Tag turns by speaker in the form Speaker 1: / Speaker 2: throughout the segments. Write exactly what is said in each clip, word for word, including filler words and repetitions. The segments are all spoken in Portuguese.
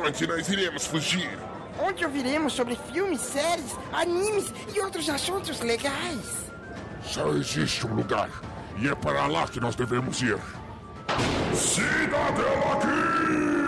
Speaker 1: onde nós iremos fugir?
Speaker 2: Onde ouviremos sobre filmes, séries, animes e outros assuntos legais.
Speaker 1: Só existe um lugar, e é para lá que nós devemos ir. Cidadela Geek!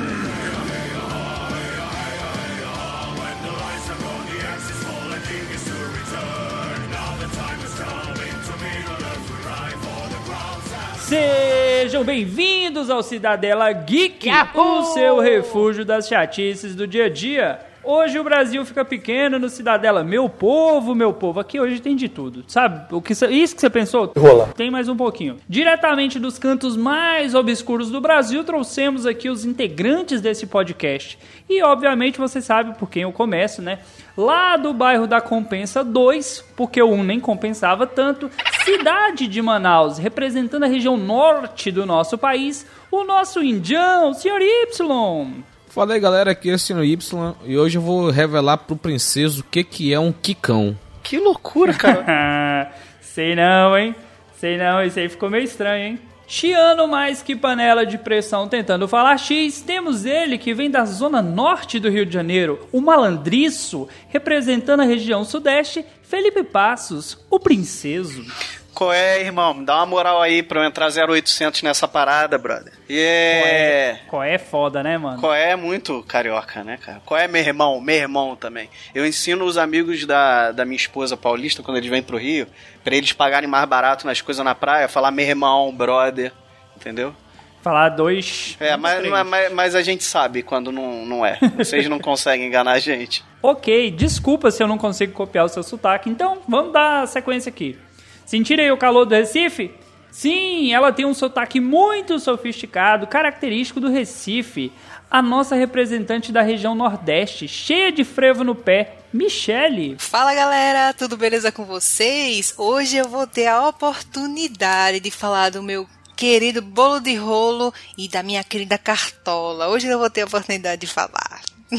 Speaker 3: Sejam bem-vindos ao Cidadela Geek, Yahoo! O seu refúgio das chatices do dia a dia. Hoje o Brasil fica pequeno no Cidadela. Meu povo, meu povo, aqui hoje tem de tudo. Sabe, o que cê, isso que você pensou?
Speaker 4: Rola.
Speaker 3: Tem mais um pouquinho. Diretamente dos cantos mais obscuros do Brasil, trouxemos aqui os integrantes desse podcast. E, obviamente, você sabe por quem eu começo, né? Lá do bairro da Compensa dois, porque o um nem compensava tanto, cidade de Manaus, representando a região norte do nosso país, o nosso indião, o senhor Y.
Speaker 5: Fala aí, galera, aqui é o senhor Y e hoje eu vou revelar pro princeso o que que é um quicão.
Speaker 4: Que loucura, cara.
Speaker 3: Sei não, hein? Sei não, isso aí ficou meio estranho, hein? Chiando mais que panela de pressão tentando falar X, temos ele que vem da zona norte do Rio de Janeiro, o malandriço, representando a região sudeste, Felipe Passos, o princeso.
Speaker 4: Qual é, irmão? Me dá uma moral aí pra eu entrar zero oitocentos nessa parada, brother. E é...
Speaker 3: Qual é foda, né, mano?
Speaker 4: Qual é muito carioca, né, cara? Qual é meu irmão? Meu irmão também. Eu ensino os amigos da, da minha esposa paulista, quando eles vêm pro Rio, pra eles pagarem mais barato nas coisas na praia, falar meu irmão, brother, entendeu?
Speaker 3: Falar dois...
Speaker 4: É, mas, mas, mas a gente sabe quando não, não é. Vocês não conseguem enganar a gente.
Speaker 3: Ok, desculpa se eu não consigo copiar o seu sotaque, então vamos dar sequência aqui. Sentiram aí o calor do Recife? Sim, ela tem um sotaque muito sofisticado, característico do Recife. A nossa representante da região Nordeste, cheia de frevo no pé, Michele.
Speaker 6: Fala, galera, tudo beleza com vocês? Hoje eu vou ter a oportunidade de falar do meu querido bolo de rolo e da minha querida cartola. Hoje eu vou ter a oportunidade de falar.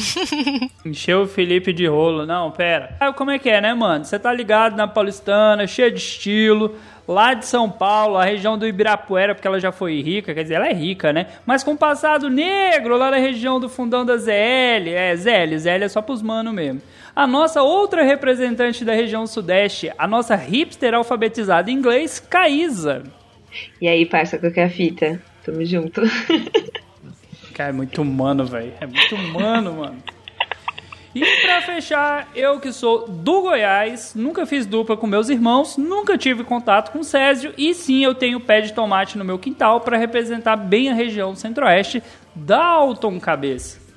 Speaker 3: Encheu o Felipe de rolo. Não, pera. Ah, como é que é, né, mano? Você tá ligado na paulistana, cheia de estilo, lá de São Paulo, a região do Ibirapuera, porque ela já foi rica, quer dizer, ela é rica, né? Mas com passado negro, lá na região do fundão da Z L. É, Z L, Z L é só pros mano mesmo. A nossa outra representante da região sudeste, a nossa hipster alfabetizada em inglês, Caísa.
Speaker 7: E aí, parça, qual que é a fita? Tamo junto.
Speaker 3: Cara, é muito humano, velho. É muito humano, mano. E pra fechar, eu que sou do Goiás, nunca fiz dupla com meus irmãos, nunca tive contato com o Césio, e sim, eu tenho pé de tomate no meu quintal pra representar bem a região centro-oeste, Dalton Cabeça.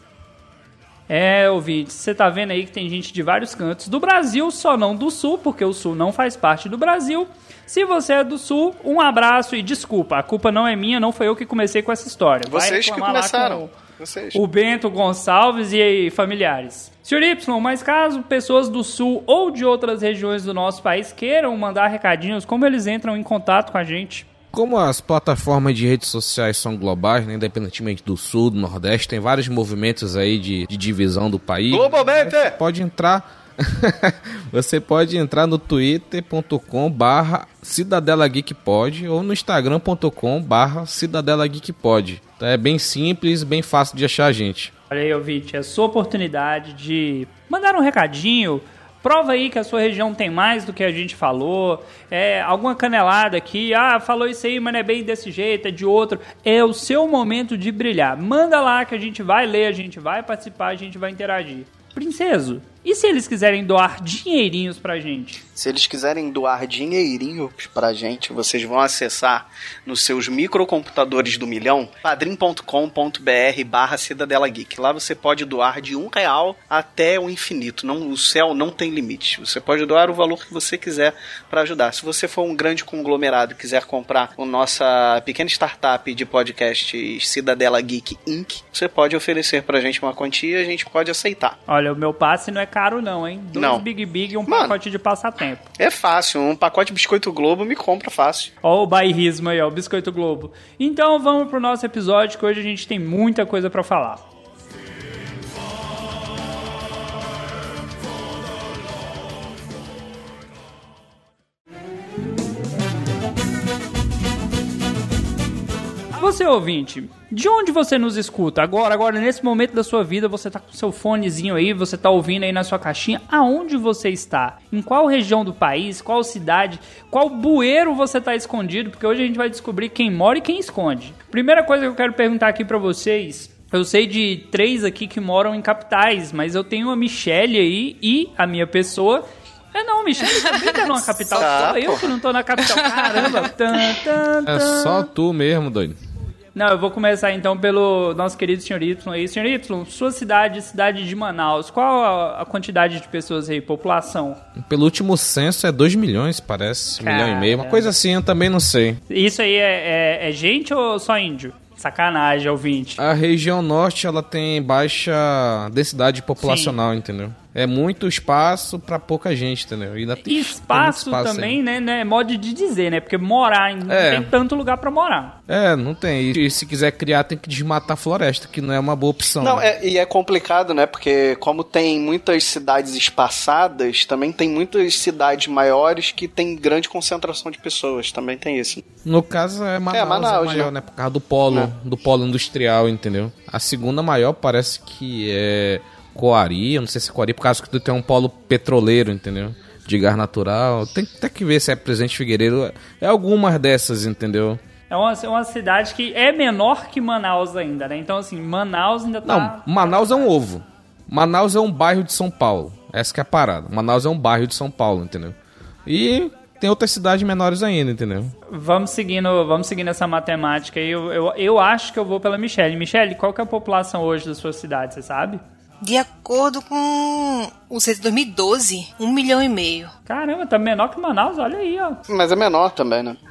Speaker 3: É, ouvinte, você tá vendo aí que tem gente de vários cantos do Brasil, só não do Sul, porque o Sul não faz parte do Brasil. Se você é do Sul, um abraço e desculpa, a culpa não é minha, não foi eu que comecei com essa história.
Speaker 4: Vocês que começaram.
Speaker 3: Vocês. O Bento Gonçalves e familiares. senhor Y, mas caso pessoas do Sul ou de outras regiões do nosso país queiram mandar recadinhos, como eles entram em contato com a gente?
Speaker 5: Como as plataformas de redes sociais são globais, né, independentemente do Sul, do Nordeste, tem vários movimentos aí de, de divisão do país.
Speaker 4: Globalmente!
Speaker 5: Você pode entrar... Você pode entrar no twitter ponto com barra Cidadela Geek Pod ou no instagram ponto com barra Cidadela Geek Pod. Então é bem simples, bem fácil de achar a gente.
Speaker 3: Olha aí, ouvinte, é a sua oportunidade de mandar um recadinho. Prova aí que a sua região tem mais do que a gente falou. É, alguma canelada aqui. Ah, falou isso aí, mas não é bem desse jeito, é de outro. É o seu momento de brilhar. Manda lá que a gente vai ler, a gente vai participar, a gente vai interagir. Princeso, e se eles quiserem doar dinheirinhos pra gente?
Speaker 4: Se eles quiserem doar dinheirinhos pra gente, vocês vão acessar nos seus microcomputadores do milhão, padrim ponto com ponto br barra Cidadela Geek. Lá você pode doar de um real até o infinito. Não, o céu não tem limite. Você pode doar o valor que você quiser para ajudar. Se você for um grande conglomerado e quiser comprar a nossa pequena startup de podcast Cidadela Geek Incorporated, você pode oferecer pra gente uma quantia e a gente pode aceitar.
Speaker 3: Olha, o meu passe não é caro não, hein? Dois
Speaker 4: não.
Speaker 3: Big Big e um
Speaker 4: Mano,
Speaker 3: pacote de passatempo.
Speaker 4: É fácil, um pacote de Biscoito Globo me compra fácil.
Speaker 3: Ó o bairrismo aí, ó, o Biscoito Globo. Então vamos pro nosso episódio, que hoje a gente tem muita coisa pra falar. você, ouvinte, de onde você nos escuta? Agora, agora, nesse momento da sua vida, você tá com seu fonezinho aí, você tá ouvindo aí na sua caixinha. Aonde você está? Em qual região do país? Qual cidade? Qual bueiro você tá escondido? Porque hoje a gente vai descobrir quem mora e quem esconde. Primeira coisa que eu quero perguntar aqui pra vocês... Eu sei de três aqui que moram em capitais, mas eu tenho a Michelle aí e a minha pessoa... É não, Michelle também tá numa capital. Só eu que não tô na capital. Caramba. Tan, tan, tan.
Speaker 5: É só tu mesmo, doido.
Speaker 3: Não, eu vou começar então pelo nosso querido senhor Y aí. senhor Y, sua cidade, cidade de Manaus, qual a, a quantidade de pessoas aí, população?
Speaker 5: Pelo último censo é dois milhões, parece. Um milhão e meio, uma coisa assim, eu também não sei.
Speaker 3: Isso aí é, é, é gente ou só índio? Sacanagem, ouvinte.
Speaker 5: A região norte, ela tem baixa densidade populacional, Sim. entendeu? É muito espaço pra pouca gente, entendeu? E ainda tem,
Speaker 3: espaço, tem espaço também, né, né? É modo de dizer, né? Porque morar, não é. tem tanto lugar pra morar.
Speaker 5: É, não tem. E se quiser criar, tem que desmatar a floresta, que não é uma boa opção.
Speaker 4: Não,
Speaker 5: né?
Speaker 4: é, e é complicado, né? Porque como tem muitas cidades espaçadas, também tem muitas cidades maiores que tem grande concentração de pessoas. Também tem isso.
Speaker 5: No caso, é Manaus, é, Manaus, é maior, né? né? Por causa do polo, é. do polo industrial, entendeu? A segunda maior parece que é... Coari, eu não sei se é Coari, por causa que tu tem um polo petroleiro, entendeu? De gás natural. Tem, tem que ver se é Presidente Figueiredo. É algumas dessas, entendeu?
Speaker 3: É uma, é uma cidade que é menor que Manaus ainda, né? Então, assim, Manaus ainda tá...
Speaker 5: Não, Manaus é um ovo. Manaus é um bairro de São Paulo. Essa que é a parada. Manaus é um bairro de São Paulo, entendeu? E tem outras cidades menores ainda, entendeu?
Speaker 3: Vamos seguindo, vamos seguindo essa matemática aí. Eu, eu, eu acho que eu vou pela Michelle. Michelle, qual que é a população hoje da sua cidade, você sabe?
Speaker 6: De acordo com o censo de dois mil e doze, um milhão e meio.
Speaker 3: Caramba, tá menor que Manaus, olha aí, ó.
Speaker 4: Mas é menor também, né?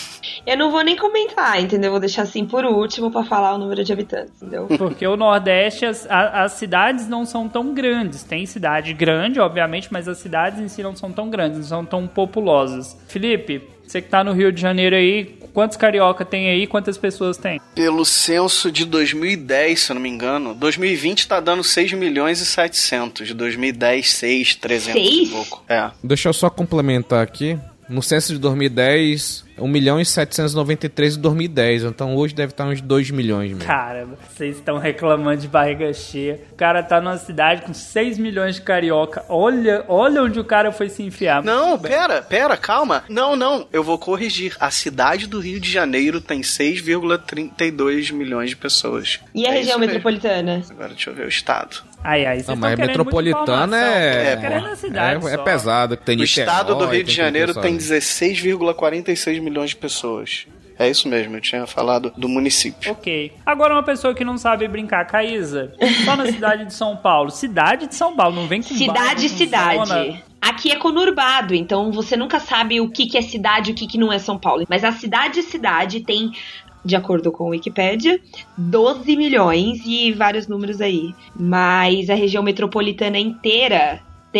Speaker 7: Eu não vou nem comentar, entendeu? Vou deixar assim por último pra falar o número de habitantes, entendeu?
Speaker 3: Porque o Nordeste, as, as cidades não são tão grandes. Tem cidade grande, obviamente, mas as cidades em si não são tão grandes, não são tão populosas. Felipe, você que tá no Rio de Janeiro aí, quantos carioca tem aí? Quantas pessoas tem?
Speaker 4: Pelo censo de dois mil e dez, se eu não me engano, dois mil e vinte tá dando seis milhões e setecentos. De dois mil e dez, seis, trezentos e pouco. É.
Speaker 5: Deixa eu só complementar aqui. No censo de dois mil e dez, um milhão e setecentos e noventa e três em dois mil e dez. Então hoje deve estar uns dois milhões mesmo.
Speaker 3: Caramba, vocês estão reclamando de barriga cheia. O cara tá numa cidade com seis milhões de carioca. Olha, olha onde o cara foi se enfiar.
Speaker 4: Não, pera, pera, calma. Não, não, eu vou corrigir. A cidade do Rio de Janeiro tem seis vírgula trinta e dois milhões de pessoas.
Speaker 7: E a
Speaker 4: é
Speaker 7: região metropolitana?
Speaker 4: Agora deixa eu ver o estado.
Speaker 3: Ai, ai,
Speaker 5: não, mas metropolitana é,
Speaker 3: é,
Speaker 5: é, é pesado. Tem
Speaker 4: o estado do Rio de Janeiro tem dezesseis vírgula quarenta e seis milhões de pessoas. É isso mesmo, eu tinha falado do município.
Speaker 3: Ok. Agora uma pessoa que não sabe brincar, Caísa, só na cidade de São Paulo. Cidade de São Paulo, não vem com
Speaker 7: Cidade,
Speaker 3: bairro,
Speaker 7: cidade.
Speaker 3: Zona.
Speaker 7: Aqui é conurbado, então você nunca sabe o que, que é cidade e o que, que não é São Paulo. Mas a cidade cidade tem... De acordo com o Wikipédia, doze milhões e vários números aí. Mas a região metropolitana inteira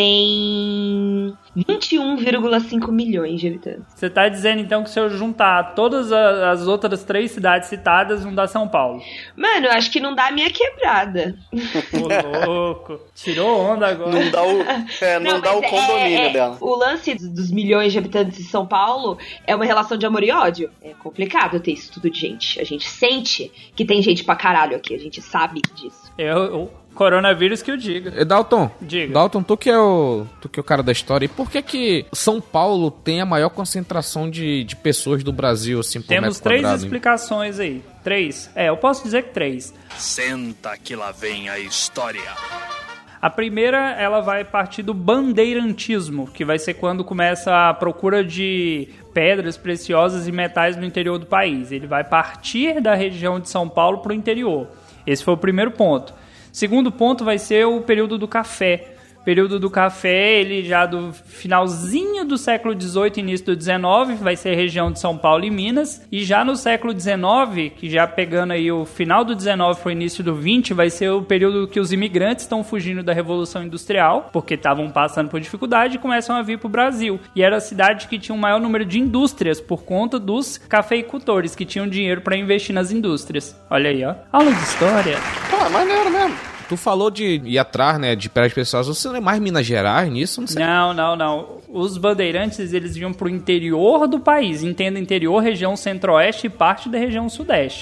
Speaker 7: tem vinte e um vírgula cinco milhões de habitantes.
Speaker 3: Você tá dizendo então que se eu juntar todas as outras três cidades citadas, não dá São Paulo?
Speaker 7: Mano, eu acho que não dá a minha quebrada.
Speaker 3: Ô, louco. Tirou onda agora.
Speaker 4: Não dá o, é, não não, dá o condomínio
Speaker 7: é, é,
Speaker 4: dela.
Speaker 7: O lance dos milhões de habitantes de São Paulo é uma relação de amor e ódio. É complicado ter isso tudo de gente. A gente sente que tem gente pra caralho aqui. A gente sabe disso.
Speaker 3: Eu... eu... Coronavírus que eu diga.
Speaker 5: E Dalton,
Speaker 3: diga.
Speaker 5: Dalton, tu que é o, tu que é o cara da história, e por que que São Paulo tem a maior concentração de, de pessoas do Brasil, assim, por
Speaker 3: Temos
Speaker 5: metro
Speaker 3: três
Speaker 5: quadrado,
Speaker 3: explicações aí. Três. É, eu posso dizer que três.
Speaker 1: Senta que lá vem a história.
Speaker 3: A primeira, ela vai partir do bandeirantismo, que vai ser quando começa a procura de pedras preciosas e metais no interior do país. Ele vai partir da região de São Paulo para o interior. Esse foi o primeiro ponto. Segundo ponto vai ser o período do café. O período do café, ele já do finalzinho do século dezoito, início do dezenove, vai ser a região de São Paulo e Minas. E já no século dezenove, que já pegando aí o final do dezenove para o início do vinte, vai ser o período que os imigrantes estão fugindo da Revolução Industrial, porque estavam passando por dificuldade e começam a vir para o Brasil. E era a cidade que tinha o maior número de indústrias, por conta dos cafeicultores, que tinham dinheiro para investir nas indústrias. Olha aí, ó. Aula de história.
Speaker 4: Pô, é maneiro mesmo.
Speaker 5: Tu falou de ir atrás, né, de prédios pessoais. Você não é mais Minas Gerais nisso? Não sei.
Speaker 3: Não, não, não. Os bandeirantes, eles vinham pro interior do país. Entenda interior, região centro-oeste e parte da região sudeste.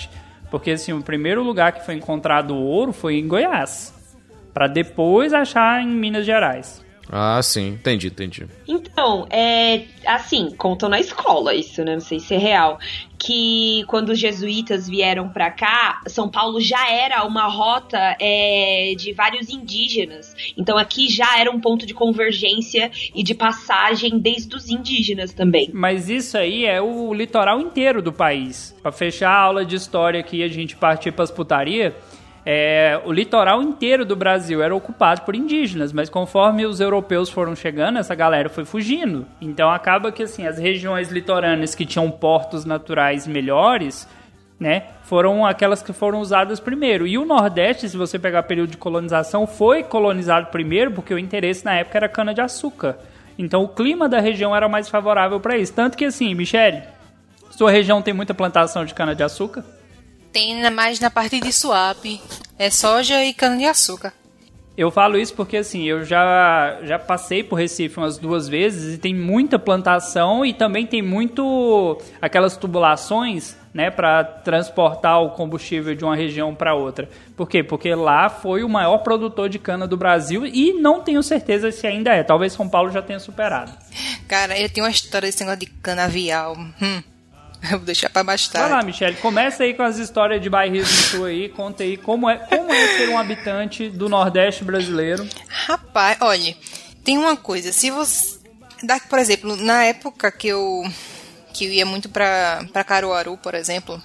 Speaker 3: Porque, assim, o primeiro lugar que foi encontrado ouro foi em Goiás, para depois achar em Minas Gerais.
Speaker 5: Ah, sim. Entendi, entendi.
Speaker 7: Então, é assim, contam na escola isso, né? Não sei se é real. Que quando os jesuítas vieram pra cá, São Paulo já era uma rota é, de vários indígenas. Então aqui já era um ponto de convergência e de passagem desde os indígenas também.
Speaker 3: Mas isso aí é o litoral inteiro do país. Pra fechar a aula de história aqui e a gente partir pras putaria... É, o litoral inteiro do Brasil era ocupado por indígenas, mas conforme os europeus foram chegando, essa galera foi fugindo. Então acaba que assim, as regiões litorâneas que tinham portos naturais melhores, né, foram aquelas que foram usadas primeiro. E o Nordeste, se você pegar período de colonização, foi colonizado primeiro porque o interesse na época era cana-de-açúcar. Então o clima da região era mais favorável para isso. Tanto que assim, Michele, sua região tem muita plantação de cana-de-açúcar?
Speaker 6: Tem mais na parte de Suape. É soja e cana-de-açúcar.
Speaker 3: Eu falo isso porque, assim, eu já, já passei por Recife umas duas vezes e tem muita plantação e também tem muito aquelas tubulações, né, para transportar o combustível de uma região para outra. Por quê? Porque lá foi o maior produtor de cana do Brasil e não tenho certeza se ainda é. Talvez São Paulo já tenha superado.
Speaker 6: Cara, eu tenho uma história desse negócio de canavial. Hum. Eu vou deixar pra mais tarde.
Speaker 3: Vai lá, Michele, começa aí com as histórias de bairrismo sua aí, conta aí como é, como é ser um habitante do Nordeste brasileiro.
Speaker 6: Rapaz, olha, tem uma coisa, se você... Por exemplo, na época que eu, que eu ia muito pra, pra Caruaru, por exemplo,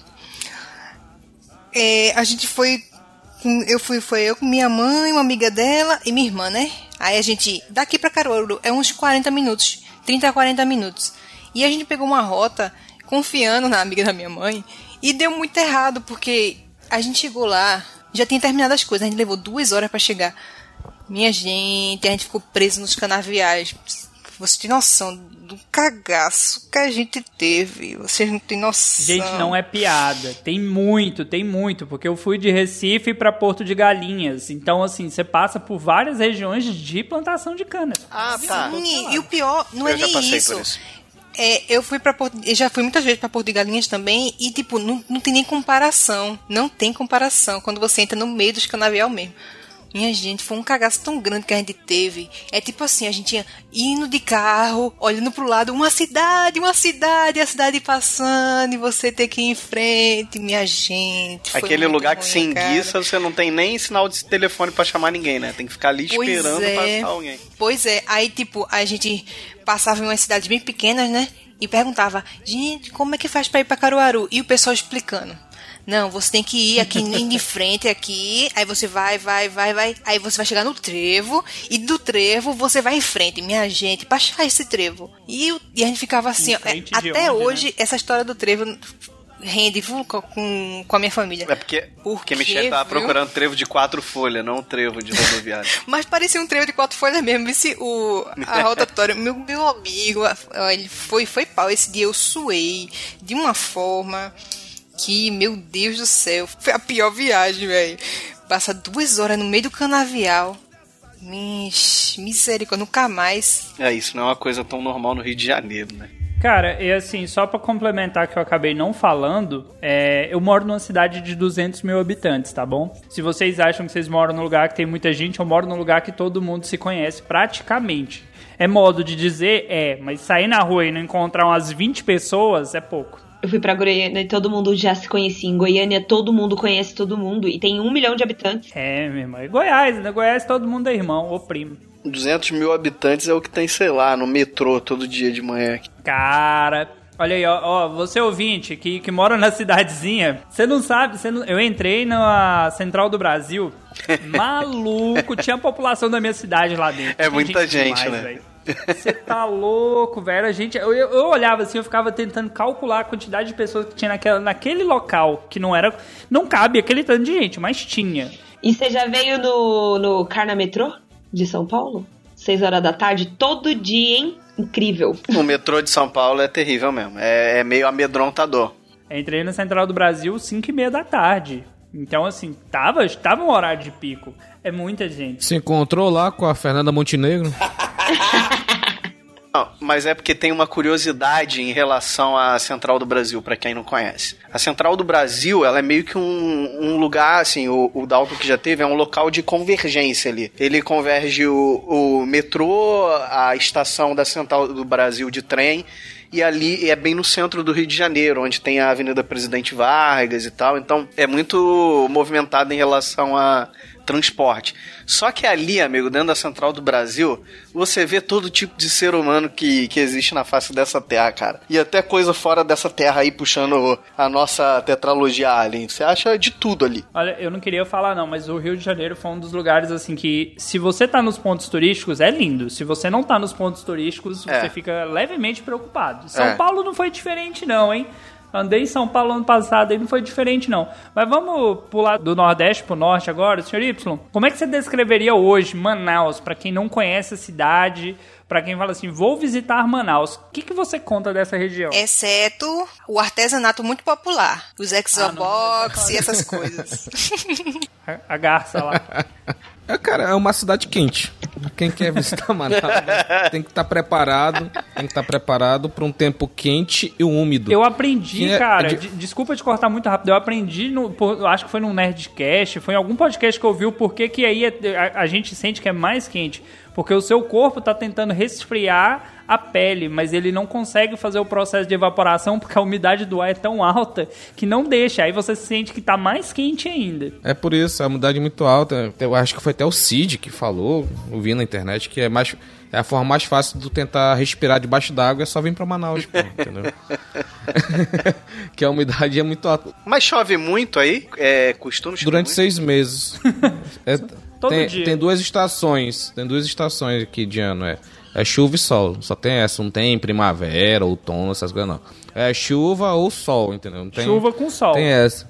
Speaker 6: é, a gente foi... Eu fui, foi eu com minha mãe, uma amiga dela e minha irmã, né? Aí a gente, daqui pra Caruaru, é uns quarenta minutos, trinta a quarenta minutos. E a gente pegou uma rota... confiando na amiga da minha mãe, e deu muito errado, porque a gente chegou lá, já tinha terminado as coisas, a gente levou duas horas pra chegar. Minha gente, a gente ficou preso nos canaviais. Você tem noção do cagaço que a gente teve? Vocês não têm noção.
Speaker 3: Gente, não é piada. Tem muito, tem muito, porque eu fui de Recife pra Porto de Galinhas. Então, assim, você passa por várias regiões de plantação de cana.
Speaker 4: Ah, tá.
Speaker 6: Sim, e o pior, não
Speaker 4: eu
Speaker 6: é
Speaker 4: já
Speaker 6: nem
Speaker 4: passei
Speaker 6: isso.
Speaker 4: Por isso.
Speaker 6: É, eu fui para Porto, eu já fui muitas vezes para Porto de Galinhas também e tipo, não, não tem nem comparação, não tem comparação quando você entra no meio dos canavial mesmo. Minha gente, foi um cagaço tão grande que a gente teve. É tipo assim, a gente ia indo de carro, olhando pro lado, uma cidade, uma cidade, a cidade passando, e você ter que ir em frente, minha gente. Foi
Speaker 4: aquele lugar
Speaker 6: ruim,
Speaker 4: que se enguiça, você não tem nem sinal de telefone pra chamar ninguém, né? Tem que ficar ali
Speaker 6: pois
Speaker 4: esperando
Speaker 6: é,
Speaker 4: passar alguém.
Speaker 6: Pois é, aí tipo, a gente passava em umas cidades bem pequenas, né? E perguntava, gente, como é que faz pra ir pra Caruaru? E o pessoal explicando. Não, você tem que ir aqui de frente aqui, aí você vai, vai, vai, vai, aí você vai chegar no trevo, e do trevo você vai em frente, minha gente, pra achar esse trevo. E, e a gente ficava assim, ó, até onde, hoje, né? Essa história do trevo rende com, com, com a minha família.
Speaker 4: É porque, porque Michelle tava viu? procurando trevo de quatro folhas, não um trevo de rodoviário.
Speaker 6: Mas parecia um trevo de quatro folhas mesmo. Esse, o, a rotatória, meu, meu amigo, ele foi, foi pau. Esse dia eu suei de uma forma que, meu Deus do céu, foi a pior viagem, velho. Passar duas horas no meio do canavial. Misericórdia, nunca mais.
Speaker 4: É, isso não é uma coisa tão normal no Rio de Janeiro, né?
Speaker 3: Cara, e assim, só pra complementar que eu acabei não falando, é, eu moro numa cidade de duzentos mil habitantes, tá bom? Se vocês acham que vocês moram num lugar que tem muita gente, eu moro num lugar que todo mundo se conhece, praticamente. É modo de dizer? É, mas sair na rua e não encontrar umas vinte pessoas é pouco.
Speaker 7: Eu fui pra Goiânia e todo mundo já se conhecia. Em Goiânia todo mundo conhece todo mundo e tem um milhão de habitantes.
Speaker 3: É, meu irmão. E Goiás, né? Goiás todo mundo é irmão ou primo.
Speaker 4: duzentos mil habitantes é o que tem, sei lá, no metrô todo dia de manhã.
Speaker 3: Cara, olha aí, ó, ó você ouvinte que, que mora na cidadezinha, você não sabe, você não, eu entrei na Central do Brasil, maluco, tinha a população da minha cidade lá dentro.
Speaker 4: É muita gente,
Speaker 3: demais,
Speaker 4: né?
Speaker 3: Véio. Você tá louco, velho. A gente, eu, eu, eu olhava assim, eu ficava tentando calcular a quantidade de pessoas que tinha naquela, naquele local, que não era, não cabe aquele tanto de gente, mas tinha.
Speaker 7: E você já veio no, no Carna Metrô de São Paulo? Seis horas da tarde, todo dia, hein? Incrível.
Speaker 4: O metrô de São Paulo é terrível mesmo, é, é meio amedrontador.
Speaker 3: Entrei na Central do Brasil cinco e meia da tarde. Então, assim, tava, tava um horário de pico. É muita gente.
Speaker 5: Se encontrou lá com a Fernanda Montenegro?
Speaker 4: Não, mas é porque tem uma curiosidade em relação à Central do Brasil, pra quem não conhece. A Central do Brasil, ela é meio que um, um lugar, assim, o, o Dalton que já teve, é um local de convergência ali. Ele converge o, o metrô, a estação da Central do Brasil de trem, e ali é bem no centro do Rio de Janeiro, onde tem a Avenida Presidente Vargas e tal. Então, é muito movimentado em relação a transporte. Só que ali, amigo, dentro da Central do Brasil, você vê todo tipo de ser humano que, que existe na face dessa terra, cara. E até coisa fora dessa terra aí, puxando a nossa tetralogia Alien. Você acha de tudo ali.
Speaker 3: Olha, eu não queria falar não, mas o Rio de Janeiro foi um dos lugares, assim, que se você tá nos pontos turísticos, é lindo. Se você não tá nos pontos turísticos, você
Speaker 4: É.
Speaker 3: fica levemente preocupado. São
Speaker 4: É.
Speaker 3: Paulo não foi diferente não, hein? Andei em São Paulo ano passado e não foi diferente, não. Mas vamos pular do Nordeste pro Norte agora, senhor Y. Como é que você descreveria hoje Manaus, pra quem não conhece a cidade, pra quem fala assim, vou visitar Manaus? O que, que você conta dessa região?
Speaker 6: Exceto o artesanato muito popular. Os exobox e essas coisas.
Speaker 3: A, a garça lá.
Speaker 5: É, cara, é uma cidade quente. Quem quer visitar Manaus, né, tem que estar preparado, tem que estar preparado para um tempo quente e úmido.
Speaker 3: Eu aprendi,
Speaker 5: Que é-
Speaker 3: cara,
Speaker 5: é de-
Speaker 3: de- desculpa te cortar muito rápido, eu aprendi, no, por- acho que foi num Nerdcast, foi em algum podcast que eu vi o porquê que aí é- a, a gente sente que é mais quente. Porque o seu corpo tá tentando resfriar a pele, mas ele não consegue fazer o processo de evaporação porque a umidade do ar é tão alta que não deixa. Aí você sente que tá mais quente ainda.
Speaker 5: É por isso, a umidade é muito alta. Eu acho que foi até o Cid que falou, eu vi na internet, que é mais é a forma mais fácil de tentar respirar debaixo d'água, é só vir pra Manaus, pô, entendeu? Que a umidade é muito alta.
Speaker 4: Mas chove muito aí? É costume chover
Speaker 5: Durante
Speaker 4: muito?
Speaker 5: seis meses. É,
Speaker 3: Todo
Speaker 5: tem,
Speaker 3: dia.
Speaker 5: tem duas estações, tem duas estações aqui de ano, é. É chuva e sol, só tem essa, não tem primavera, outono, essas coisas não. É chuva ou sol, entendeu? Não tem,
Speaker 3: Chuva com sol.
Speaker 5: Tem essa.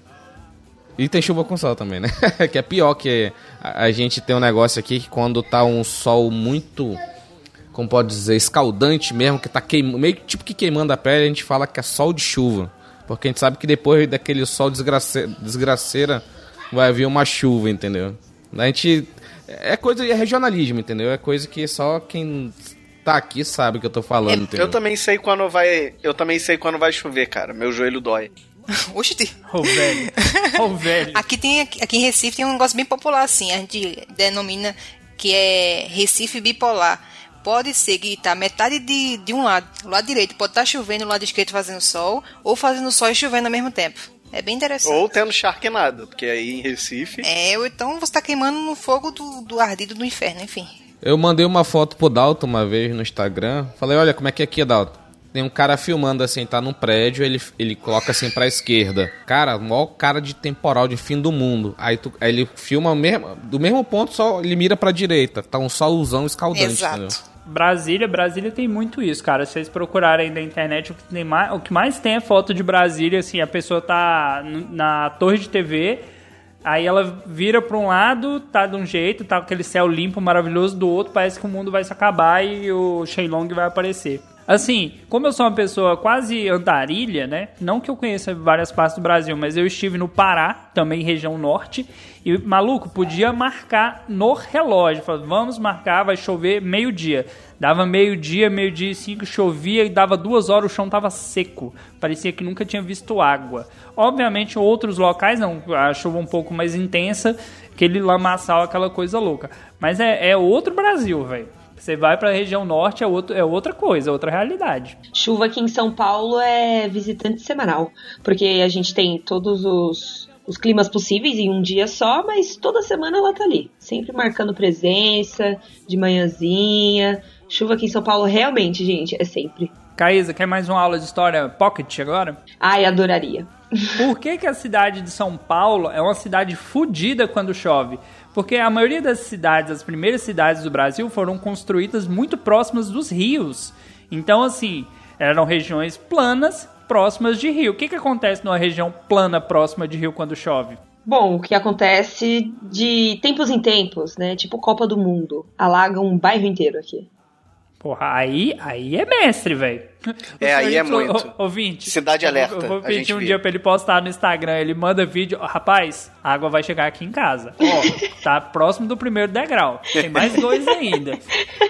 Speaker 5: E tem chuva com sol também, né? Que é pior que a, a gente tem um negócio aqui que quando tá um sol muito, como pode dizer, escaldante mesmo, que tá queim, meio que tipo que queimando a pele, a gente fala que é sol de chuva. Porque a gente sabe que depois daquele sol desgrace, desgraceira vai vir uma chuva, entendeu? A gente... É coisa de regionalismo, entendeu? É coisa que só quem tá aqui sabe o que eu tô falando, entendeu?
Speaker 4: Eu também sei quando vai. Eu também sei quando vai chover, cara. Meu joelho dói.
Speaker 6: Oxe,
Speaker 3: Ô, velho. Ô, velho.
Speaker 6: aqui, tem, aqui em Recife tem um negócio bem popular assim, a gente denomina que é Recife bipolar. Pode ser que tá metade de, de um lado, o lado direito pode estar tá chovendo, o lado esquerdo fazendo sol, ou fazendo sol e chovendo ao mesmo tempo. É bem interessante.
Speaker 4: Ou tendo Sharknado, porque aí em Recife.
Speaker 6: É, ou então você tá queimando no fogo do, do ardido do inferno, enfim.
Speaker 5: Eu mandei uma foto pro Dalton uma vez no Instagram. Falei, olha como é que é aqui, Dalton. Tem um cara filmando assim, tá num prédio, ele, ele coloca assim pra esquerda. Cara, maior cara de temporal de fim do mundo. Aí, tu, aí ele filma mesmo, do mesmo ponto, só ele mira pra direita. Tá um solzão escaldante,
Speaker 6: Exato.
Speaker 5: entendeu?
Speaker 3: Brasília, Brasília tem muito isso, cara. Se vocês procurarem na internet, o que, tem mais, o que mais tem é foto de Brasília, assim, a pessoa tá n- na torre de T V, aí ela vira pra um lado, tá de um jeito, tá com aquele céu limpo, maravilhoso, do outro parece que o mundo vai se acabar e o Shenlong vai aparecer. Assim, como eu sou uma pessoa quase andarilha, né? Não que eu conheça várias partes do Brasil, mas eu estive no Pará, também região norte, e, maluco, podia marcar no relógio. Falava, vamos marcar, vai chover meio-dia. Dava meio-dia, meio-dia e cinco, chovia e dava duas horas, o chão tava seco. Parecia que nunca tinha visto água. Obviamente, outros locais, não, a chuva um pouco mais intensa, aquele lamaçal, aquela coisa louca. Mas é, é outro Brasil, velho. Você vai pra região norte, é, outro, é outra coisa, outra realidade.
Speaker 7: Chuva aqui em São Paulo é visitante semanal, porque a gente tem todos os, os climas possíveis em um dia só, mas toda semana ela tá ali, sempre marcando presença, de manhãzinha. Chuva aqui em São Paulo realmente, gente, é sempre.
Speaker 3: Caísa, quer mais uma aula de história pocket agora?
Speaker 7: Ai, adoraria.
Speaker 3: Por que que a cidade de São Paulo é uma cidade fodida quando chove? Porque a maioria das cidades, as primeiras cidades do Brasil, foram construídas muito próximas dos rios. Então, assim, eram regiões planas, próximas de rio. O que que acontece numa região plana, próxima de rio, quando chove?
Speaker 7: Bom, o que acontece de tempos em tempos, né? Tipo Copa do Mundo. Alaga um bairro inteiro aqui.
Speaker 3: Porra, aí, aí é mestre, velho.
Speaker 4: É, aí é muito.
Speaker 3: Ouvinte.
Speaker 4: Cidade Alerta,
Speaker 3: Eu vou
Speaker 4: a
Speaker 3: pedir
Speaker 4: gente
Speaker 3: um
Speaker 4: vê.
Speaker 3: dia pra ele postar no Instagram. Ele manda vídeo. Rapaz, a água vai chegar aqui em casa. Ó, tá próximo do primeiro degrau. Tem mais dois ainda.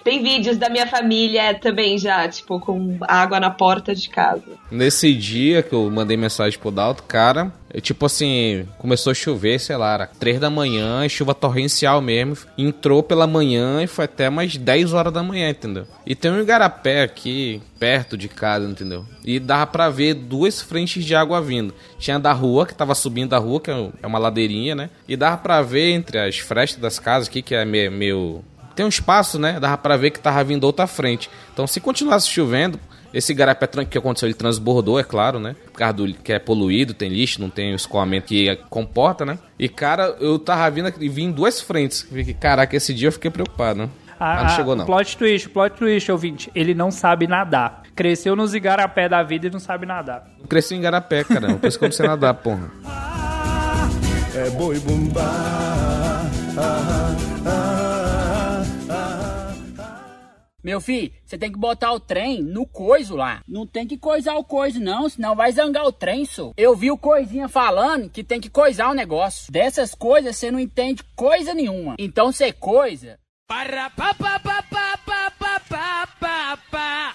Speaker 7: Tem vídeos da minha família também já, tipo, com água na porta de casa.
Speaker 5: Nesse dia que eu mandei mensagem pro Dalton, cara, eu, tipo assim, começou a chover, sei lá, era três da manhã, chuva torrencial mesmo. Entrou pela manhã e foi até mais dez horas da manhã, entendeu? E tem um igarapé aqui, perto de casa, entendeu? E dava pra ver duas frentes de água vindo. Tinha da rua, que tava subindo da rua, que é uma ladeirinha, né? E dava pra ver entre as frestas das casas aqui, que é meio... meio... tem um espaço, né? Dava pra ver que tava vindo outra frente. Então, se continuasse chovendo, esse igarapé que aconteceu, ele transbordou, é claro, né? Por causa do que é poluído, tem lixo, não tem o escoamento que comporta, né? E, cara, eu tava vindo e vim em duas frentes. Caraca, esse dia eu fiquei preocupado, né?
Speaker 3: Ah,
Speaker 5: Mas não chegou, não.
Speaker 3: Plot twist, plot twist, ouvinte. Ele não sabe nadar. Cresceu nos igarapé da vida e não sabe nadar.
Speaker 5: Eu cresci em igarapé, caramba. Por isso que eu não sei nadar, porra.
Speaker 8: É boi bumbá. Ah, ah, ah,
Speaker 9: Meu filho, você tem que botar o trem no coiso lá. Não tem que coisar o coiso não, senão vai zangar o trem, só. Eu vi o coisinha falando que tem que coisar o negócio. Dessas coisas você não entende coisa nenhuma. Então você coisa... Para pa pa pa pa pa pa pa pa pa.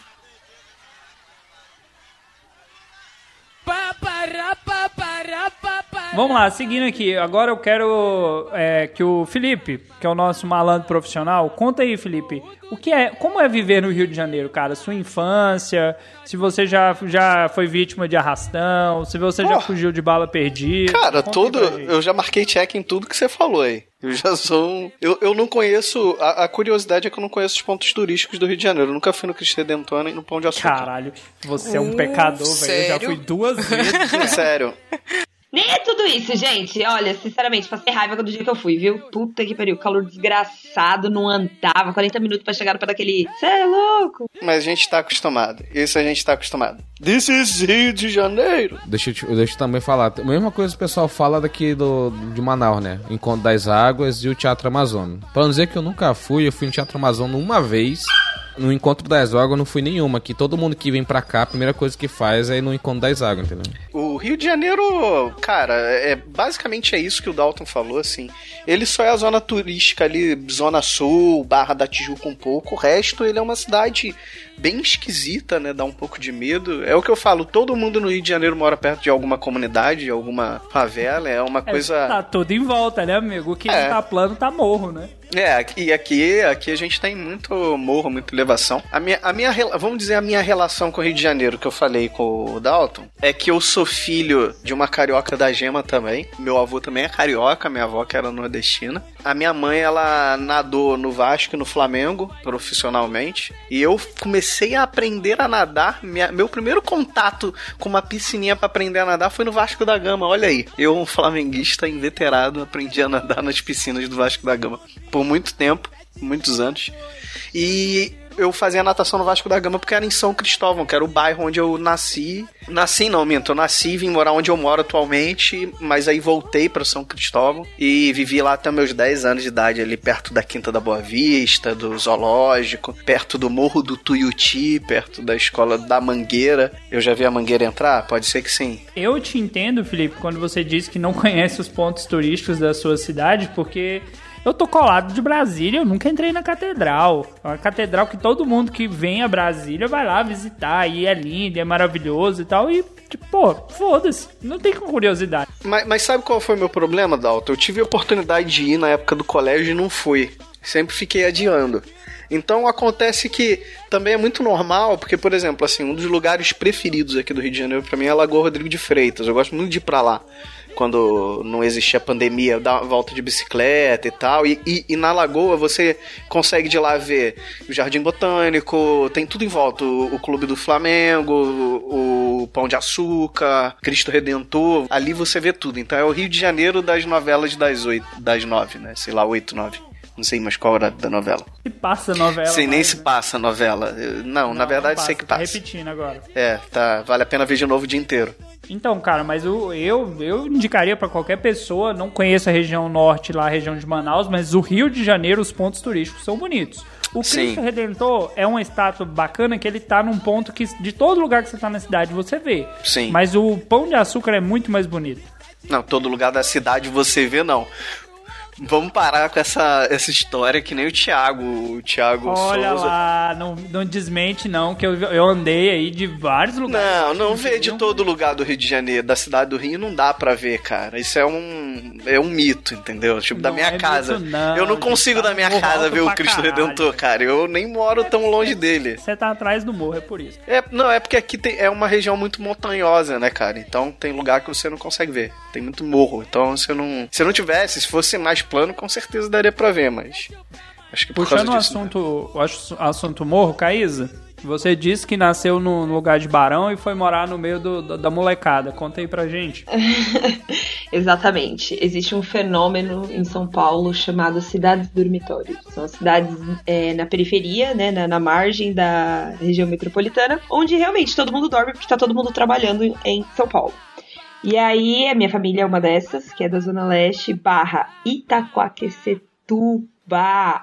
Speaker 9: Pa para pa para pa pa.
Speaker 3: Vamos lá, seguindo aqui. Agora eu quero é, que o Felipe, que é o nosso malandro profissional, conta aí, Felipe, o que é, como é viver no Rio de Janeiro, cara? Sua infância, se você já, já foi vítima de arrastão, se você já
Speaker 4: oh,
Speaker 3: fugiu de bala perdida.
Speaker 4: Cara, todo, eu já marquei check em tudo que você falou aí. Eu já sou um... Eu, eu não conheço... A, a curiosidade é que eu não conheço os pontos turísticos do Rio de Janeiro. Eu nunca fui no Cristo Redentor nem no Pão de Açúcar.
Speaker 3: Caralho, você é um uh, pecador, velho. Eu já fui duas vezes.
Speaker 4: Sério.
Speaker 7: Nem é tudo isso, gente. Olha, sinceramente, passei raiva do dia que eu fui, viu? Puta que pariu, calor desgraçado, não andava, quarenta minutos pra chegar no pé daquele... Cê é louco!
Speaker 4: Mas a gente tá acostumado. Isso a gente tá acostumado. This is Rio de Janeiro.
Speaker 5: Deixa eu, te, deixa eu também falar. A mesma coisa que o pessoal fala daqui do, de Manaus, né? Encontro das Águas e o Teatro Amazono. Pra não dizer que eu nunca fui, eu fui no Teatro Amazono uma vez... No Encontro das Águas eu não fui nenhuma, que todo mundo que vem pra cá, a primeira coisa que faz é ir no Encontro das Águas, entendeu?
Speaker 4: O Rio de Janeiro, cara, é, basicamente é isso que o Dalton falou, assim. Ele só é a zona turística ali, Zona Sul, Barra da Tijuca um pouco, o resto ele é uma cidade bem esquisita, né, dá um pouco de medo. É o que eu falo, todo mundo no Rio de Janeiro mora perto de alguma comunidade, de alguma favela, é uma coisa...
Speaker 3: É, tá tudo em volta, né, amigo? O que é. tá plano tá morro, né?
Speaker 4: É, e aqui, aqui a gente tem muito morro, muita elevação. A minha, a minha, vamos dizer, a minha relação com o Rio de Janeiro, que eu falei com o Dalton, é que eu sou filho de uma carioca da Gema também. Meu avô também é carioca, minha avó que era nordestina. A minha mãe, ela nadou no Vasco e no Flamengo, profissionalmente. E eu comecei a aprender a nadar. Minha, meu primeiro contato com uma piscininha pra aprender a nadar foi no Vasco da Gama. Olha aí, eu, um flamenguista inveterado, aprendi a nadar nas piscinas do Vasco da Gama. Por muito tempo, muitos anos. E eu fazia natação no Vasco da Gama porque era em São Cristóvão, que era o bairro onde eu nasci. Nasci não, minto, eu nasci e vim morar onde eu moro atualmente, mas aí voltei para São Cristóvão e vivi lá até meus dez anos de idade, ali perto da Quinta da Boa Vista, do Zoológico, perto do Morro do Tuiuti, perto da Escola da Mangueira. Eu já vi a Mangueira entrar? Pode ser que sim.
Speaker 3: Eu te entendo, Felipe, quando você diz que não conhece os pontos turísticos da sua cidade, porque... eu tô colado de Brasília, eu nunca entrei na catedral. É uma catedral que todo mundo que vem a Brasília vai lá visitar, e é lindo, é maravilhoso e tal, e tipo, pô, foda-se, não tem curiosidade.
Speaker 4: Mas, mas sabe qual foi o meu problema, Dalton? Eu tive a oportunidade de ir na época do colégio e não fui. Sempre fiquei adiando. Então acontece que também é muito normal, porque, por exemplo, assim, um dos lugares preferidos aqui do Rio de Janeiro pra mim é a Lagoa Rodrigo de Freitas. Eu gosto muito de ir pra lá. Quando não existia pandemia, dar uma volta de bicicleta e tal. E, e, e na Lagoa você consegue de lá ver o Jardim Botânico, tem tudo em volta. O, o Clube do Flamengo, o, o Pão de Açúcar, Cristo Redentor. Ali você vê tudo. Então é o Rio de Janeiro das novelas das oito, das nove, né? Sei lá, oito, nove. Não sei mais qual era da novela.
Speaker 3: Se passa a novela.
Speaker 4: Sei nem
Speaker 3: mais,
Speaker 4: se
Speaker 3: né?
Speaker 4: passa a novela. Eu, não, não, na verdade
Speaker 3: não passa,
Speaker 4: sei que passa.
Speaker 3: Tá repetindo agora.
Speaker 4: É, tá. Vale a pena ver de novo o dia inteiro.
Speaker 3: Então, cara, mas eu, eu, eu indicaria pra qualquer pessoa, não conheço a região norte lá, a região de Manaus, mas o Rio de Janeiro, os pontos turísticos são bonitos. O Cristo Sim. Redentor é uma estátua bacana que ele tá num ponto que de todo lugar que você tá na cidade você vê.
Speaker 4: Sim.
Speaker 3: Mas o Pão de Açúcar é muito mais bonito.
Speaker 4: Não, todo lugar da cidade você vê, não. Vamos parar com essa, essa história que nem o Thiago, o Thiago
Speaker 3: Olha
Speaker 4: Souza.
Speaker 3: lá, não, não desmente não, que eu, eu andei aí de vários lugares.
Speaker 4: Não, não vê de todo lugar do Rio de Janeiro, da cidade do Rio, não dá pra ver, cara. Isso é um é um mito, entendeu? Tipo, da
Speaker 3: Não
Speaker 4: minha
Speaker 3: é
Speaker 4: casa.
Speaker 3: mito, não.
Speaker 4: Eu não consigo
Speaker 3: Tá
Speaker 4: da minha
Speaker 3: no
Speaker 4: casa
Speaker 3: alto
Speaker 4: ver o
Speaker 3: pra
Speaker 4: Cristo
Speaker 3: caralho.
Speaker 4: Redentor, cara. Eu nem moro tão longe dele.
Speaker 3: Você tá atrás do morro, é por isso.
Speaker 4: É, não, é porque aqui tem, é uma região muito montanhosa, né, cara? Então tem lugar que você não consegue ver. Tem muito morro. Então você não. Se não tivesse, se fosse mais plano, com certeza daria pra ver, mas. Acho que por
Speaker 3: Puxando o
Speaker 4: causa disso,
Speaker 3: assunto, o ass- assunto morro, Caísa, você disse que nasceu no lugar de Barão e foi morar no meio do, da, da molecada. Conta aí pra gente.
Speaker 7: Exatamente. Existe um fenômeno em São Paulo chamado cidades dormitórios. São cidades é, na periferia, né, na, na margem da região metropolitana, onde realmente todo mundo dorme porque tá todo mundo trabalhando em São Paulo. E aí, a minha família é uma dessas, que é da Zona Leste, barra Itaquaquecetuba.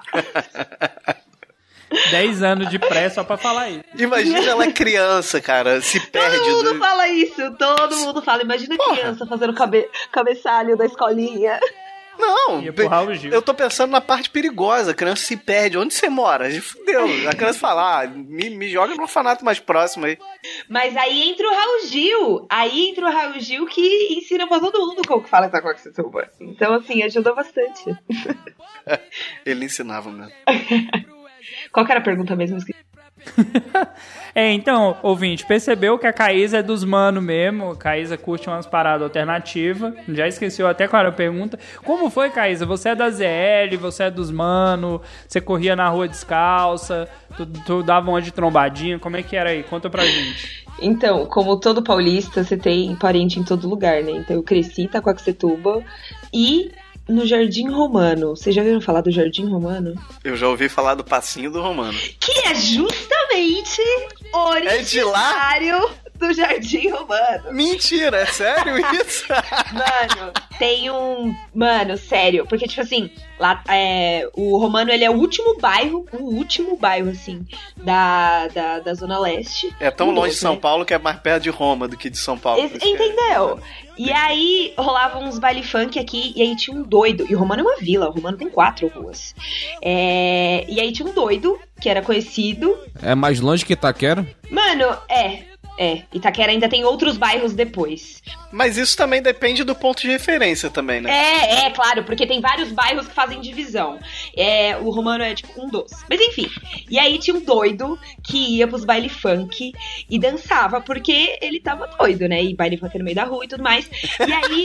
Speaker 3: Dez anos de pré só pra falar isso.
Speaker 4: Imagina ela criança, cara, se perde.
Speaker 7: Todo mundo
Speaker 4: do-
Speaker 7: fala isso, todo mundo fala. Imagina a criança fazendo cabe cabeçalho da escolinha.
Speaker 4: Não,
Speaker 3: Ia pro Raul Gil.
Speaker 4: eu tô pensando na parte perigosa. A criança se perde. Onde você mora? Fudeu. A criança fala, ah, me, me joga no orfanato mais próximo aí.
Speaker 7: Mas aí entra o Raul Gil. Aí entra o Raul Gil que ensina pra todo mundo como que fala Itaquaquecetuba. Então, assim, ajuda bastante.
Speaker 4: Ele ensinava mesmo.
Speaker 7: Qual que era a pergunta mesmo?
Speaker 3: É, então, ouvinte, percebeu que a Caísa é dos mano mesmo. A Caísa curte umas paradas alternativas. Já esqueceu até qual era a pergunta. Como foi, Caísa? Você é da Z L, você é dos mano, você corria na rua descalça, tu, tu dava uma de trombadinha. Como é que era aí? Conta pra gente.
Speaker 7: Então, como todo paulista, você tem parente em todo lugar, né? Então eu cresci em Itaquaquecetuba e no Jardim Romano. Vocês já ouviram falar do Jardim Romano?
Speaker 4: Eu já ouvi falar do passinho do Romano.
Speaker 7: Que é justamente
Speaker 4: É de lá?
Speaker 7: originário do Jardim Romano.
Speaker 4: Mentira, é sério isso?
Speaker 7: Mano, tem um... Mano, sério. Porque, tipo assim, lá, é, o Romano, ele é o último bairro, o último bairro, assim, da, da, da Zona Leste.
Speaker 4: É tão
Speaker 7: Um
Speaker 4: longe
Speaker 7: dos,
Speaker 4: de São
Speaker 7: né?
Speaker 4: Paulo que é mais perto de Roma do que de São Paulo.
Speaker 7: Esse- entendeu? E aí rolavam uns baile funk aqui, e aí tinha um doido. E o Romano é uma vila, o Romano tem quatro ruas. É, e aí tinha um doido, que era conhecido.
Speaker 5: É mais longe que Itaquera?
Speaker 7: Mano, é, é. Itaquera ainda tem outros bairros depois.
Speaker 4: Mas isso também depende do ponto de referência também, né?
Speaker 7: É, é, claro, porque tem vários bairros que fazem divisão. É, o Romano é tipo um dos. Mas enfim. E aí tinha um doido que ia pros baile funk e dançava, porque ele tava doido, né? E baile funk no meio da rua e tudo mais. E aí.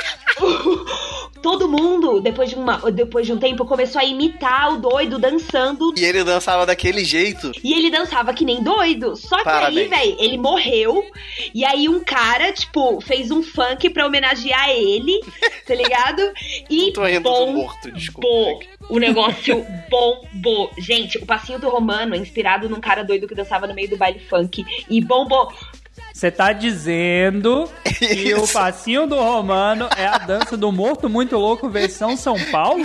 Speaker 7: Todo mundo, depois de, uma, depois de um tempo, começou a imitar o doido dançando.
Speaker 4: E ele dançava daquele jeito.
Speaker 7: E ele dançava que nem doido. Só que
Speaker 4: Parabéns.
Speaker 7: aí, velho, ele morreu. E aí um cara, tipo, fez um funk pra homenagear ele, tá ligado? E
Speaker 4: Tô rindo do
Speaker 7: bombou.
Speaker 4: morto, desculpa.
Speaker 7: O negócio bombou. Gente, o passinho do Romano é inspirado num cara doido que dançava no meio do baile funk. E bombou.
Speaker 3: Você tá dizendo que o
Speaker 4: Isso.
Speaker 3: passinho do Romano é a dança do Morto Muito Louco versão São Paulo?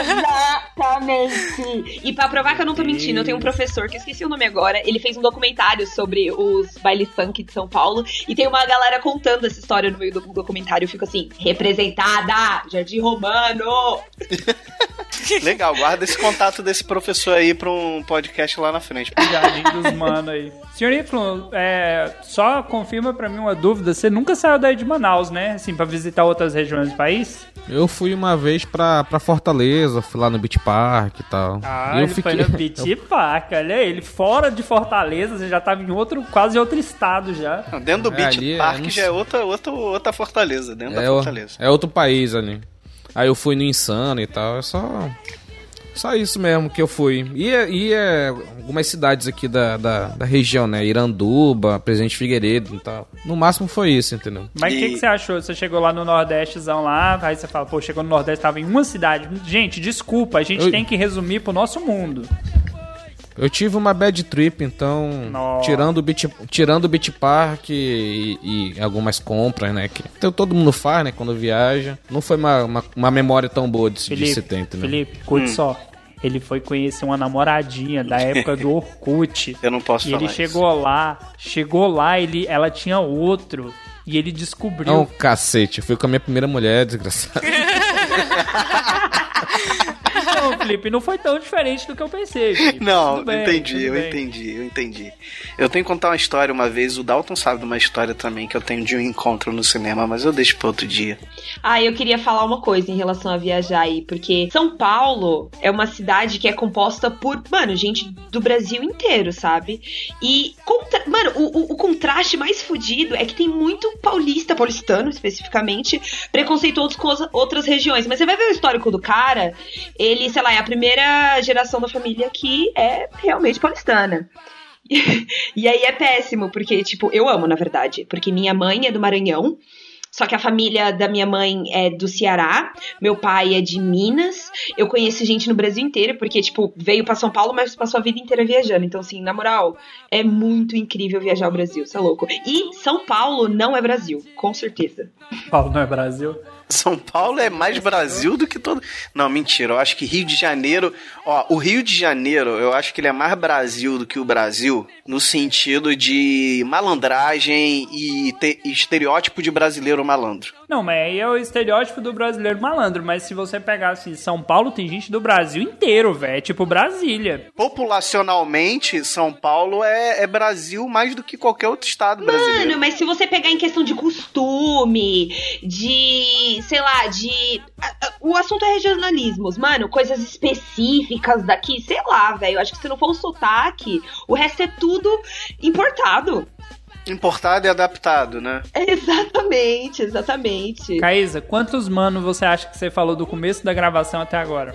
Speaker 7: Exatamente. E pra provar que eu não tô mentindo, eu tenho um professor que eu esqueci o nome agora. Ele fez um documentário sobre os baile funk de São Paulo. E tem uma galera contando essa história no meio do documentário. Eu fico assim, representada, Jardim Romano.
Speaker 4: Legal, guarda esse contato desse professor aí pra um podcast lá na frente.
Speaker 3: Jardim dos Mano aí. Senhor Y, é, só confirma pra mim uma dúvida. Você nunca saiu daí de Manaus, né? Assim, pra visitar outras regiões do país?
Speaker 5: Eu fui uma vez pra, pra Fortaleza, fui lá no Beach Park e tal.
Speaker 3: Ah,
Speaker 5: e eu
Speaker 3: ele foi no Beach Park, olha aí. Ele fora de Fortaleza, você já tava em outro, quase outro estado já.
Speaker 4: Não, dentro do
Speaker 5: É,
Speaker 4: Beach
Speaker 5: ali é,
Speaker 4: Park
Speaker 5: não
Speaker 4: já é outra, outra, outra fortaleza, dentro da
Speaker 5: É, o-
Speaker 4: fortaleza.
Speaker 5: é outro país ali. Aí eu fui no Insano e tal, é só... Só isso mesmo que eu fui. E, e é, algumas cidades aqui da, da, da região, né? Iranduba, Presidente Figueiredo e tal. No máximo foi isso, entendeu?
Speaker 3: Mas o
Speaker 4: E-
Speaker 3: que, que você achou? Você chegou lá no Nordestezão lá, aí você fala, pô, chegou no Nordeste, tava em uma cidade. Gente, desculpa, a gente
Speaker 5: Eu-
Speaker 3: tem que resumir pro nosso mundo.
Speaker 5: Eu tive uma bad trip, então,
Speaker 3: Nossa.
Speaker 5: tirando o Beach, tirando o Beach Park e, e algumas compras, né? Que então, todo mundo faz, né? Quando viaja. Não foi uma, uma, uma memória tão boa de, de
Speaker 3: Felipe,
Speaker 5: se ter, entendeu?
Speaker 3: Felipe, curte só. Ele foi conhecer uma namoradinha da época do Orkut.
Speaker 4: Eu não posso
Speaker 3: E
Speaker 4: falar
Speaker 3: ele chegou lá, chegou lá, ele, ela tinha outro. E ele descobriu.
Speaker 5: Não, cacete. Eu fui com a minha primeira mulher, desgraçado.
Speaker 3: Felipe, não foi tão diferente do que eu pensei, Felipe.
Speaker 4: Não,
Speaker 3: bem,
Speaker 4: entendi, eu
Speaker 3: bem.
Speaker 4: entendi, eu entendi. Eu tenho que contar uma história uma vez, o Dalton sabe de uma história também que eu tenho de um encontro no cinema, mas eu deixo pra outro dia.
Speaker 7: Ah, eu queria falar uma coisa em relação a viajar aí, porque São Paulo é uma cidade que é composta por, mano, gente do Brasil inteiro, sabe? E, contra... mano, o, o, o contraste mais fodido é que tem muito paulista, paulistano especificamente, preconceituosos com as outras regiões. Mas você vai ver o histórico do cara, ele, sei lá, é a primeira geração da família que é realmente paulistana. E aí é péssimo, porque, tipo, eu amo, na verdade, porque minha mãe é do Maranhão, só que a família da minha mãe é do Ceará, meu pai é de Minas, eu conheço gente no Brasil inteiro, porque, tipo, veio pra São Paulo, mas passou a vida inteira viajando. Então, assim, na moral, é muito incrível viajar ao Brasil, você é louco. E São Paulo não é Brasil, com certeza.
Speaker 3: Paulo não é Brasil?
Speaker 4: São Paulo é mais Brasil do que todo... Não, mentira, eu acho que Rio de Janeiro... Ó, o Rio de Janeiro, eu acho que ele é mais Brasil do que o Brasil, no sentido de malandragem e te... estereótipo de brasileiro malandro.
Speaker 3: Não, mas aí é o estereótipo do brasileiro malandro, mas se você pegar, assim, São Paulo tem gente do Brasil inteiro, velho, é tipo Brasília.
Speaker 4: Populacionalmente, São Paulo é, é Brasil mais do que qualquer outro estado
Speaker 7: Mano,
Speaker 4: brasileiro.
Speaker 7: Mano, mas se você pegar em questão de costume, de... sei lá, de... O assunto é regionalismos, mano, coisas específicas daqui, sei lá, velho, acho que se não for um sotaque, o resto é tudo importado.
Speaker 4: Importado e adaptado, né?
Speaker 7: Exatamente, exatamente.
Speaker 3: Caísa, quantos mano você acha que você falou do começo da gravação até agora?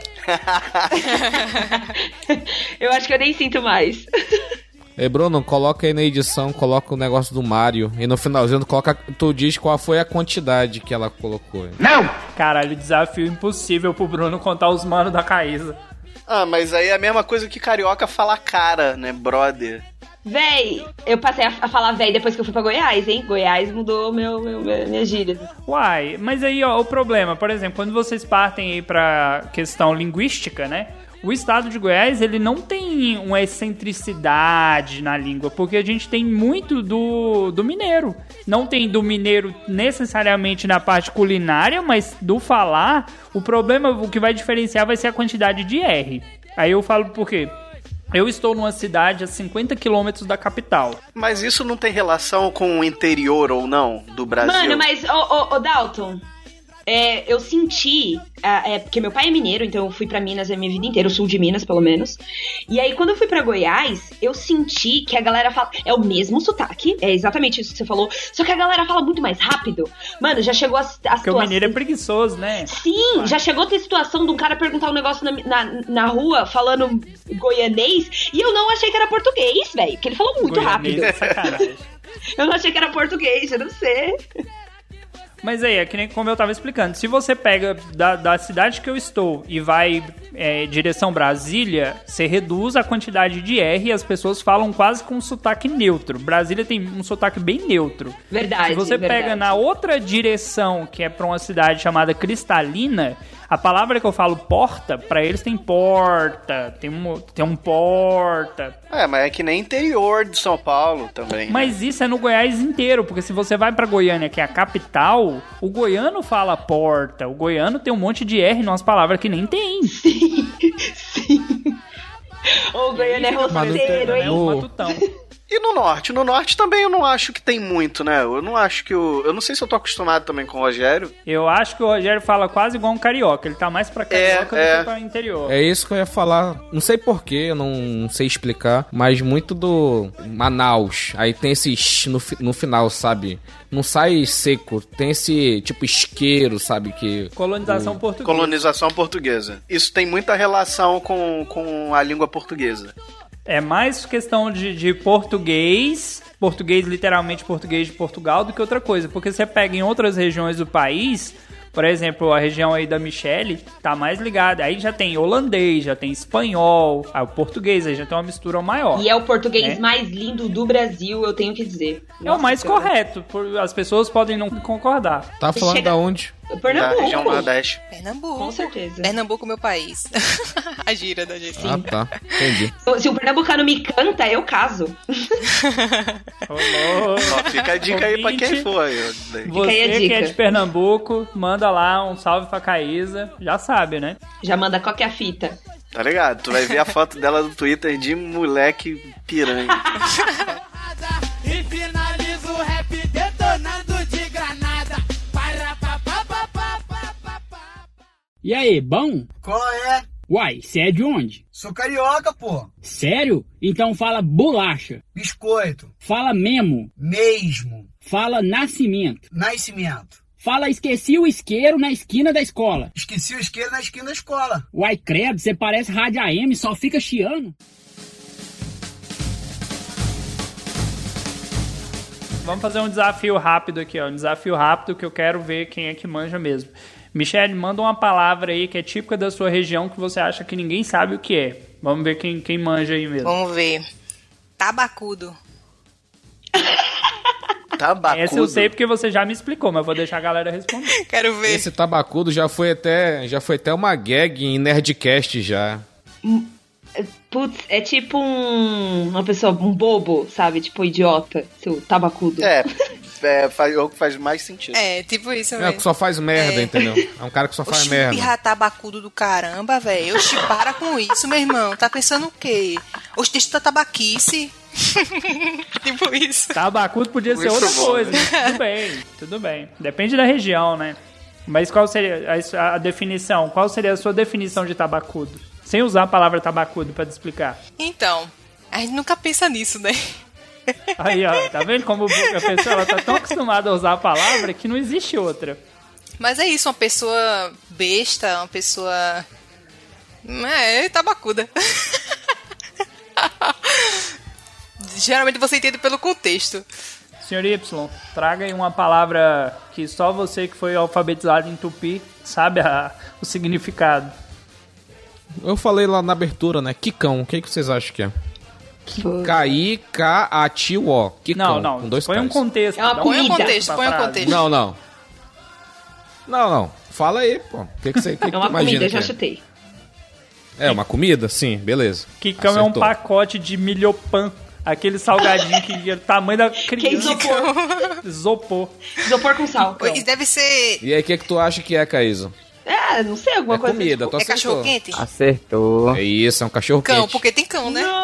Speaker 7: Eu acho que eu nem sinto mais.
Speaker 5: Ei, Bruno, coloca aí na edição, coloca o negócio do Mario. E no finalzinho, coloca, tu diz qual foi a quantidade que ela colocou.
Speaker 3: Não! Caralho, desafio impossível pro Bruno contar os manos da Caísa.
Speaker 4: Ah, mas aí é a mesma coisa que carioca fala cara, né, brother?
Speaker 7: Véi, eu passei a falar véi depois que eu fui pra Goiás, hein? Goiás mudou meu, meu, minha gíria.
Speaker 3: Uai, mas aí, ó, o problema, por exemplo, quando vocês partem aí pra questão linguística, né? O estado de Goiás, ele não tem uma excentricidade na língua, porque a gente tem muito do, do mineiro. Não tem do mineiro necessariamente na parte culinária, mas do falar, o problema, o que vai diferenciar vai ser a quantidade de R. Aí eu falo por quê? Eu estou numa cidade a cinquenta quilômetros da capital.
Speaker 4: Mas isso não tem relação com o interior ou não do Brasil?
Speaker 7: Mano, mas, ô, ô, ô Dalton... É, eu senti, é, porque meu pai é mineiro, então eu fui pra Minas a minha vida inteira, o sul de Minas, pelo menos. E aí, quando eu fui pra Goiás, eu senti que a galera fala... É o mesmo sotaque, é exatamente isso que você falou, só que a galera fala muito mais rápido. Mano, já chegou a, a situação...
Speaker 3: Porque o mineiro é preguiçoso, né?
Speaker 7: Sim,
Speaker 3: Vai.
Speaker 7: Já chegou a ter situação de um cara perguntar um negócio na, na, na rua, falando goianês, e eu não achei que era português, velho, porque ele falou muito
Speaker 3: Goianês
Speaker 7: rápido.
Speaker 3: É sacanagem.
Speaker 7: Eu não achei que era português, eu não sei...
Speaker 3: Mas aí, é que nem como eu tava explicando, se você pega da, da cidade que eu estou e vai é, direção Brasília, você reduz a quantidade de R e as pessoas falam quase com um sotaque neutro. Brasília tem um sotaque bem neutro.
Speaker 7: Verdade,
Speaker 3: Se você
Speaker 7: verdade.
Speaker 3: pega na outra direção, que é pra uma cidade chamada Cristalina, a palavra que eu falo porta, pra eles tem porta, tem um, tem um porta.
Speaker 4: É, mas é que nem interior de São Paulo também.
Speaker 3: Mas
Speaker 4: né?
Speaker 3: isso é no Goiás inteiro, porque se você vai pra Goiânia, que é a capital, o goiano fala porta, o goiano tem um monte de R nas palavras que nem tem.
Speaker 7: Sim, sim. O goiano é roceiro, hein?
Speaker 3: Um matutão.
Speaker 4: E no norte? No norte também eu não acho que tem muito, né? Eu não acho que o... Eu não sei se eu tô acostumado também com o Rogério.
Speaker 3: Eu acho que o Rogério fala quase igual um carioca. Ele tá mais pra carioca
Speaker 4: É,
Speaker 3: do
Speaker 4: é.
Speaker 3: que pra interior.
Speaker 5: É isso que eu ia falar. Não sei porquê, eu não sei explicar, mas muito do Manaus. Aí tem esse sh no, fi- no final, sabe? Não sai seco. Tem esse tipo isqueiro, sabe? Que
Speaker 3: Colonização
Speaker 5: o...
Speaker 3: portuguesa.
Speaker 4: Colonização portuguesa. Isso tem muita relação com, com a língua portuguesa.
Speaker 3: É mais questão de, de português, português literalmente português de Portugal, do que outra coisa. Porque você pega em outras regiões do país, por exemplo, a região aí da Michele, tá mais ligada. Aí já tem holandês, já tem espanhol, aí o português, aí já tem uma mistura maior.
Speaker 7: E é o português
Speaker 3: É.
Speaker 7: mais lindo do Brasil, eu tenho que dizer.
Speaker 3: É o mais
Speaker 7: Senhora.
Speaker 3: correto, por- as pessoas podem não concordar.
Speaker 5: Tá falando
Speaker 7: Chega-
Speaker 5: da onde?
Speaker 7: Pernambuco.
Speaker 4: Da região Nordeste.
Speaker 6: Pernambuco.
Speaker 7: Com certeza.
Speaker 6: Pernambuco, meu país. A gira da gente.
Speaker 5: Ah, tá. Entendi.
Speaker 7: Se o pernambucano me canta, eu caso.
Speaker 3: Ô, louco.
Speaker 4: Ó, fica a dica aí pra quem
Speaker 3: Ouvinte,
Speaker 4: for. aí.
Speaker 3: Você
Speaker 7: aí a
Speaker 3: que
Speaker 7: dica.
Speaker 3: é de Pernambuco, manda lá um salve pra Caísa. Já sabe, né?
Speaker 7: Já manda qual que é a fita.
Speaker 4: Tá ligado? Tu vai ver a foto dela no Twitter de moleque piranha.
Speaker 10: E finaliza o rap detonando de granada.
Speaker 9: E aí, bom?
Speaker 10: Qual é?
Speaker 9: Uai, cê é de onde?
Speaker 10: Sou carioca, pô.
Speaker 9: Sério? Então fala bolacha.
Speaker 10: Biscoito.
Speaker 9: Fala memo.
Speaker 10: Mesmo.
Speaker 9: Fala nascimento.
Speaker 10: Nascimento.
Speaker 9: Fala esqueci o isqueiro na esquina da escola.
Speaker 10: Esqueci o isqueiro na esquina da escola.
Speaker 9: Uai, credo, você parece rádio A M, só fica chiando.
Speaker 3: Vamos fazer um desafio rápido aqui, ó. Um desafio rápido que eu quero ver quem é que manja mesmo. Michele, manda uma palavra aí que é típica da sua região que você acha que ninguém sabe o que é. Vamos ver quem, quem manja aí mesmo.
Speaker 6: Vamos ver. Tabacudo.
Speaker 4: Tabacudo.
Speaker 3: Essa eu sei porque você já me explicou, mas vou deixar a galera responder.
Speaker 6: Quero ver.
Speaker 5: Esse tabacudo já foi até, já foi até uma gag em Nerdcast já.
Speaker 7: Putz, é tipo um, uma pessoa, um bobo, sabe? Tipo idiota, seu tabacudo.
Speaker 4: É, é faz, faz mais sentido.
Speaker 6: É, tipo isso
Speaker 5: É,
Speaker 6: mesmo.
Speaker 5: que só faz merda,
Speaker 6: É.
Speaker 5: entendeu? É um cara que só faz
Speaker 6: Oxi,
Speaker 5: merda.
Speaker 6: pirra tabacudo do caramba, velho. Oxi, para com isso, meu irmão. Tá pensando o quê? Oxi, deixa tua tabaquice. Tipo isso.
Speaker 3: Tabacudo podia ser
Speaker 4: Muito
Speaker 3: outra
Speaker 4: bom,
Speaker 3: coisa,
Speaker 4: né?
Speaker 3: mas tudo bem, tudo bem. Depende da região, né? Mas qual seria a, a definição? Qual seria a sua definição de tabacudo? Sem usar a palavra tabacudo pra te explicar.
Speaker 6: Então, a gente nunca pensa nisso, né?
Speaker 3: Aí, ó, tá vendo como a pessoa ela tá tão acostumada a usar a palavra que não existe outra.
Speaker 6: Mas é isso, uma pessoa besta, uma pessoa... É, tabacuda. Geralmente você entende pelo contexto.
Speaker 3: senhor Y, traga aí uma palavra que só você que foi alfabetizado em Tupi sabe a, o significado.
Speaker 5: Eu falei lá na abertura, né? Kikão. O que, que vocês acham que é? K-I-K-A-T-O. Kikão.
Speaker 3: Não, não.
Speaker 5: Com dois
Speaker 3: Põe um
Speaker 5: Ks.
Speaker 3: contexto.
Speaker 7: É uma
Speaker 3: dá um
Speaker 6: Põe um
Speaker 7: comida.
Speaker 6: contexto,
Speaker 3: pra
Speaker 6: põe um
Speaker 3: frase.
Speaker 6: contexto.
Speaker 5: Não, não. Não, não. Fala aí, pô. O que, que você que
Speaker 7: É
Speaker 5: que
Speaker 7: uma
Speaker 5: tu imagina
Speaker 7: comida,
Speaker 5: que
Speaker 7: já
Speaker 5: é?
Speaker 7: chutei.
Speaker 5: É uma comida? Sim, beleza.
Speaker 3: Kikão é um
Speaker 5: Acertou.
Speaker 3: pacote de milhopan. Aquele salgadinho que é o tamanho da
Speaker 7: Que é
Speaker 3: criança.
Speaker 7: isopor.
Speaker 3: Isopor.
Speaker 7: Isopor com sal.
Speaker 6: Isso deve ser...
Speaker 5: E aí, o que, que tu acha que é, Caísa?
Speaker 7: É, não sei, alguma
Speaker 5: É
Speaker 7: coisa.
Speaker 5: comida, tu
Speaker 6: É
Speaker 5: acertou.
Speaker 6: cachorro quente?
Speaker 11: Acertou.
Speaker 5: É isso, é um cachorro
Speaker 6: Cão,
Speaker 5: quente.
Speaker 6: porque tem cão, né?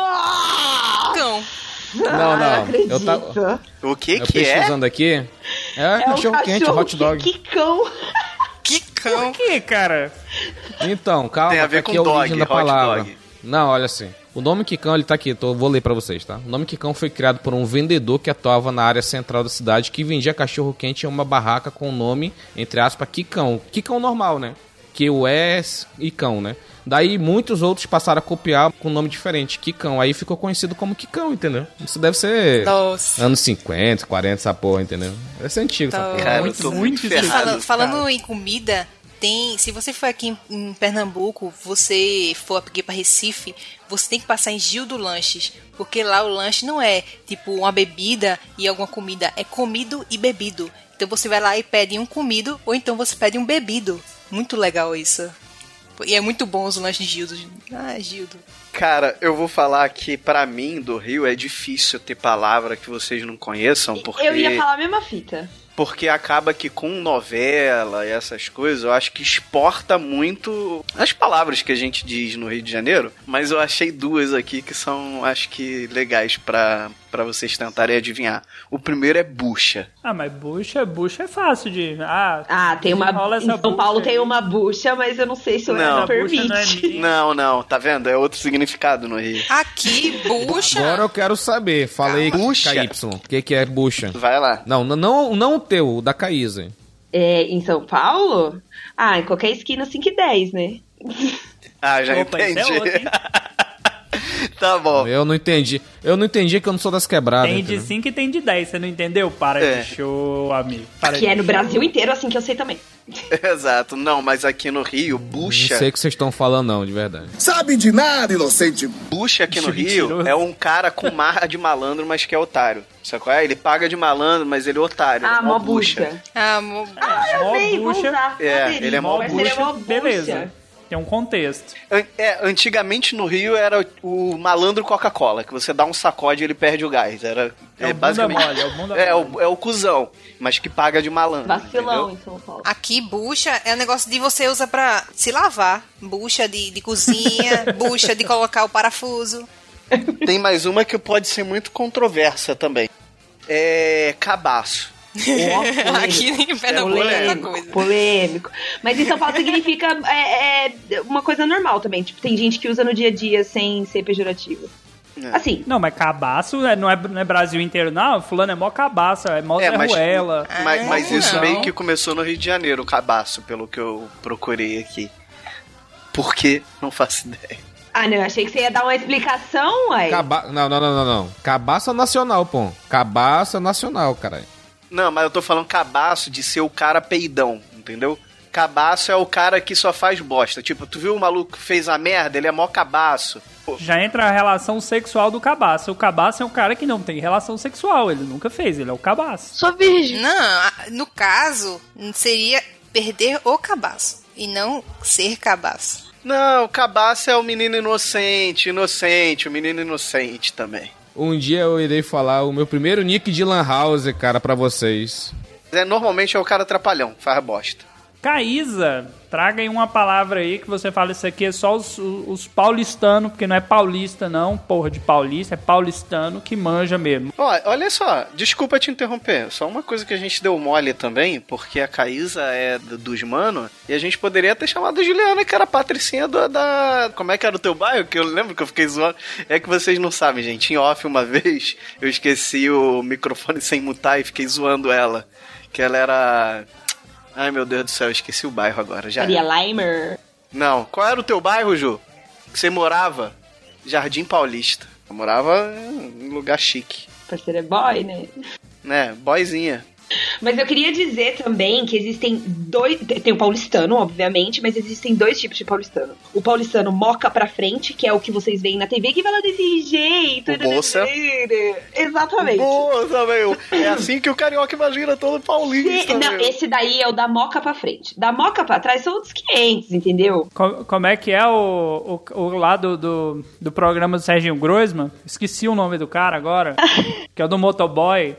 Speaker 6: Cão.
Speaker 5: Não, não.
Speaker 7: acredito.
Speaker 5: Eu tava
Speaker 4: O que
Speaker 5: eu
Speaker 4: que é?
Speaker 5: pesquisando aqui. É,
Speaker 7: É um
Speaker 5: cachorro quente,
Speaker 7: cachorro
Speaker 5: hot dog.
Speaker 7: Que, que cão.
Speaker 6: Que cão.
Speaker 3: Que, cara?
Speaker 5: Então, calma,
Speaker 4: Tem a ver
Speaker 5: aqui
Speaker 4: com
Speaker 5: é a
Speaker 4: dog,
Speaker 5: origem da
Speaker 4: hot
Speaker 5: palavra.
Speaker 4: dog.
Speaker 5: Não, olha assim. O nome Kikão, ele tá aqui, tô, vou ler pra vocês, tá? O nome Kikão foi criado por um vendedor que atuava na área central da cidade que vendia cachorro quente em uma barraca com o nome, entre aspas, Kikão. Kikão normal, né? Que o S e cão, né? Daí muitos outros passaram a copiar com nome diferente, Kikão. Aí ficou conhecido como Kikão, entendeu? Isso deve ser
Speaker 6: Nossa.
Speaker 5: anos cinquenta, quarenta, essa porra, entendeu? Deve ser antigo essa porra.
Speaker 4: Cara,
Speaker 3: Muito,
Speaker 4: eu tô
Speaker 3: muito
Speaker 4: muito ferrado.
Speaker 6: Fala- falando em comida, tem. Se você for aqui em, em Pernambuco, você for aqui pra Recife, você tem que passar em Gil do Lanches. Porque lá o lanche não é tipo uma bebida e alguma comida, é comido e bebido. Então você vai lá e pede um comido, ou então você pede um bebido. Muito legal isso. E é muito bom os lanches de Gildo. Ah, Gildo.
Speaker 4: Cara, eu vou falar que pra mim, do Rio, é difícil ter palavra que vocês não conheçam, porque...
Speaker 7: Eu ia falar a mesma fita.
Speaker 4: Porque acaba que com novela e essas coisas, eu acho que exporta muito as palavras que a gente diz no Rio de Janeiro. Mas eu achei duas aqui que são, acho que, legais pra, pra vocês tentarem adivinhar. O primeiro é bucha.
Speaker 3: Ah, mas bucha, bucha é fácil de... Ah,
Speaker 7: Ah, tem uma.
Speaker 3: rola
Speaker 7: Em
Speaker 3: essa
Speaker 7: São
Speaker 3: bucha
Speaker 7: Paulo
Speaker 3: aí.
Speaker 7: tem uma bucha, mas eu não sei se o
Speaker 4: Não,
Speaker 7: Ela
Speaker 3: bucha
Speaker 7: permite.
Speaker 3: não é minha.
Speaker 4: Não, não, tá vendo? É outro significado no Rio.
Speaker 6: Aqui, bucha.
Speaker 5: Agora eu quero saber. Falei
Speaker 4: Bucha.
Speaker 5: K Y. O que, que é bucha?
Speaker 4: Vai lá.
Speaker 5: Não, não, não, não o teu, o da Caísa.
Speaker 7: É, em São Paulo? Ah, em qualquer esquina cinco e dez, né?
Speaker 4: Ah, já
Speaker 3: Opa, esse é
Speaker 4: entendi.
Speaker 3: outro, hein?
Speaker 4: Tá bom.
Speaker 5: Eu não entendi. Eu não entendi que eu não sou das quebradas.
Speaker 3: Tem de
Speaker 5: entendeu?
Speaker 3: cinco e tem de dez, você não entendeu? Para
Speaker 4: É.
Speaker 3: de show, amigo. Para
Speaker 7: Que
Speaker 3: de
Speaker 7: é no
Speaker 3: show.
Speaker 7: Brasil inteiro, assim que eu sei também.
Speaker 4: Exato. Não, mas aqui no Rio,
Speaker 5: Não
Speaker 4: bucha...
Speaker 5: sei o que vocês estão falando, não, de verdade.
Speaker 8: Sabe de nada, inocente.
Speaker 4: Bucha aqui no
Speaker 3: Mentiroso.
Speaker 4: Rio é um cara com marra de malandro, mas que é otário. Sabe qual é? Ele paga de malandro, mas ele é otário.
Speaker 7: Ah,
Speaker 4: Ele é
Speaker 7: mó
Speaker 4: bucha.
Speaker 7: bucha.
Speaker 6: Ah, mo-
Speaker 3: Mó
Speaker 7: Sei, vou
Speaker 3: bucha.
Speaker 7: usar.
Speaker 4: É,
Speaker 7: Aderi.
Speaker 4: ele é mó
Speaker 7: Mas ele é
Speaker 3: bucha,
Speaker 7: mó
Speaker 3: beleza. Tem um contexto.
Speaker 4: É, antigamente no Rio era o, o malandro Coca-Cola, que você dá um sacode e ele perde o gás. Era,
Speaker 3: é,
Speaker 4: é
Speaker 3: o
Speaker 4: basicamente.
Speaker 3: Mole, é o bunda
Speaker 4: é,
Speaker 3: mole.
Speaker 4: o, é o cuzão, mas que paga de malandro.
Speaker 7: Vacilão
Speaker 4: entendeu?
Speaker 7: em São Paulo.
Speaker 6: Aqui, bucha é um negócio de você usa pra se lavar. Bucha de, de cozinha, bucha de colocar o parafuso.
Speaker 4: Tem mais uma que pode ser muito controversa também. É cabaço.
Speaker 7: Oh,
Speaker 6: Aqui em Pernambuco é outra coisa.
Speaker 7: Polêmico. Mas em São Paulo significa é, é uma coisa normal também. Tipo, tem gente que usa no dia a dia sem ser pejorativo.
Speaker 4: É.
Speaker 7: Assim.
Speaker 3: Não, mas cabaço é, não, é, não é Brasil inteiro, não. Fulano é mó cabaço, é mó
Speaker 4: É, mas,
Speaker 3: Zé Ruela.
Speaker 4: mas, mas isso
Speaker 3: não.
Speaker 4: meio que começou no Rio de Janeiro, o cabaço, pelo que eu procurei aqui. Por quê? Não faço ideia.
Speaker 7: Ah, não, eu achei que você ia dar uma explicação, ué.
Speaker 5: Caba... Não, não, não, não, não. Cabaço é nacional, pô. Cabaço é nacional, caralho.
Speaker 4: Não, mas eu tô falando cabaço de ser o cara peidão, entendeu? Cabaço é o cara que só faz bosta. Tipo, tu viu o maluco que fez a merda? Ele é mó cabaço. Pô.
Speaker 3: Já entra a relação sexual do cabaço. O cabaço é um cara que não tem relação sexual. Ele nunca fez, ele é o cabaço.
Speaker 7: Sou virgem.
Speaker 6: Não, no caso, seria perder o cabaço e não ser cabaço.
Speaker 4: Não, o cabaço é o menino inocente, inocente, o menino inocente também.
Speaker 5: Um dia eu irei falar o meu primeiro nick de Lan House, cara, pra vocês.
Speaker 4: É, normalmente é o cara trapalhão, faz bosta.
Speaker 3: Caísa, traga aí uma palavra aí que você fala, isso aqui é só os, os paulistanos, porque não é paulista não, porra de paulista, é paulistano que manja mesmo.
Speaker 4: Ó, olha só, desculpa te interromper, só uma coisa que a gente deu mole também, porque a Caísa é do, dos mano, e a gente poderia ter chamado a Juliana, que era a patricinha do, da... Como é que era o teu bairro? Que eu lembro que eu fiquei zoando. É que vocês não sabem, gente, em off uma vez, eu esqueci o microfone sem mutar e fiquei zoando ela, que ela era... Ai, meu Deus do céu, eu esqueci o bairro agora. Já.
Speaker 7: Maria Leimer.
Speaker 4: Não, qual era o teu bairro, Ju? Que você morava? Jardim Paulista. Eu morava em um lugar chique.
Speaker 7: Parceiro é boy, né?
Speaker 4: Né, boyzinha.
Speaker 7: Mas eu queria dizer também que existem dois... Tem o paulistano, obviamente, mas existem dois tipos de paulistano. O paulistano moca pra frente, que é o que vocês veem na T V, que fala desse jeito.
Speaker 4: O bolsa.
Speaker 7: Exatamente.
Speaker 4: O bolsa, meu. É assim que o carioca imagina todo paulista,
Speaker 7: Se, não,
Speaker 4: meu.
Speaker 7: esse daí é o da moca pra frente. Da moca pra trás são outros quinhentos, entendeu?
Speaker 3: Co- como é que é o, o, o lado do, do programa do Serginho Groisman? Esqueci o nome do cara agora, que é o do motoboy.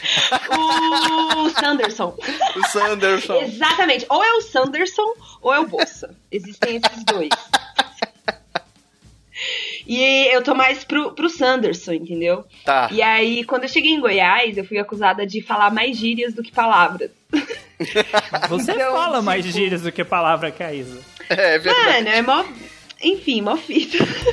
Speaker 7: O Sanderson.
Speaker 4: O Sanderson.
Speaker 7: Exatamente. Ou é o Sanderson ou é o Bolsa. Existem esses dois. E eu tô mais pro, pro Sanderson, entendeu?
Speaker 4: Tá.
Speaker 7: E aí, quando eu cheguei em Goiás, eu fui acusada de falar mais gírias do que palavras.
Speaker 3: Você
Speaker 7: Então,
Speaker 3: fala
Speaker 7: tipo-
Speaker 3: mais gírias do que palavra, Caísa.
Speaker 4: É, é verdade.
Speaker 7: Mano, é mó... Enfim, mó fita.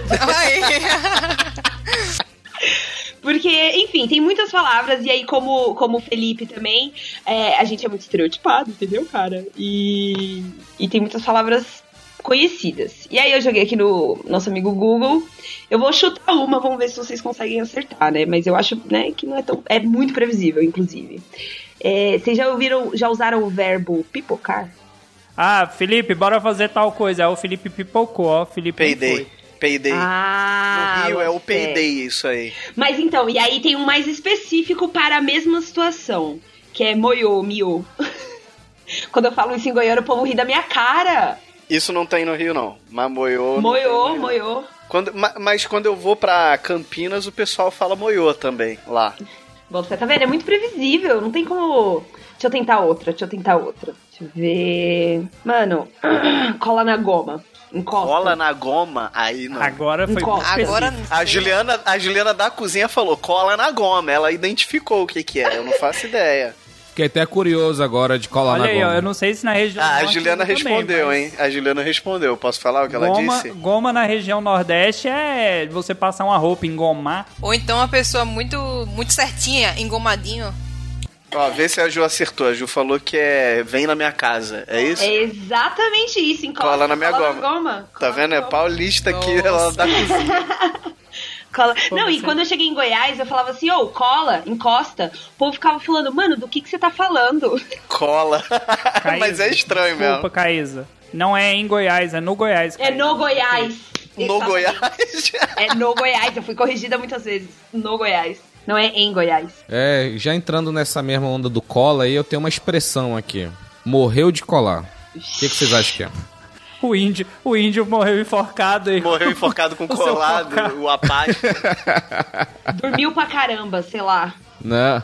Speaker 7: Porque, enfim, tem muitas palavras, e aí, como, como o Felipe também, é, a gente é muito estereotipado, entendeu, cara? E, e tem muitas palavras conhecidas. E aí eu joguei aqui no nosso amigo Google. Eu vou chutar uma, vamos ver se vocês conseguem acertar, né? Mas eu acho, né, que não é tão... É muito previsível, inclusive. É, vocês já ouviram, já usaram o verbo pipocar?
Speaker 3: Ah, Felipe, bora fazer tal coisa. Aí o Felipe pipocou, ó. O Felipe não
Speaker 4: Peidei.
Speaker 3: foi.
Speaker 4: Peidei.
Speaker 7: Ah,
Speaker 4: No Rio é o
Speaker 7: você.
Speaker 4: peidei, isso aí.
Speaker 7: Mas então, e aí tem um mais específico para a mesma situação, que é moiô, miô. Quando eu falo isso em goiano, o povo ri da minha cara.
Speaker 4: Isso não tem no Rio, não. Mas moiô... não tem no
Speaker 7: Moiô,
Speaker 4: Rio, não.
Speaker 7: moiô.
Speaker 4: Quando, ma- mas quando eu vou pra Campinas, o pessoal fala moiô também, lá.
Speaker 7: Bom, você tá vendo? É muito previsível, não tem como... Deixa eu tentar outra, deixa eu tentar outra. Deixa eu ver... Mano, cola na goma. Encosta.
Speaker 4: Cola na goma, aí não.
Speaker 3: Agora foi
Speaker 7: Encosta.
Speaker 3: muito
Speaker 6: Agora
Speaker 3: específico.
Speaker 4: A Juliana, a Juliana da cozinha falou, cola na goma. Ela identificou o que que é, eu não faço ideia.
Speaker 5: Fiquei até curioso agora de colar
Speaker 3: Olha
Speaker 5: na
Speaker 3: aí,
Speaker 5: goma.
Speaker 3: ó, eu não sei se na região
Speaker 4: Ah, a
Speaker 3: norte
Speaker 4: Juliana
Speaker 3: também,
Speaker 4: respondeu,
Speaker 3: mas
Speaker 4: hein? A Juliana respondeu. Posso falar o que ela
Speaker 3: Goma,
Speaker 4: disse?
Speaker 3: goma na região nordeste é você passar uma roupa, engomar.
Speaker 6: Ou então uma pessoa muito, muito certinha, engomadinho.
Speaker 4: Ó, vê se a Ju acertou. A Ju falou que é vem na minha casa. É isso?
Speaker 7: É exatamente isso, encosta.
Speaker 4: Cola na minha
Speaker 7: cola
Speaker 4: goma.
Speaker 7: Na goma.
Speaker 4: Tá
Speaker 7: Cola
Speaker 4: vendo?
Speaker 7: na
Speaker 4: É
Speaker 7: goma.
Speaker 4: paulista aqui,
Speaker 6: Nossa.
Speaker 4: ela da cozinha.
Speaker 7: Cola. Não,
Speaker 3: Como
Speaker 7: e
Speaker 3: assim?
Speaker 7: quando eu cheguei em Goiás, eu falava assim, ô, cola, encosta. O povo ficava falando, mano, do que que você tá falando?
Speaker 4: Cola.
Speaker 3: Caísa,
Speaker 4: Mas é estranho
Speaker 3: desculpa,
Speaker 4: mesmo.
Speaker 3: Caísa. Não é em Goiás, é no Goiás.
Speaker 7: É
Speaker 3: Caísa.
Speaker 7: no Goiás.
Speaker 4: No
Speaker 7: Exatamente.
Speaker 4: Goiás.
Speaker 7: É no Goiás, eu fui corrigida muitas vezes. No Goiás. Não é em Goiás.
Speaker 5: É, já entrando nessa mesma onda do cola aí, eu tenho uma expressão aqui. Morreu de colar. O que, que vocês acham que é?
Speaker 3: O índio, o índio morreu enforcado aí.
Speaker 4: Morreu enforcado com
Speaker 3: o seu
Speaker 4: colado,
Speaker 3: cocá.
Speaker 4: o Apache.
Speaker 7: Dormiu pra caramba, sei lá.
Speaker 5: Não,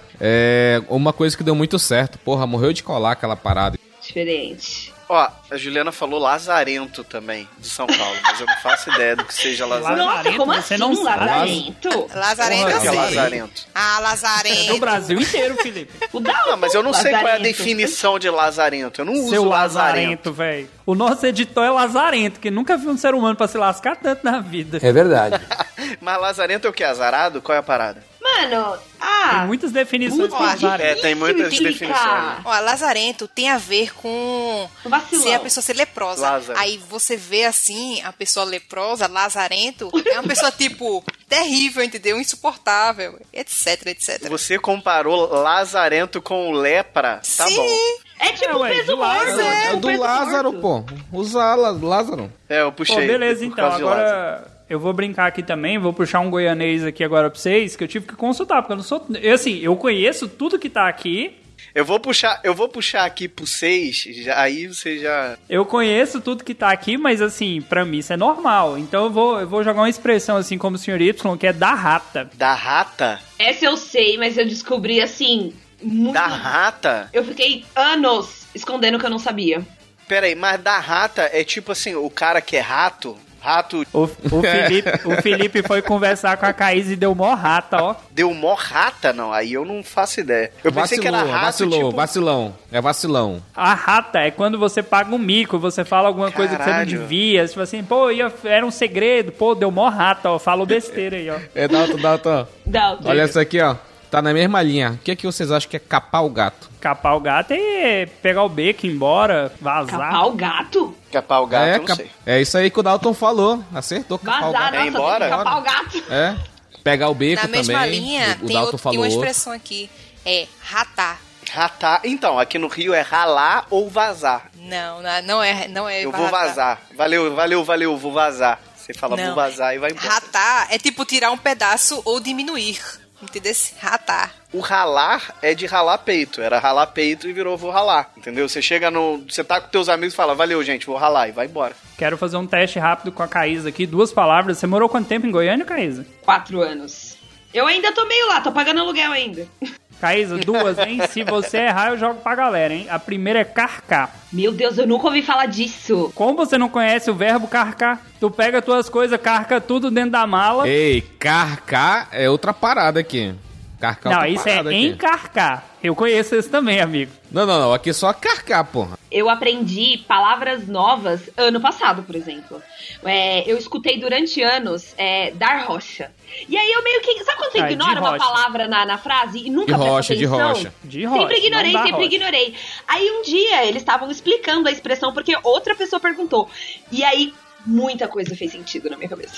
Speaker 5: é uma coisa que deu muito certo. Porra, morreu de colar aquela parada.
Speaker 7: Diferente.
Speaker 4: Ó, a Juliana falou lazarento também, de São Paulo, mas eu não faço ideia do que seja lazarento.
Speaker 7: Nossa, como
Speaker 3: você
Speaker 7: assim,
Speaker 3: não sabe.
Speaker 7: lazarento?
Speaker 2: Lazarento,
Speaker 3: Porra,
Speaker 2: eu
Speaker 4: O que é
Speaker 2: sei.
Speaker 4: lazarento?
Speaker 2: Ah,
Speaker 3: É do
Speaker 2: Lazarento.
Speaker 3: Brasil inteiro, Felipe.
Speaker 7: O Dalton,
Speaker 4: Não, mas eu não sei qual é a
Speaker 7: lazarento.
Speaker 4: definição de lazarento. Eu não
Speaker 3: Seu
Speaker 4: uso lazarento.
Speaker 3: lazarento, velho. O nosso editor é lazarento, que nunca viu um ser humano pra se lascar tanto na vida.
Speaker 11: É verdade.
Speaker 4: Mas lazarento é o que? Azarado? Qual é a parada?
Speaker 7: Mano, ah...
Speaker 3: Tem muitas definições
Speaker 7: muito
Speaker 3: pra lazarento.
Speaker 4: É, tem muitas
Speaker 7: difícil
Speaker 4: definições.
Speaker 7: explicar.
Speaker 2: Ó, lazarento tem a ver com
Speaker 7: Vacilão.
Speaker 2: ser a pessoa ser leprosa.
Speaker 4: Lázaro.
Speaker 2: Aí você vê assim, a pessoa leprosa, lazarento, é uma pessoa tipo terrível, entendeu? Insuportável, etc, etcétera.
Speaker 4: Você comparou lazarento com lepra? Tá
Speaker 2: Sim.
Speaker 4: bom.
Speaker 7: É tipo
Speaker 3: É, ué,
Speaker 7: peso
Speaker 3: do Lázaro,
Speaker 7: morto.
Speaker 5: É
Speaker 7: tipo
Speaker 5: do
Speaker 7: peso
Speaker 5: Lázaro,
Speaker 7: morto.
Speaker 5: pô. Usa Lá- Lázaro.
Speaker 4: É, eu
Speaker 3: Pô,
Speaker 4: puxei.
Speaker 3: beleza,
Speaker 4: por
Speaker 3: então.
Speaker 4: causa de Lázaro.
Speaker 3: Agora eu vou brincar aqui também, vou puxar um goianês aqui agora pra vocês, que eu tive que consultar, porque eu não sou... Eu, assim, eu conheço tudo que tá aqui,
Speaker 4: Eu vou puxar, eu vou puxar aqui pro seis, já, aí você já...
Speaker 3: eu conheço tudo que tá aqui, mas assim, pra mim isso é normal. Então eu vou, eu vou jogar uma expressão assim como o senhor Y, que é da rata.
Speaker 4: Da rata?
Speaker 7: Essa eu sei, mas eu descobri assim... Muito...
Speaker 4: Da rata?
Speaker 7: Eu fiquei anos escondendo que eu não sabia.
Speaker 4: Pera aí, mas da rata é tipo assim, o cara que é rato... Rato
Speaker 3: O, o, Felipe, o Felipe foi conversar com a Caís e deu mó rata, ó.
Speaker 4: deu mó rata? Não, aí eu não faço ideia. Eu pensei
Speaker 5: Vacilou,
Speaker 4: que era rato,
Speaker 5: vacilou,
Speaker 4: tipo...
Speaker 5: vacilão. É vacilão.
Speaker 3: A rata é quando você paga um mico, você fala alguma coisa que você não
Speaker 4: Caralho.
Speaker 3: devia, tipo assim, pô, ia- era um segredo, pô, deu mó rata, ó, falou besteira aí, ó.
Speaker 5: É, Dalton, Dalton.
Speaker 7: Dalton.
Speaker 5: Olha essa aqui, ó. Tá na mesma linha. O que é que vocês acham que é capar o gato?
Speaker 3: Capar o gato é pegar o beco, ir embora, vazar.
Speaker 7: Capar o gato?
Speaker 4: Capar o gato,
Speaker 5: é,
Speaker 4: eu não
Speaker 5: cap-
Speaker 4: sei.
Speaker 5: é isso aí que o Dalton falou. Acertou, capar o
Speaker 7: Vazar,
Speaker 5: gato.
Speaker 7: nossa,
Speaker 4: É embora?
Speaker 7: tem que capar o gato.
Speaker 5: É. Pegar o beco
Speaker 2: Na mesma
Speaker 5: também.
Speaker 2: linha,
Speaker 5: o, o
Speaker 2: tem,
Speaker 5: Dalton
Speaker 2: outro,
Speaker 5: falou
Speaker 2: tem uma
Speaker 5: outro.
Speaker 2: expressão aqui, é ratar.
Speaker 4: Ratar. Então, aqui no Rio é ralar ou vazar.
Speaker 2: Não, não- não é, não é
Speaker 4: Eu vou vazar. Valeu, valeu, valeu, vou vazar. Você fala,
Speaker 2: Não.
Speaker 4: vou vazar e vai embora.
Speaker 2: Ratar é tipo tirar um pedaço ou diminuir. Entendeu? Ratar.
Speaker 4: O ralar é de ralar peito. Era ralar peito e virou vou ralar. Entendeu? Você chega no... Você tá com teus amigos e fala, valeu, gente, vou ralar. E vai embora.
Speaker 3: Quero fazer um teste rápido com a Caísa aqui, duas palavras. Você morou quanto tempo em Goiânia, Caísa?
Speaker 7: Quatro anos. Eu ainda tô meio lá, tô pagando aluguel ainda.
Speaker 3: Caísa, duas, hein? Se você errar, eu jogo pra galera, hein? A primeira é carcar.
Speaker 7: Meu Deus, eu nunca ouvi falar disso.
Speaker 3: Como você não conhece o verbo carcar? Tu pega tuas coisas, carca tudo dentro da mala.
Speaker 5: Ei, carcar é outra parada aqui. Carcar é
Speaker 3: Não,
Speaker 5: outra
Speaker 3: isso é
Speaker 5: parada aqui.
Speaker 3: encarcar. Eu conheço esse também, amigo.
Speaker 5: Não, não, não. Aqui é só carcar, porra.
Speaker 7: Eu aprendi palavras novas ano passado, por exemplo. É, eu escutei durante anos é, dar rocha. E aí eu meio que... Sabe quando você
Speaker 3: Ah, de
Speaker 7: ignora uma
Speaker 3: rocha.
Speaker 7: palavra na, na frase e nunca
Speaker 5: De
Speaker 7: presta
Speaker 5: rocha, de
Speaker 7: atenção?
Speaker 5: rocha.
Speaker 3: De rocha,
Speaker 7: Sempre ignorei,
Speaker 3: não dá
Speaker 7: sempre
Speaker 3: rocha.
Speaker 7: ignorei. Aí um dia eles estavam explicando a expressão porque outra pessoa perguntou. E aí muita coisa fez sentido na minha cabeça.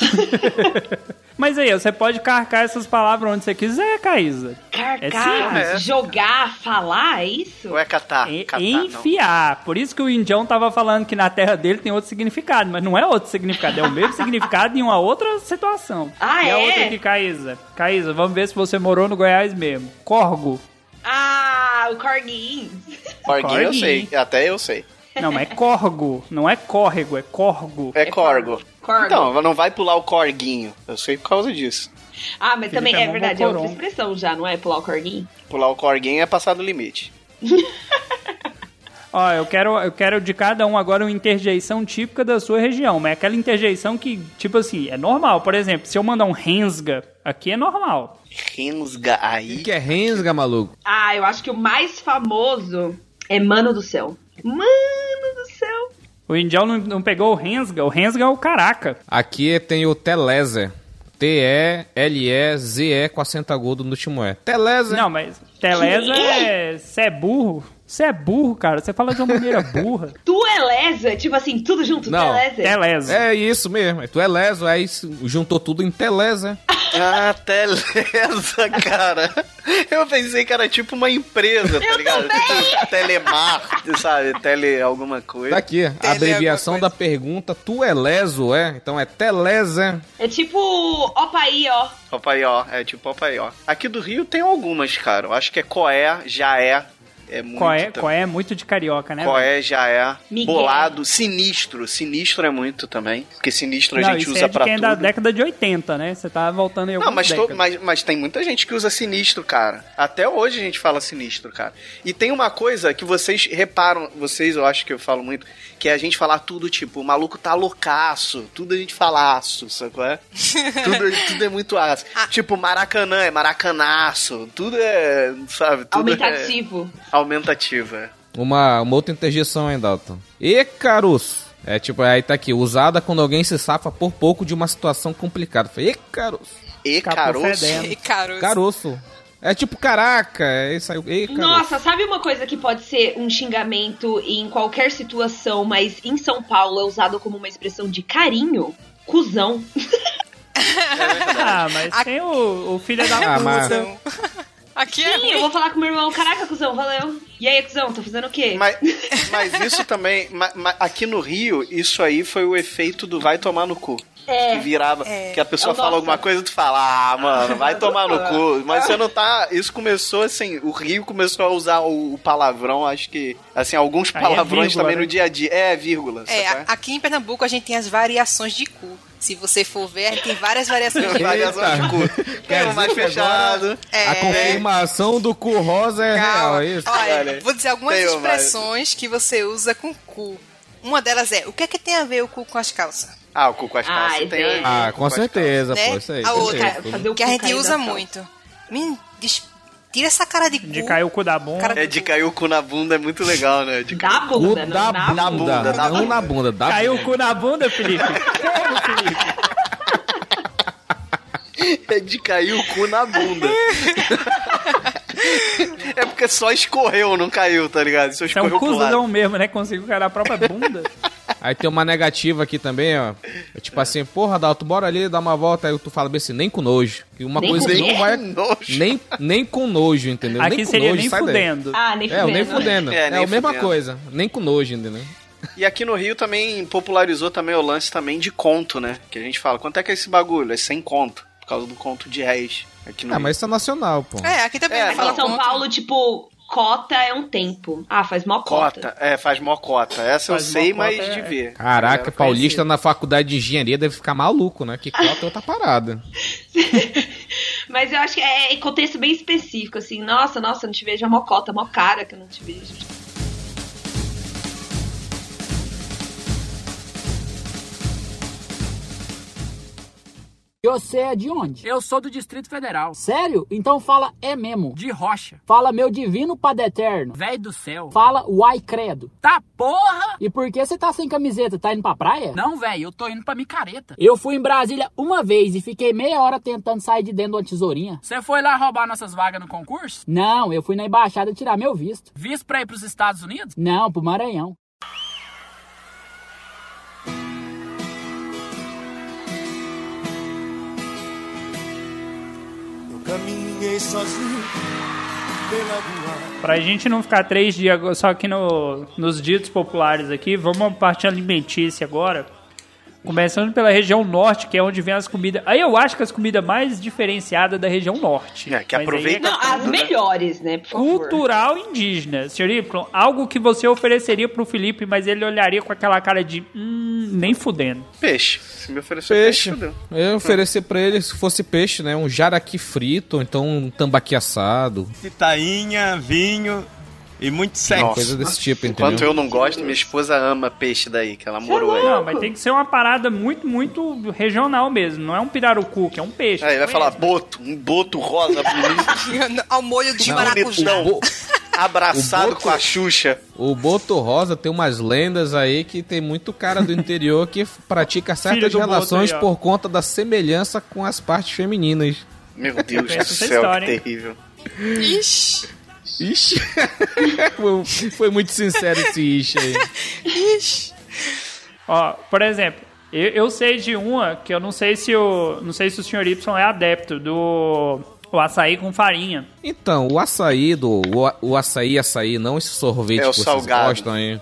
Speaker 3: Mas aí, você pode carcar essas palavras onde você quiser, Caísa.
Speaker 7: Carcar,
Speaker 3: simples.
Speaker 7: jogar, falar, é isso?
Speaker 4: Ou é catar?
Speaker 3: E-
Speaker 4: catar não.
Speaker 3: enfiar. Por isso que o indião tava falando que na terra dele tem outro significado, mas não é outro significado, é o mesmo significado em uma outra situação.
Speaker 7: Ah,
Speaker 3: e a
Speaker 7: é?
Speaker 3: outra aqui, Caísa. Caísa, vamos ver se você morou no Goiás mesmo. Corgo.
Speaker 7: Ah, o corguinho.
Speaker 4: Corguinho eu
Speaker 3: Corguinho.
Speaker 4: sei. Até eu sei.
Speaker 3: Não, mas é corgo. Não é córrego, é corgo.
Speaker 4: É corgo.
Speaker 7: Corgo.
Speaker 4: Então, não vai pular o corguinho. Eu sei por causa disso.
Speaker 7: Ah, mas
Speaker 3: Felipe
Speaker 7: também
Speaker 3: é
Speaker 7: é
Speaker 3: mó
Speaker 7: verdade, é outra
Speaker 3: mocoron.
Speaker 7: expressão já, não é? Pular o corguinho.
Speaker 4: Pular o corguinho é passar do limite.
Speaker 3: Ó, eu quero, eu quero de cada um agora uma interjeição típica da sua região, mas é aquela interjeição que, tipo assim, é normal. Por exemplo, se eu mandar um rensga, aqui é normal.
Speaker 4: Rensga
Speaker 5: O que,
Speaker 4: aí.
Speaker 5: que é rensga, maluco?
Speaker 7: Ah, eu acho que o mais famoso é Mano do Céu. Mano do Céu.
Speaker 3: O indião não, não pegou o rensga, o rensga é o caraca.
Speaker 5: Aqui tem o Teleser. T E L E Z E com acento agudo no último E. Teleser.
Speaker 3: Não, mas Teleza é... Você é burro. Você é burro, cara. Você fala de uma maneira burra.
Speaker 7: Tu é lesa, tipo assim, tudo junto,
Speaker 5: Não.
Speaker 7: Teleza.
Speaker 3: Teleza.
Speaker 5: É isso mesmo. Tu é leso, aí juntou tudo em Teleser.
Speaker 4: Ah, Telesa, cara. Eu pensei que era tipo uma empresa, tá
Speaker 7: Eu
Speaker 4: ligado?
Speaker 7: também.
Speaker 4: Tipo Telemar, sabe? Tele alguma coisa.
Speaker 5: Tá aqui, a abreviação
Speaker 2: alguma
Speaker 5: da pergunta. Tu é leso, é? Então é Teleser.
Speaker 7: É tipo, opa aí, ó.
Speaker 4: Opaió, é tipo Opaió. Aqui do Rio tem algumas, cara. Eu acho que é Coé, já é. É muito
Speaker 3: Qual é,
Speaker 4: também.
Speaker 3: qual é muito de carioca, né?
Speaker 4: Qual é, já é.
Speaker 7: Miguel.
Speaker 4: Bolado. Sinistro. Sinistro é muito também. Porque sinistro a
Speaker 3: Não,
Speaker 4: gente
Speaker 3: isso
Speaker 4: usa
Speaker 3: é de
Speaker 4: pra
Speaker 3: quem é
Speaker 4: tudo.
Speaker 3: da década de oitenta, né? Você tá voltando em
Speaker 4: Não,
Speaker 3: algumas
Speaker 4: mas, to-
Speaker 3: décadas.
Speaker 4: mas, mas tem muita gente que usa sinistro, cara. Até hoje a gente fala sinistro, cara. E tem uma coisa que vocês reparam, vocês eu acho que eu falo muito, que é a gente falar tudo tipo, o maluco tá loucaço, tudo a gente fala aço, sabe qual é? tudo, tudo é muito aço.
Speaker 2: Ah.
Speaker 4: Tipo, Maracanã é maracanaço, tudo é, sabe? Tudo
Speaker 7: Aumentativo.
Speaker 4: É aumentativo, é.
Speaker 5: Uma, uma outra interjeição, hein, Dalton? E caroço. É tipo, aí tá aqui, usada quando alguém se safa por pouco de uma situação complicada. Falei, e caroço.
Speaker 4: E
Speaker 3: Capô
Speaker 4: caroço.
Speaker 3: fedendo.
Speaker 2: E caroço.
Speaker 5: Caroço. É tipo, caraca, é isso aí. E caroço.
Speaker 7: Nossa, sabe uma coisa que pode ser um xingamento em qualquer situação, mas em São Paulo é usado como uma expressão de carinho? Cusão.
Speaker 3: Ah, mas
Speaker 2: A-
Speaker 3: tem o, o filho da
Speaker 5: Ah, mas-
Speaker 2: Cusão. Aqui é
Speaker 7: Sim, eu vou falar com meu irmão, caraca, cuzão, valeu. E aí, cuzão, tá fazendo o quê?
Speaker 4: Mas, mas isso também, ma- ma- aqui no Rio, isso aí foi o efeito do vai tomar no cu.
Speaker 7: É.
Speaker 4: Que virava,
Speaker 2: É.
Speaker 4: que a pessoa
Speaker 7: É o
Speaker 4: fala
Speaker 7: nossa.
Speaker 4: alguma coisa e tu fala, ah, mano, vai tomar no cu. Mas você não tá. Isso começou assim, o Rio começou a usar o, o palavrão, acho que, assim, alguns
Speaker 3: Aí é
Speaker 4: palavrões
Speaker 3: vírgula,
Speaker 4: também
Speaker 3: né?
Speaker 4: no dia a dia. É, vírgula.
Speaker 2: É,
Speaker 4: sabe?
Speaker 2: a- aqui em Pernambuco a gente tem as variações de cu. Se você for ver, a gente tem várias variações de cu.
Speaker 4: Variação de cu. Quer
Speaker 5: dizer
Speaker 4: mais
Speaker 5: que
Speaker 4: fechado.
Speaker 2: É.
Speaker 5: A confirmação do cu rosa é real,
Speaker 2: Calma.
Speaker 5: é isso?
Speaker 2: Olha,
Speaker 4: Olha,
Speaker 2: vou dizer algumas
Speaker 4: tem uma-
Speaker 2: expressões que você usa com cu. Uma delas é, o que é que tem a ver o cu com as calças?
Speaker 4: Ah, o cu com as
Speaker 7: Ah,
Speaker 4: calças
Speaker 7: esse
Speaker 4: tem.
Speaker 7: aí.
Speaker 5: Ah, com certeza,
Speaker 2: Né?
Speaker 5: pô, isso aí.
Speaker 2: A outra,
Speaker 5: certeza.
Speaker 7: Fazer o
Speaker 2: que a
Speaker 7: cu
Speaker 2: gente
Speaker 7: cair
Speaker 2: usa
Speaker 7: das calças.
Speaker 2: muito. Menino, des- tira essa cara de cu.
Speaker 3: de cair o cu da bunda.
Speaker 2: Cara-
Speaker 4: É de cair o cu na bunda, é muito legal, né? De
Speaker 7: Da
Speaker 5: Cu
Speaker 7: bunda,
Speaker 5: da
Speaker 7: não na
Speaker 5: bunda,
Speaker 4: bunda, da
Speaker 5: não
Speaker 4: bunda.
Speaker 5: na bunda, da
Speaker 3: Caiu o
Speaker 5: bunda.
Speaker 3: cu na bunda, Felipe? Como, Felipe?
Speaker 4: É de cair o cu na bunda. É porque só escorreu, não caiu, tá ligado? Só
Speaker 3: É um
Speaker 4: escorreu pro lado.
Speaker 3: cuzão mesmo, né? Conseguiu cair a própria bunda.
Speaker 5: Aí tem uma negativa aqui também, ó. É tipo assim, porra, Dalton, bora ali dar uma volta. Aí tu fala bem assim, nem com nojo. Que uma
Speaker 7: Nem
Speaker 5: coisa
Speaker 7: com
Speaker 5: que não
Speaker 7: quê?
Speaker 5: vai.
Speaker 4: Nojo.
Speaker 5: Nem, nem com nojo, entendeu?
Speaker 3: Aqui
Speaker 5: nem com
Speaker 3: seria
Speaker 5: nojo,
Speaker 3: nem
Speaker 5: sai daí.
Speaker 3: fudendo.
Speaker 7: Ah, nem
Speaker 5: É, o
Speaker 7: fudendo.
Speaker 5: nem fudendo.
Speaker 4: É,
Speaker 5: É,
Speaker 4: nem
Speaker 5: a mesma
Speaker 4: fudendo.
Speaker 5: coisa. Nem com nojo, entendeu?
Speaker 4: E aqui no Rio também popularizou também o lance também de conto, né? Que a gente fala, quanto é que é esse bagulho? É sem conto. Por causa do conto de réis. Aqui no
Speaker 5: Ah,
Speaker 4: Rio.
Speaker 5: mas isso é nacional, pô.
Speaker 2: É, aqui também
Speaker 4: É,
Speaker 2: vai
Speaker 7: Aqui
Speaker 2: falar
Speaker 7: em São
Speaker 2: conta.
Speaker 7: Paulo, tipo, cota é um tempo. Ah, faz mó cota.
Speaker 4: Cota. É, faz mó cota. Essa
Speaker 3: Faz
Speaker 4: eu sei,
Speaker 3: mó cota,
Speaker 4: mas
Speaker 3: é-
Speaker 4: de ver.
Speaker 5: Caraca,
Speaker 4: É,
Speaker 5: paulista na faculdade de engenharia deve ficar maluco, né? Que cota é outra parada.
Speaker 7: Mas eu acho que é em contexto bem específico, assim. Nossa, nossa, não te vejo a mó cota, mó cara que eu não te vejo.
Speaker 9: E você é de onde?
Speaker 11: Eu sou do Distrito Federal.
Speaker 9: Sério? Então fala é mesmo.
Speaker 11: De Rocha.
Speaker 9: Fala meu divino Padre Eterno.
Speaker 11: Véi do céu.
Speaker 9: Fala uai credo.
Speaker 11: Tá porra!
Speaker 9: E por que você tá sem camiseta? Tá indo pra praia?
Speaker 11: Não, véi, eu tô indo pra micareta.
Speaker 9: Eu fui em Brasília uma vez e fiquei meia hora tentando sair de dentro de uma tesourinha.
Speaker 11: Você foi lá roubar nossas vagas no concurso?
Speaker 9: Não, eu fui na embaixada tirar meu visto.
Speaker 11: Visto pra ir pros Estados Unidos?
Speaker 9: Não, pro Maranhão.
Speaker 8: Caminhei sozinho pela rua.
Speaker 3: Pra gente não ficar três dias só aqui no, nos ditos populares aqui, vamos à parte alimentícia agora. Começando pela região norte, que é onde vem as comidas. Aí eu acho que as comidas mais diferenciadas da região norte.
Speaker 4: É, que
Speaker 3: Mas aí
Speaker 4: aproveita-
Speaker 7: Não, as melhores, né? Por favor.
Speaker 3: Cultural indígena. senhor Y, algo que você ofereceria pro Felipe, mas ele olharia com aquela cara de hum, nem fudendo.
Speaker 4: Peixe. Se me oferecer peixe,
Speaker 5: Peixe.
Speaker 4: fudeu.
Speaker 5: Eu ia oferecer pra ele, se fosse peixe, né? Um jaraqui frito, ou então um tambaqui assado.
Speaker 12: Pitainha, vinho e muito sexo.
Speaker 4: Nossa.
Speaker 5: Coisa desse tipo, entendeu?
Speaker 4: Enquanto eu não gosto, minha esposa ama peixe daí, que ela morou aí.
Speaker 3: Não, mas tem que ser uma parada muito, muito regional mesmo. Não é um pirarucu, que é um peixe.
Speaker 4: Aí vai
Speaker 3: Conhece,
Speaker 4: falar
Speaker 3: né?
Speaker 4: boto, um boto rosa bonito,
Speaker 2: Ao molho de
Speaker 5: Não,
Speaker 2: maracujá.
Speaker 5: o bo-
Speaker 4: abraçado
Speaker 5: O boto-
Speaker 4: com a Xuxa.
Speaker 5: O Boto Rosa tem umas lendas aí que tem muito cara do interior que pratica
Speaker 3: Filho
Speaker 5: certas
Speaker 3: do Boto
Speaker 5: relações
Speaker 3: aí, ó.
Speaker 5: por conta da semelhança com as partes femininas.
Speaker 4: Meu Deus do
Speaker 3: conheço essa
Speaker 4: céu,
Speaker 3: história,
Speaker 4: que
Speaker 3: hein?
Speaker 4: terrível.
Speaker 2: Ixi,
Speaker 5: Ixi, foi, foi muito sincero esse ixi aí.
Speaker 2: ixi.
Speaker 3: Ó, por exemplo, eu, eu sei de uma que eu não sei se o, não sei se o senhor Y é adepto do o açaí com farinha.
Speaker 5: Então, o açaí do. O, o açaí, açaí, não esse sorvete
Speaker 4: É o
Speaker 5: que vocês
Speaker 4: salgado.
Speaker 5: gostam aí.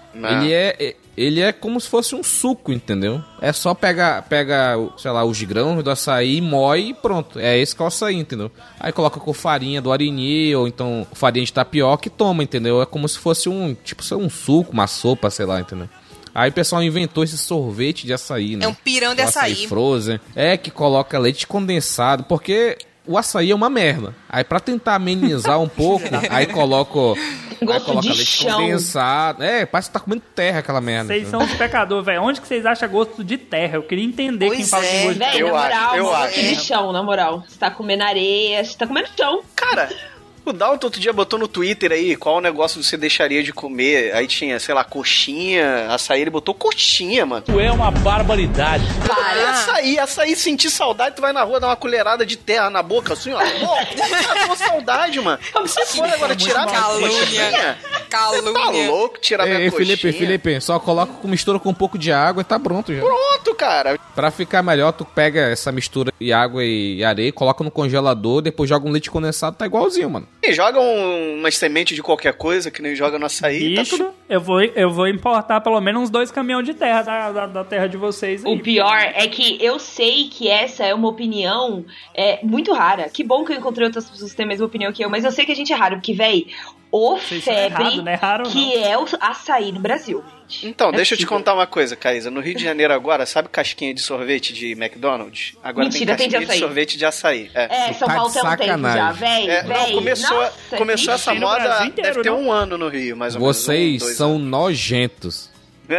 Speaker 5: Ele é, ele é como se fosse um suco, entendeu? É só pegar, pega, sei lá, os grãos do açaí, moe e pronto. É esse que é o açaí, entendeu? Aí coloca com farinha do arinhê, ou então farinha de tapioca e toma, entendeu? É como se fosse um, tipo, um suco, uma sopa, sei lá, entendeu? Aí o pessoal inventou esse sorvete de açaí, né?
Speaker 2: É um pirão de
Speaker 5: o açaí. açaí frozen. É, que coloca leite condensado, porque o açaí é uma merda. Aí pra tentar amenizar um pouco, aí coloca, aí coloca leite
Speaker 7: chão.
Speaker 5: condensado. É, parece que tá comendo terra aquela merda.
Speaker 3: Vocês são os pecadores, velho. Onde que vocês acham gosto de terra? Eu queria entender
Speaker 2: Pois
Speaker 3: quem fala
Speaker 2: é.
Speaker 3: que gosto de terra.
Speaker 7: Véi, na moral,
Speaker 4: eu
Speaker 7: gosto
Speaker 4: acho.
Speaker 7: de chão, na moral. Você tá comendo areia, você tá comendo chão.
Speaker 4: Cara, o Dalton outro dia botou no Twitter aí qual o negócio você deixaria de comer. Aí tinha, sei lá, coxinha, açaí. Ele botou coxinha, mano.
Speaker 13: Tu é uma barbaridade.
Speaker 4: E açaí, açaí, sentir saudade, tu vai na rua dar uma colherada de terra na boca, assim, ó. Pô, acabou saudade, mano. Se for agora tirar minha coxinha,
Speaker 2: Calúnia.
Speaker 4: tá louco tirar minha
Speaker 5: Ei,
Speaker 4: coxinha.
Speaker 5: Felipe, Felipe, só coloca com mistura com um pouco de água e tá pronto já.
Speaker 4: Pronto, cara.
Speaker 5: Pra ficar melhor, tu pega essa mistura de água e areia, coloca no congelador, depois joga um leite condensado, tá igualzinho, mano.
Speaker 4: E joga um, umas sementes de qualquer coisa, que nem joga no açaí.
Speaker 3: Bicho,
Speaker 4: tá tudo...
Speaker 3: eu, vou, eu vou importar pelo menos uns dois caminhões de terra da, da, da terra de vocês aí.
Speaker 7: O pior é que eu sei que essa é uma opinião é, muito rara. Que bom que eu encontrei outras pessoas que têm a mesma opinião que eu, mas eu sei que a gente é raro, porque, véi, o
Speaker 3: Vocês são
Speaker 7: febre
Speaker 3: errado, não é raro, não.
Speaker 7: que é o açaí no Brasil, gente.
Speaker 4: Então,
Speaker 7: É
Speaker 4: deixa eu te
Speaker 7: possível.
Speaker 4: contar uma coisa, Caísa. No Rio de Janeiro agora, sabe casquinha de sorvete de McDonald's? Agora
Speaker 7: Mentira,
Speaker 4: tem
Speaker 7: tem de
Speaker 4: casquinha de,
Speaker 7: açaí.
Speaker 4: sorvete de açaí. É.
Speaker 7: É, São
Speaker 5: Tá
Speaker 7: Paulo
Speaker 5: de
Speaker 7: tem um tempo
Speaker 5: sacanagem.
Speaker 7: já, véi,
Speaker 4: É, não,
Speaker 7: véi.
Speaker 4: começou,
Speaker 7: Nossa,
Speaker 4: começou essa
Speaker 3: Ixi, no
Speaker 4: moda,
Speaker 3: Brasil inteiro,
Speaker 4: deve ter
Speaker 3: não?
Speaker 4: um ano no Rio, mais ou menos.
Speaker 5: Vocês
Speaker 4: um, dois
Speaker 5: são
Speaker 4: anos.
Speaker 5: nojentos.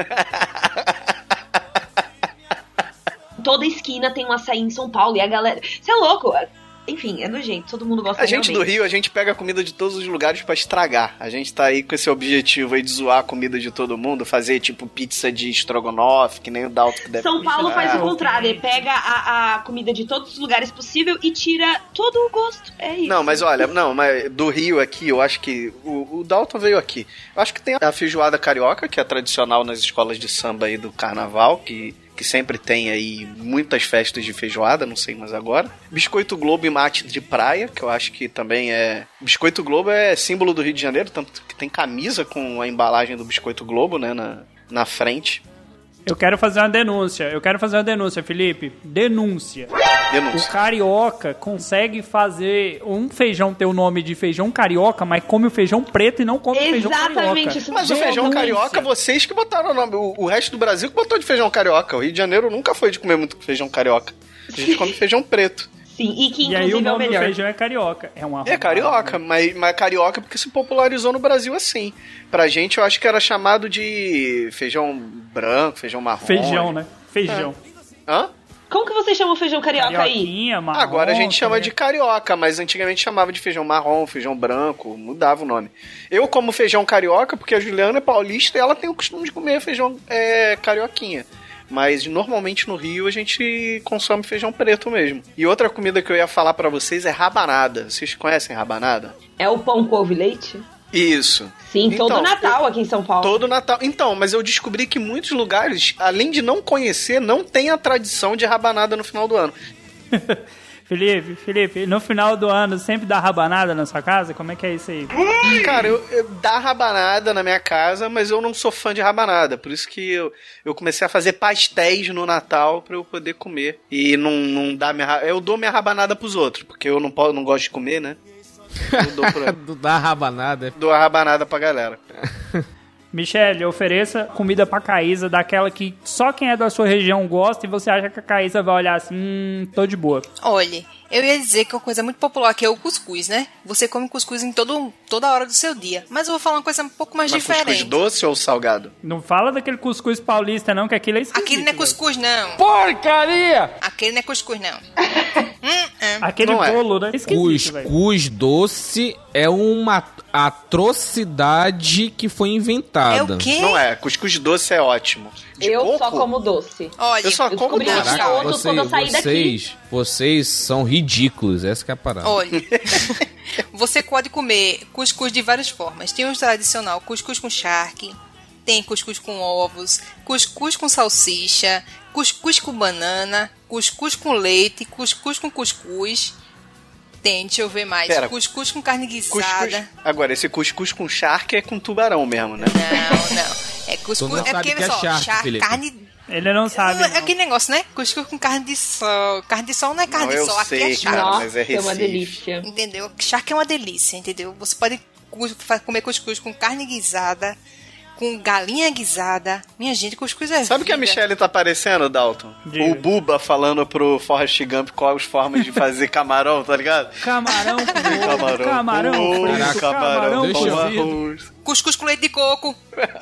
Speaker 7: Toda esquina tem um açaí em São Paulo e a galera... Você é louco? Enfim, é nojento, todo mundo gosta
Speaker 4: A gente do
Speaker 7: realmente.
Speaker 4: Rio, a gente pega a comida de todos os lugares pra estragar. A gente tá aí com esse objetivo aí de zoar a comida de todo mundo, fazer tipo pizza de estrogonofe, que nem o Dalton que deve
Speaker 7: São Paulo
Speaker 4: Ah,
Speaker 7: faz o contrário, ele pega a, a comida de todos os lugares possível e tira todo o gosto. É isso.
Speaker 4: Não, mas olha, não, mas do Rio aqui, eu acho que o, o Dalton veio aqui. Eu acho que tem a feijoada carioca, que é tradicional nas escolas de samba aí do carnaval, que, que sempre tem aí muitas festas de feijoada, não sei mais agora. Biscoito Globo e mate de praia, que eu acho que também é... Biscoito Globo é símbolo do Rio de Janeiro, tanto que tem camisa com a embalagem do Biscoito Globo, né, na, na frente.
Speaker 3: Eu quero fazer uma denúncia. Eu quero fazer uma denúncia, Felipe. Denúncia.
Speaker 4: Denúncia.
Speaker 3: O carioca consegue fazer um feijão ter o nome de feijão carioca, mas come o feijão preto e não come o feijão carioca.
Speaker 7: Exatamente, isso
Speaker 4: Mas o feijão
Speaker 3: Denúncia.
Speaker 4: carioca, vocês que botaram o nome. O, o resto do Brasil que botou de feijão carioca. O Rio de Janeiro nunca foi de comer muito feijão carioca. A gente come feijão preto.
Speaker 7: Sim, e que
Speaker 3: E aí o
Speaker 7: inclusive é o
Speaker 3: nome do
Speaker 7: melhor.
Speaker 3: feijão é carioca. É uma
Speaker 4: É carioca, mas, mas carioca porque se popularizou no Brasil assim. Pra gente, eu acho que era chamado de feijão branco, feijão marrom.
Speaker 3: Feijão, né? Feijão.
Speaker 4: Hã?
Speaker 7: Como que vocês chamam feijão carioca aí?
Speaker 3: Carioquinha, marrom,
Speaker 4: Agora a gente chama
Speaker 3: né?
Speaker 4: de carioca, mas antigamente chamava de feijão marrom, feijão branco, mudava o nome. Eu como feijão carioca porque a Juliana é paulista e ela tem o costume de comer feijão é, carioquinha. Mas normalmente no Rio a gente consome feijão preto mesmo. E outra comida que eu ia falar pra vocês é rabanada. Vocês conhecem rabanada?
Speaker 7: É o pão com ovo e leite?
Speaker 4: Isso.
Speaker 7: Sim, todo
Speaker 4: Então,
Speaker 7: Natal aqui em São Paulo.
Speaker 4: Todo Natal. Então, mas eu descobri que muitos lugares, além de não conhecer, não tem a tradição de rabanada no final do ano.
Speaker 3: Felipe, Felipe, no final do ano sempre dá rabanada na sua casa? Como é que é isso aí?
Speaker 4: Cara, eu, eu dá rabanada na minha casa, mas eu não sou fã de rabanada. Por isso que eu, eu comecei a fazer pastéis no Natal pra eu poder comer. E não, não dá minha... Eu dou minha rabanada pros outros, porque eu não, posso, não gosto de comer, né? Eu dou, pra,
Speaker 5: Dá rabanada.
Speaker 4: dou a rabanada pra galera.
Speaker 3: Michele, ofereça comida pra Caísa, daquela que só quem é da sua região gosta e você acha que a Caísa vai olhar assim, hum, tô de boa.
Speaker 2: Olha, eu ia dizer que uma coisa muito popular aqui é o cuscuz, né? Você come cuscuz em todo, toda hora do seu dia. Mas eu vou falar uma coisa um pouco mais
Speaker 4: Mas
Speaker 2: diferente.
Speaker 4: cuscuz doce ou salgado?
Speaker 3: Não fala daquele cuscuz paulista não, que aquilo é esquisito.
Speaker 2: Aquele não é cuscuz, não.
Speaker 13: Porcaria!
Speaker 2: Aquele não é cuscuz, não. hum, hum.
Speaker 3: Aquele
Speaker 4: Não é.
Speaker 3: bolo, né? Esquisito, velho.
Speaker 5: Cuscuz doce é uma atrocidade que foi inventada.
Speaker 2: É o quê?
Speaker 4: Não é, cuscuz doce é ótimo. De
Speaker 7: eu
Speaker 4: coco?
Speaker 7: só como doce.
Speaker 2: Olha,
Speaker 4: Eu só
Speaker 7: Eu
Speaker 4: como
Speaker 7: descobri
Speaker 4: doce.
Speaker 7: que tinha outro quando eu saí daqui.
Speaker 5: vocês, vocês são ridículos, essa que é a parada.
Speaker 2: olha. Você pode comer cuscuz de várias formas. Tem o tradicional cuscuz com charque, tem cuscuz com ovos, cuscuz com salsicha, cuscuz com banana, cuscuz com leite, cuscuz com cuscuz. Tem, deixa eu ver mais.
Speaker 4: Pera.
Speaker 2: Cuscuz com carne guisada.
Speaker 4: Cuscuz... Agora, esse cuscuz com charque é com tubarão mesmo, né?
Speaker 2: Não, não. É cuscuz,
Speaker 5: não
Speaker 2: é
Speaker 5: sabe
Speaker 2: porque,
Speaker 5: que é
Speaker 2: olha só,
Speaker 5: charque,
Speaker 2: char-
Speaker 5: Felipe.
Speaker 2: carne...
Speaker 3: Ele não sabe.
Speaker 2: É
Speaker 3: não.
Speaker 2: aquele negócio, né? Cuscuz com carne de sol. Carne de sol não é carne
Speaker 4: Não,
Speaker 2: de
Speaker 4: eu
Speaker 2: sol,
Speaker 4: sei,
Speaker 2: aqui é charque.
Speaker 4: cara,
Speaker 7: Nossa,
Speaker 4: mas é
Speaker 7: é uma
Speaker 4: Recife.
Speaker 7: delícia.
Speaker 2: Entendeu? Charque é uma delícia, entendeu? Você pode cus- fa- comer cuscuz com carne guisada, com galinha guisada. Minha gente, cuscuz é
Speaker 4: Sabe o que a
Speaker 2: vida.
Speaker 4: Michelle tá parecendo, Dalton?
Speaker 3: Diga.
Speaker 4: O Buba falando pro Forrest Gump quais as formas de fazer camarão, tá ligado?
Speaker 3: Camarão com ovo,
Speaker 4: Camarão,
Speaker 3: camarão
Speaker 4: com
Speaker 3: frito,
Speaker 4: ovo,
Speaker 3: camarão
Speaker 5: deixa
Speaker 4: com
Speaker 5: eu-
Speaker 3: cozido.
Speaker 4: arroz.
Speaker 2: Cuscuz com leite de coco.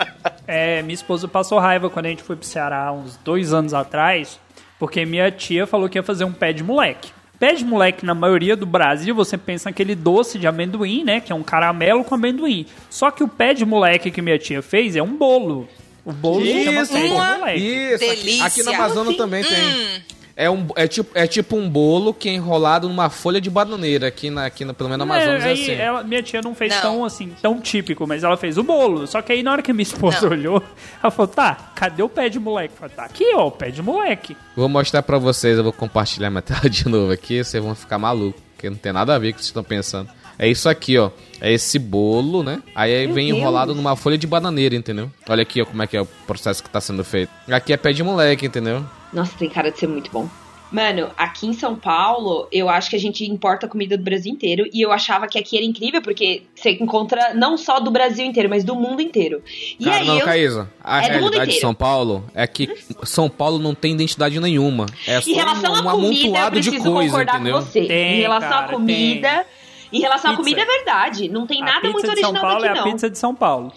Speaker 3: É, minha esposa passou raiva quando a gente foi pro Ceará uns dois anos atrás, porque minha tia falou que ia fazer um pé de moleque. Pé de moleque, na maioria do Brasil, você pensa naquele doce de amendoim, né? Que é um caramelo com amendoim. Só que o pé de moleque que minha tia fez é um bolo. O bolo se chama
Speaker 5: Isso,
Speaker 3: pé de
Speaker 2: uma
Speaker 3: moleque.
Speaker 5: Isso, aqui,
Speaker 2: delícia.
Speaker 5: aqui no Amazonas também tem.
Speaker 2: Hum.
Speaker 5: É, um, é, tipo, é tipo um bolo que é enrolado numa folha de bananeira. Aqui, na, aqui na, pelo menos no Amazonas é,
Speaker 3: aí
Speaker 5: assim.
Speaker 3: ela- minha tia não fez
Speaker 2: Não.
Speaker 3: tão assim, tão típico, mas ela fez o bolo. Só que aí na hora que minha esposa
Speaker 2: Não.
Speaker 3: olhou, ela falou, tá, cadê o pé de moleque? Eu falei, tá aqui, ó, o pé de moleque.
Speaker 5: Vou mostrar pra vocês, eu vou compartilhar minha tela de novo aqui, vocês vão ficar malucos, porque não tem nada a ver com o que vocês estão pensando. É isso aqui, ó. É esse bolo, né? Aí, aí vem
Speaker 7: Deus.
Speaker 5: enrolado numa folha de bananeira, entendeu? Olha aqui, ó, como é que é o processo que tá sendo feito. Aqui é pé de moleque, entendeu?
Speaker 7: Nossa, tem cara de ser muito bom. Mano, aqui em São Paulo, eu acho que a gente importa comida do Brasil inteiro. E eu achava que aqui era incrível, porque você encontra não só do Brasil inteiro, mas do mundo inteiro. E
Speaker 5: Cara,
Speaker 7: aí
Speaker 5: não,
Speaker 7: eu...
Speaker 5: Caísa, a
Speaker 7: É do mundo
Speaker 5: realidade de
Speaker 7: inteiro.
Speaker 5: São Paulo é que São Paulo não tem identidade nenhuma. É só
Speaker 7: Em relação
Speaker 5: um,
Speaker 7: à
Speaker 5: um
Speaker 7: comida, eu
Speaker 5: amontoado de
Speaker 7: preciso
Speaker 5: coisa,
Speaker 7: concordar
Speaker 5: entendeu?
Speaker 7: com você.
Speaker 3: Tem,
Speaker 7: em relação
Speaker 3: cara,
Speaker 7: à comida... Em relação à
Speaker 3: Pizza.
Speaker 7: comida, é verdade. Não tem
Speaker 3: A
Speaker 7: nada
Speaker 3: pizza
Speaker 7: muito
Speaker 3: de São
Speaker 7: original
Speaker 3: Paulo
Speaker 7: daqui,
Speaker 3: é a
Speaker 7: não.
Speaker 3: pizza de São Paulo.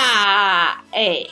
Speaker 7: Ah, é.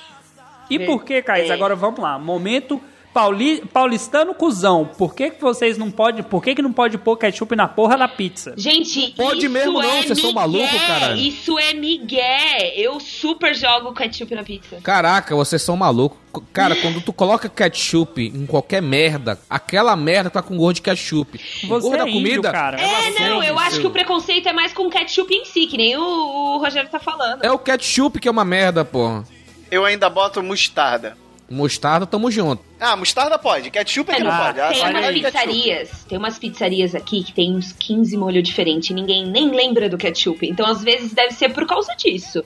Speaker 3: E por que, Caís?
Speaker 7: É.
Speaker 3: Agora vamos lá. Momento pauli, paulistano cuzão. Por que, que vocês não podem... Por que, que não pode pôr ketchup na porra da pizza?
Speaker 7: Gente,
Speaker 5: Pode
Speaker 7: isso
Speaker 5: mesmo não,
Speaker 7: é
Speaker 5: vocês são
Speaker 7: migué,
Speaker 5: malucos, caralho.
Speaker 7: Isso é migué. Eu super jogo ketchup na pizza.
Speaker 5: Caraca, vocês são malucos. Cara, quando tu coloca ketchup em qualquer merda, aquela merda tá com gosto de ketchup. O
Speaker 3: Você
Speaker 5: gosto da
Speaker 3: é índio,
Speaker 5: comida
Speaker 3: cara.
Speaker 7: É,
Speaker 3: você
Speaker 7: não, eu
Speaker 3: isso.
Speaker 7: acho que o preconceito é mais com o ketchup em si, que nem o, o Rogério tá falando.
Speaker 5: é o ketchup que é uma merda, porra.
Speaker 4: Eu ainda boto mostarda.
Speaker 5: Mostarda, tamo junto.
Speaker 4: Ah, mostarda pode. Ketchup é que não
Speaker 3: Ah,
Speaker 4: pode. Ah,
Speaker 7: Tem
Speaker 4: só
Speaker 7: umas
Speaker 4: gosto de ketchup.
Speaker 7: pizzarias, tem umas pizzarias aqui que tem uns quinze molhos diferentes e ninguém nem lembra do ketchup. Então, às vezes, deve ser por causa disso.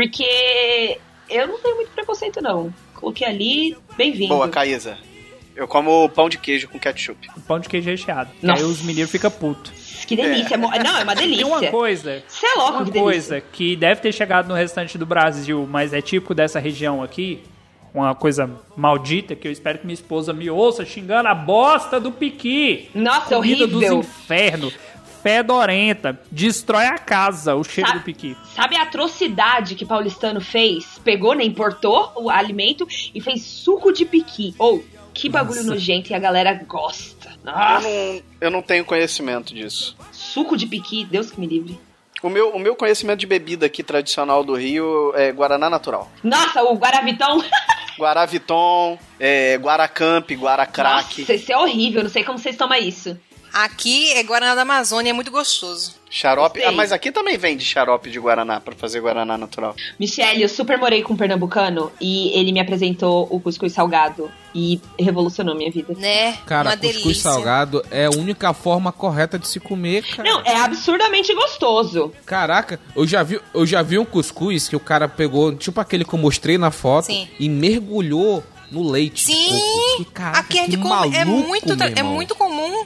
Speaker 7: Porque eu não tenho muito preconceito, não. Coloquei ali, bem-vindo.
Speaker 4: Boa, Caísa. Eu como pão de queijo com ketchup.
Speaker 3: Pão de queijo recheado. Que
Speaker 7: Nossa.
Speaker 3: Aí os meninos ficam putos.
Speaker 7: Que delícia. É. mo- Não, é uma delícia.
Speaker 3: Tem uma coisa...
Speaker 7: Você é louco,
Speaker 3: Uma
Speaker 7: que delícia.
Speaker 3: coisa que deve ter chegado no restante do Brasil, mas é típico dessa região aqui, uma coisa maldita, que eu espero que minha esposa me ouça xingando a bosta do piqui.
Speaker 7: Nossa,
Speaker 3: Comida
Speaker 7: horrível.
Speaker 3: dos infernos. Fedorenta. Destrói a casa, o cheiro
Speaker 7: Sabe-
Speaker 3: do piqui.
Speaker 7: Sabe a atrocidade que paulistano fez? Pegou, né, importou o alimento e fez suco de piqui. Ou, que bagulho nojento e a galera gosta.
Speaker 4: Eu
Speaker 7: Nossa,
Speaker 4: não, eu não tenho conhecimento disso.
Speaker 7: suco de piqui, Deus que me livre.
Speaker 4: O meu, o meu conhecimento de bebida aqui tradicional do Rio é Guaraná natural.
Speaker 7: Nossa, o Guaravitão.
Speaker 4: Guaraviton, é, Guaracamp, Guaracraque.
Speaker 7: Nossa, isso é horrível, eu não sei como vocês tomam isso.
Speaker 2: Aqui é Guaraná da Amazônia, é muito gostoso.
Speaker 4: Xarope.
Speaker 7: Gostei.
Speaker 4: Ah, mas aqui também vende xarope de Guaraná pra fazer Guaraná natural.
Speaker 7: Michele, eu super morei com um pernambucano e ele me apresentou o cuscuz salgado e revolucionou minha vida.
Speaker 2: Né?
Speaker 5: Cara,
Speaker 2: Uma
Speaker 5: cuscuz
Speaker 2: delícia.
Speaker 5: salgado é a única forma correta de se comer, cara.
Speaker 7: Não, é absurdamente gostoso.
Speaker 5: Caraca, eu já vi, eu já vi um cuscuz que o cara pegou, tipo aquele que eu mostrei na foto,
Speaker 2: Sim.
Speaker 5: e mergulhou no leite. de
Speaker 2: Sim!
Speaker 5: coco. Que, caraca,
Speaker 2: Aqui a
Speaker 5: que
Speaker 2: gente come,
Speaker 5: maluco,
Speaker 2: é muito,
Speaker 5: meu
Speaker 2: é
Speaker 5: irmão.
Speaker 2: muito comum.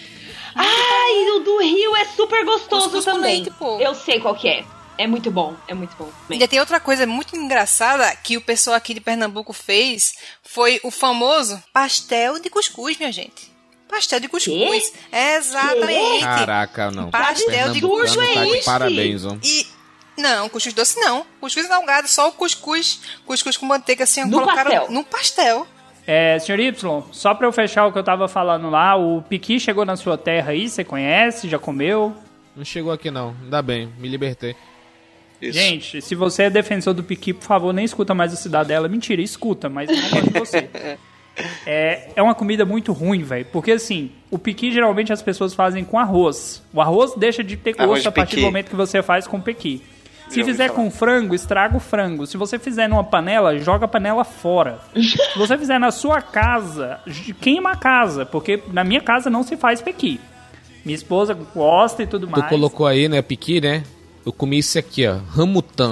Speaker 7: Ai, o do Rio é super gostoso
Speaker 2: Cuscuz com
Speaker 7: também.
Speaker 2: leite, pô.
Speaker 7: Eu sei qual que é. É muito bom, é muito bom.
Speaker 2: Ainda tem outra coisa muito engraçada que o pessoal aqui de Pernambuco fez, foi o famoso pastel de cuscuz, minha gente. Pastel de cuscuz. Exatamente.
Speaker 5: Caraca, não.
Speaker 2: Pastel de
Speaker 5: Pernambucano
Speaker 2: cuscuz.
Speaker 5: tá de parabéns, ó.
Speaker 2: E não, cuscuz doce não. Cuscuz salgado, só o cuscuz, cuscuz com manteiga assim,
Speaker 7: No
Speaker 2: colocaram
Speaker 7: pastel.
Speaker 2: no pastel.
Speaker 3: É, senhor Y, só pra eu fechar o que eu tava falando lá, o piqui chegou na sua terra aí, você conhece, já comeu?
Speaker 5: Não chegou aqui não, ainda bem, me libertei.
Speaker 4: Isso.
Speaker 3: Gente, se você é defensor do piqui, por favor, nem escuta mais o Cidadela. Mentira, escuta, mas não gosto de você. É, é uma comida muito ruim, velho. Porque assim, o piqui geralmente as pessoas fazem com arroz. O arroz deixa de ter
Speaker 4: Arroz
Speaker 3: gosto
Speaker 4: de
Speaker 3: a partir
Speaker 4: piqui.
Speaker 3: do momento que você faz com piqui. Se
Speaker 4: Já ouvi
Speaker 3: fizer
Speaker 4: falar.
Speaker 3: com frango, estraga o frango. Se você fizer numa panela, joga a panela fora. Se você fizer na sua casa, j- queima a casa. Porque na minha casa não se faz piqui. Minha esposa gosta e tudo
Speaker 5: Tu
Speaker 3: mais.
Speaker 5: colocou aí, né, piqui, né? Eu comi isso aqui, ó, ramutã.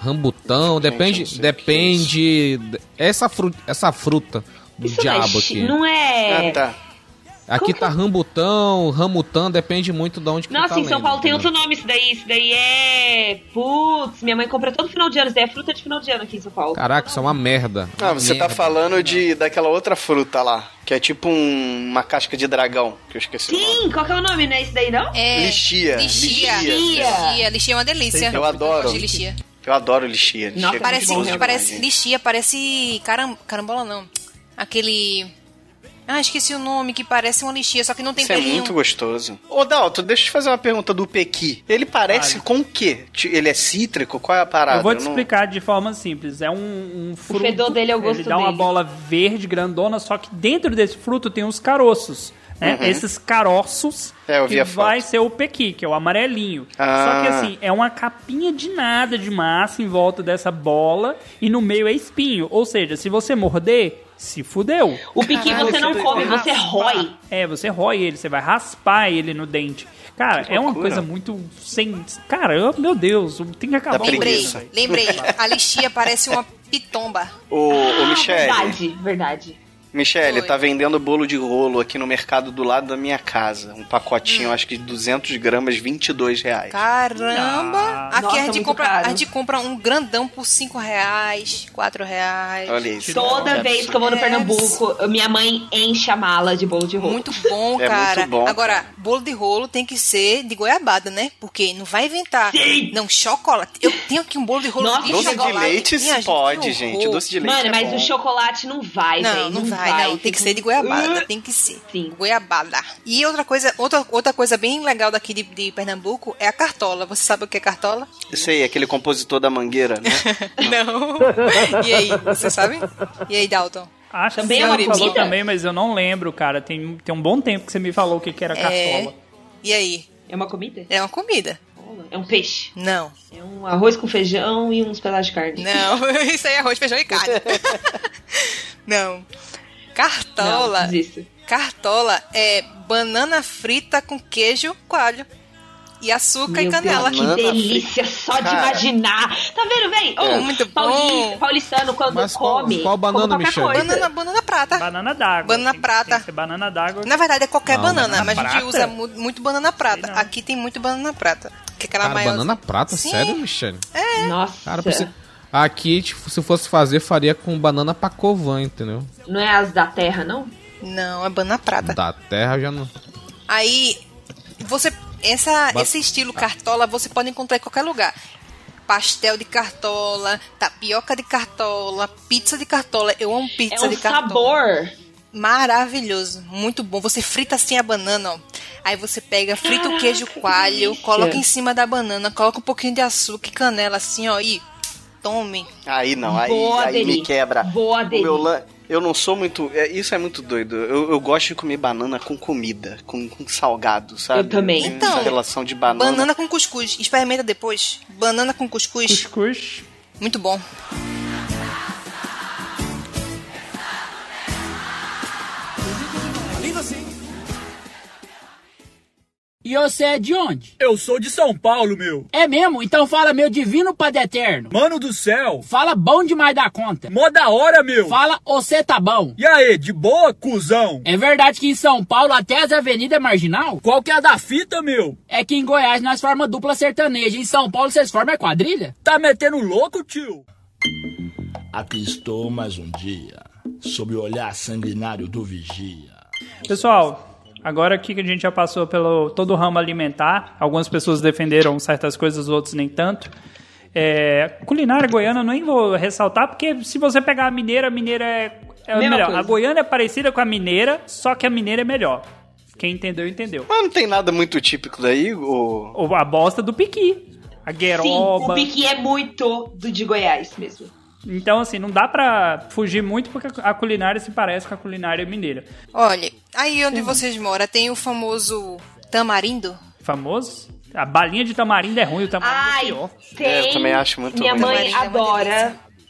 Speaker 5: rambutão, depende,
Speaker 4: sei
Speaker 5: depende, essa fruta, essa fruta do
Speaker 7: Isso
Speaker 5: diabo
Speaker 7: não é,
Speaker 5: aqui.
Speaker 7: Não é...
Speaker 4: Ah, tá.
Speaker 5: Aqui
Speaker 7: Como
Speaker 5: tá rambutão, ramutão, depende muito de onde que
Speaker 7: Nossa,
Speaker 5: tá
Speaker 7: em São
Speaker 5: lendo,
Speaker 7: Paulo tem
Speaker 5: entendeu?
Speaker 7: outro nome isso daí. Isso daí é... Putz, minha mãe compra todo final de ano. Isso daí é fruta de final de ano aqui em São Paulo.
Speaker 5: Caraca, isso é uma merda.
Speaker 4: Ah, você
Speaker 5: merda.
Speaker 4: tá falando de, daquela outra fruta lá, que é tipo um- uma casca de dragão, que eu esqueci o nome.
Speaker 7: Sim, qual que é o nome, não é isso daí não?
Speaker 2: É.
Speaker 4: Lixia.
Speaker 2: Lixia.
Speaker 4: Lixia.
Speaker 2: Lixia. Lixia é uma delícia.
Speaker 4: Eu adoro.
Speaker 2: gosto de lixia.
Speaker 4: Eu adoro lixia. lixia
Speaker 7: Nossa,
Speaker 4: é
Speaker 2: Parece,
Speaker 4: muito bom demais,
Speaker 2: parece
Speaker 4: gente.
Speaker 2: lixia, parece caram, carambola não. Aquele... Ah, esqueci o nome, que parece uma lixia, só que não tem
Speaker 4: Isso é
Speaker 2: pelinho.
Speaker 4: muito gostoso. Ô, Dalton, deixa eu te fazer uma pergunta do pequi. Ele parece com o quê? Ele é cítrico? Qual é a parada?
Speaker 3: Eu vou te
Speaker 4: não-
Speaker 3: explicar de forma simples. É um, um fruto.
Speaker 7: fedor dele é o gosto
Speaker 3: Ele dá uma
Speaker 7: dele.
Speaker 3: bola verde, grandona, só que dentro desse fruto tem uns caroços. Né?
Speaker 4: Uhum.
Speaker 3: Esses caroços
Speaker 4: É, eu
Speaker 3: que
Speaker 4: vi a
Speaker 3: vai
Speaker 4: foto.
Speaker 3: ser o pequi, que é o amarelinho.
Speaker 4: Ah.
Speaker 3: Só que assim, é uma capinha de nada de massa em volta dessa bola e no meio é espinho. Ou seja, se você morder, se fudeu.
Speaker 7: O piqui
Speaker 2: Caralho,
Speaker 7: você não
Speaker 2: você
Speaker 7: come,
Speaker 3: vai
Speaker 7: você
Speaker 3: raspar.
Speaker 7: rói.
Speaker 3: É, você rói ele, você vai raspar ele no dente. Cara,
Speaker 4: Que
Speaker 3: é uma
Speaker 4: loucura.
Speaker 3: coisa muito sem... Cara, eu- meu Deus, tem que acabar
Speaker 4: Dá
Speaker 3: com
Speaker 2: Lembrei,
Speaker 3: isso, velho.
Speaker 2: lembrei. A lixia parece uma pitomba.
Speaker 4: Ô, ô
Speaker 7: Ah,
Speaker 4: Michele,
Speaker 7: verdade, verdade.
Speaker 4: Michele,
Speaker 2: Oi.
Speaker 4: tá vendendo bolo de rolo aqui no mercado do lado da minha casa. Um pacotinho, acho que de duzentos gramas, vinte e dois reais.
Speaker 2: Caramba!
Speaker 3: Ah.
Speaker 2: Aqui
Speaker 7: Nossa,
Speaker 2: a, gente
Speaker 7: muito
Speaker 2: compra,
Speaker 7: caro.
Speaker 2: a gente compra um grandão por cinco reais, quatro reais.
Speaker 4: Olha isso.
Speaker 7: Toda
Speaker 4: É
Speaker 7: vez que eu vou no
Speaker 2: É,
Speaker 7: Pernambuco, minha mãe enche a mala de bolo de rolo.
Speaker 2: Muito bom,
Speaker 4: É
Speaker 2: cara.
Speaker 4: muito bom.
Speaker 2: Agora, bolo de rolo tem que ser de goiabada, né? Porque não vai inventar.
Speaker 7: Sim.
Speaker 2: Não, chocolate. Eu tenho aqui um bolo de rolo
Speaker 7: Nossa,
Speaker 2: de
Speaker 4: Doce de
Speaker 2: chocolate.
Speaker 4: leite
Speaker 2: Minha
Speaker 4: se pode,
Speaker 2: que
Speaker 4: gente.
Speaker 2: horror.
Speaker 4: Doce de leite
Speaker 7: Mano,
Speaker 4: é
Speaker 7: mas
Speaker 4: bom.
Speaker 7: o chocolate não vai,
Speaker 2: Não,
Speaker 7: velho.
Speaker 2: não vai, não. Tem que ser de goiabada, tem que ser.
Speaker 7: Sim.
Speaker 2: Goiabada. E outra coisa, outra, outra coisa bem legal daqui de, de Pernambuco é a cartola. Você sabe o que é cartola?
Speaker 4: Isso aí, aquele compositor da Mangueira, né?
Speaker 2: Não. E aí, você sabe? E aí, Dalton?
Speaker 3: Acho
Speaker 7: Também
Speaker 3: que
Speaker 7: é
Speaker 3: você
Speaker 7: uma
Speaker 3: me falou
Speaker 7: comida?
Speaker 3: também, mas eu não lembro, cara. Tem, tem um bom tempo que você me falou o que, que era
Speaker 2: É.
Speaker 3: cartola.
Speaker 2: E aí?
Speaker 7: É uma comida?
Speaker 2: É uma comida?
Speaker 7: É um peixe.
Speaker 2: Não.
Speaker 7: É um arroz com feijão e uns pedaços de carne.
Speaker 2: Não, isso aí é arroz, feijão e carne. Não. Cartola.
Speaker 7: Não, desisto.
Speaker 2: Cartola é banana frita com queijo, coalho. E açúcar
Speaker 7: Meu
Speaker 2: e canela.
Speaker 7: Deus, que
Speaker 4: Banana
Speaker 7: delícia só de
Speaker 4: Cara.
Speaker 7: imaginar. Tá vendo, véi?
Speaker 2: É,
Speaker 7: Ô,
Speaker 2: muito
Speaker 7: paulista,
Speaker 2: bom.
Speaker 7: paulistano, quando
Speaker 5: Mas qual-
Speaker 7: come,
Speaker 5: qual banana,
Speaker 7: come qualquer
Speaker 5: Michele?
Speaker 7: coisa.
Speaker 2: Banana, banana prata.
Speaker 3: Banana d'água.
Speaker 2: Banana
Speaker 3: Tem-
Speaker 2: prata.
Speaker 3: Tem que ser banana d'água.
Speaker 2: Na verdade é qualquer
Speaker 5: Não,
Speaker 2: banana,
Speaker 3: banana
Speaker 2: mas a gente
Speaker 3: prata?
Speaker 2: usa mu- muito banana prata.
Speaker 3: Sei não.
Speaker 2: Aqui tem muito banana prata. Que é aquela
Speaker 5: Cara,
Speaker 2: maior.
Speaker 5: banana prata?
Speaker 2: Sim.
Speaker 5: Sério, Michele?
Speaker 7: Nossa,
Speaker 5: Cara, você... Aqui, tipo, se fosse fazer, faria com banana pacovan, entendeu?
Speaker 7: não é as da terra, não?
Speaker 2: Não, é banana prata.
Speaker 5: Da terra já não...
Speaker 2: Aí, você. Essa,
Speaker 5: Ba-
Speaker 2: esse estilo cartola você pode encontrar em qualquer lugar. Pastel de cartola, tapioca de cartola, pizza de cartola. Eu amo pizza
Speaker 7: É um
Speaker 2: de cartola.
Speaker 7: sabor.
Speaker 2: Maravilhoso, muito bom. Você frita assim a banana, ó. Aí você pega, frita o queijo
Speaker 7: que
Speaker 2: coalho,
Speaker 7: delícia.
Speaker 2: coloca em cima da banana, coloca um pouquinho de açúcar e canela assim, ó, e tome.
Speaker 4: Aí não, aí,
Speaker 7: Boa,
Speaker 4: aí me
Speaker 7: Deli.
Speaker 4: quebra.
Speaker 7: Boa,
Speaker 4: O
Speaker 7: Deli.
Speaker 4: meu lan- Eu não sou muito. é, Isso é muito doido. Eu, eu gosto de comer banana com comida, com, com salgado, sabe?
Speaker 7: Eu também.
Speaker 4: Tem
Speaker 2: Então,
Speaker 4: essa relação de banana.
Speaker 2: Banana com cuscuz. Experimenta depois. Banana com cuscuz.
Speaker 3: Cuscuz.
Speaker 2: Muito bom.
Speaker 9: E você é de onde?
Speaker 13: Eu sou de São Paulo, meu.
Speaker 9: É mesmo? Então fala, meu divino Padre Eterno.
Speaker 13: Mano do céu.
Speaker 9: Fala bom demais da conta.
Speaker 13: Mó da hora, meu.
Speaker 9: Fala, você tá bom.
Speaker 13: E aí, de boa, cuzão?
Speaker 9: É verdade que em São Paulo até as avenidas é marginal?
Speaker 13: Qual que é a da fita, meu?
Speaker 9: É que em Goiás nós formamos dupla sertaneja. Em São Paulo vocês formam é quadrilha?
Speaker 13: Tá metendo louco, tio?
Speaker 14: Aqui estou mais um dia, sob o olhar sanguinário do vigia.
Speaker 3: Pessoal, agora aqui que a gente já passou pelo todo o ramo alimentar, algumas pessoas defenderam certas coisas, outros nem tanto. É, culinária goiana eu nem vou ressaltar, porque se você pegar a mineira, a mineira é, é
Speaker 7: Mesma
Speaker 3: melhor.
Speaker 7: coisa.
Speaker 3: A goiana é parecida com a mineira, só que a mineira é melhor. Quem entendeu, entendeu.
Speaker 4: Mas não tem nada muito típico daí, o...
Speaker 3: Ou a bosta do piqui, a
Speaker 7: Sim, o
Speaker 3: gueroba.
Speaker 7: piqui é muito do de Goiás mesmo.
Speaker 3: Então, assim, não dá pra fugir muito porque a culinária se parece com a culinária mineira.
Speaker 2: Olha, aí onde vocês moram tem o famoso tamarindo.
Speaker 3: Famoso? A balinha de tamarindo é ruim, o tamarindo é
Speaker 7: Ai,
Speaker 3: pior.
Speaker 7: tem.
Speaker 4: É, eu também acho muito
Speaker 7: Minha
Speaker 4: ruim.
Speaker 7: mãe
Speaker 2: Tamarindo é uma
Speaker 7: adora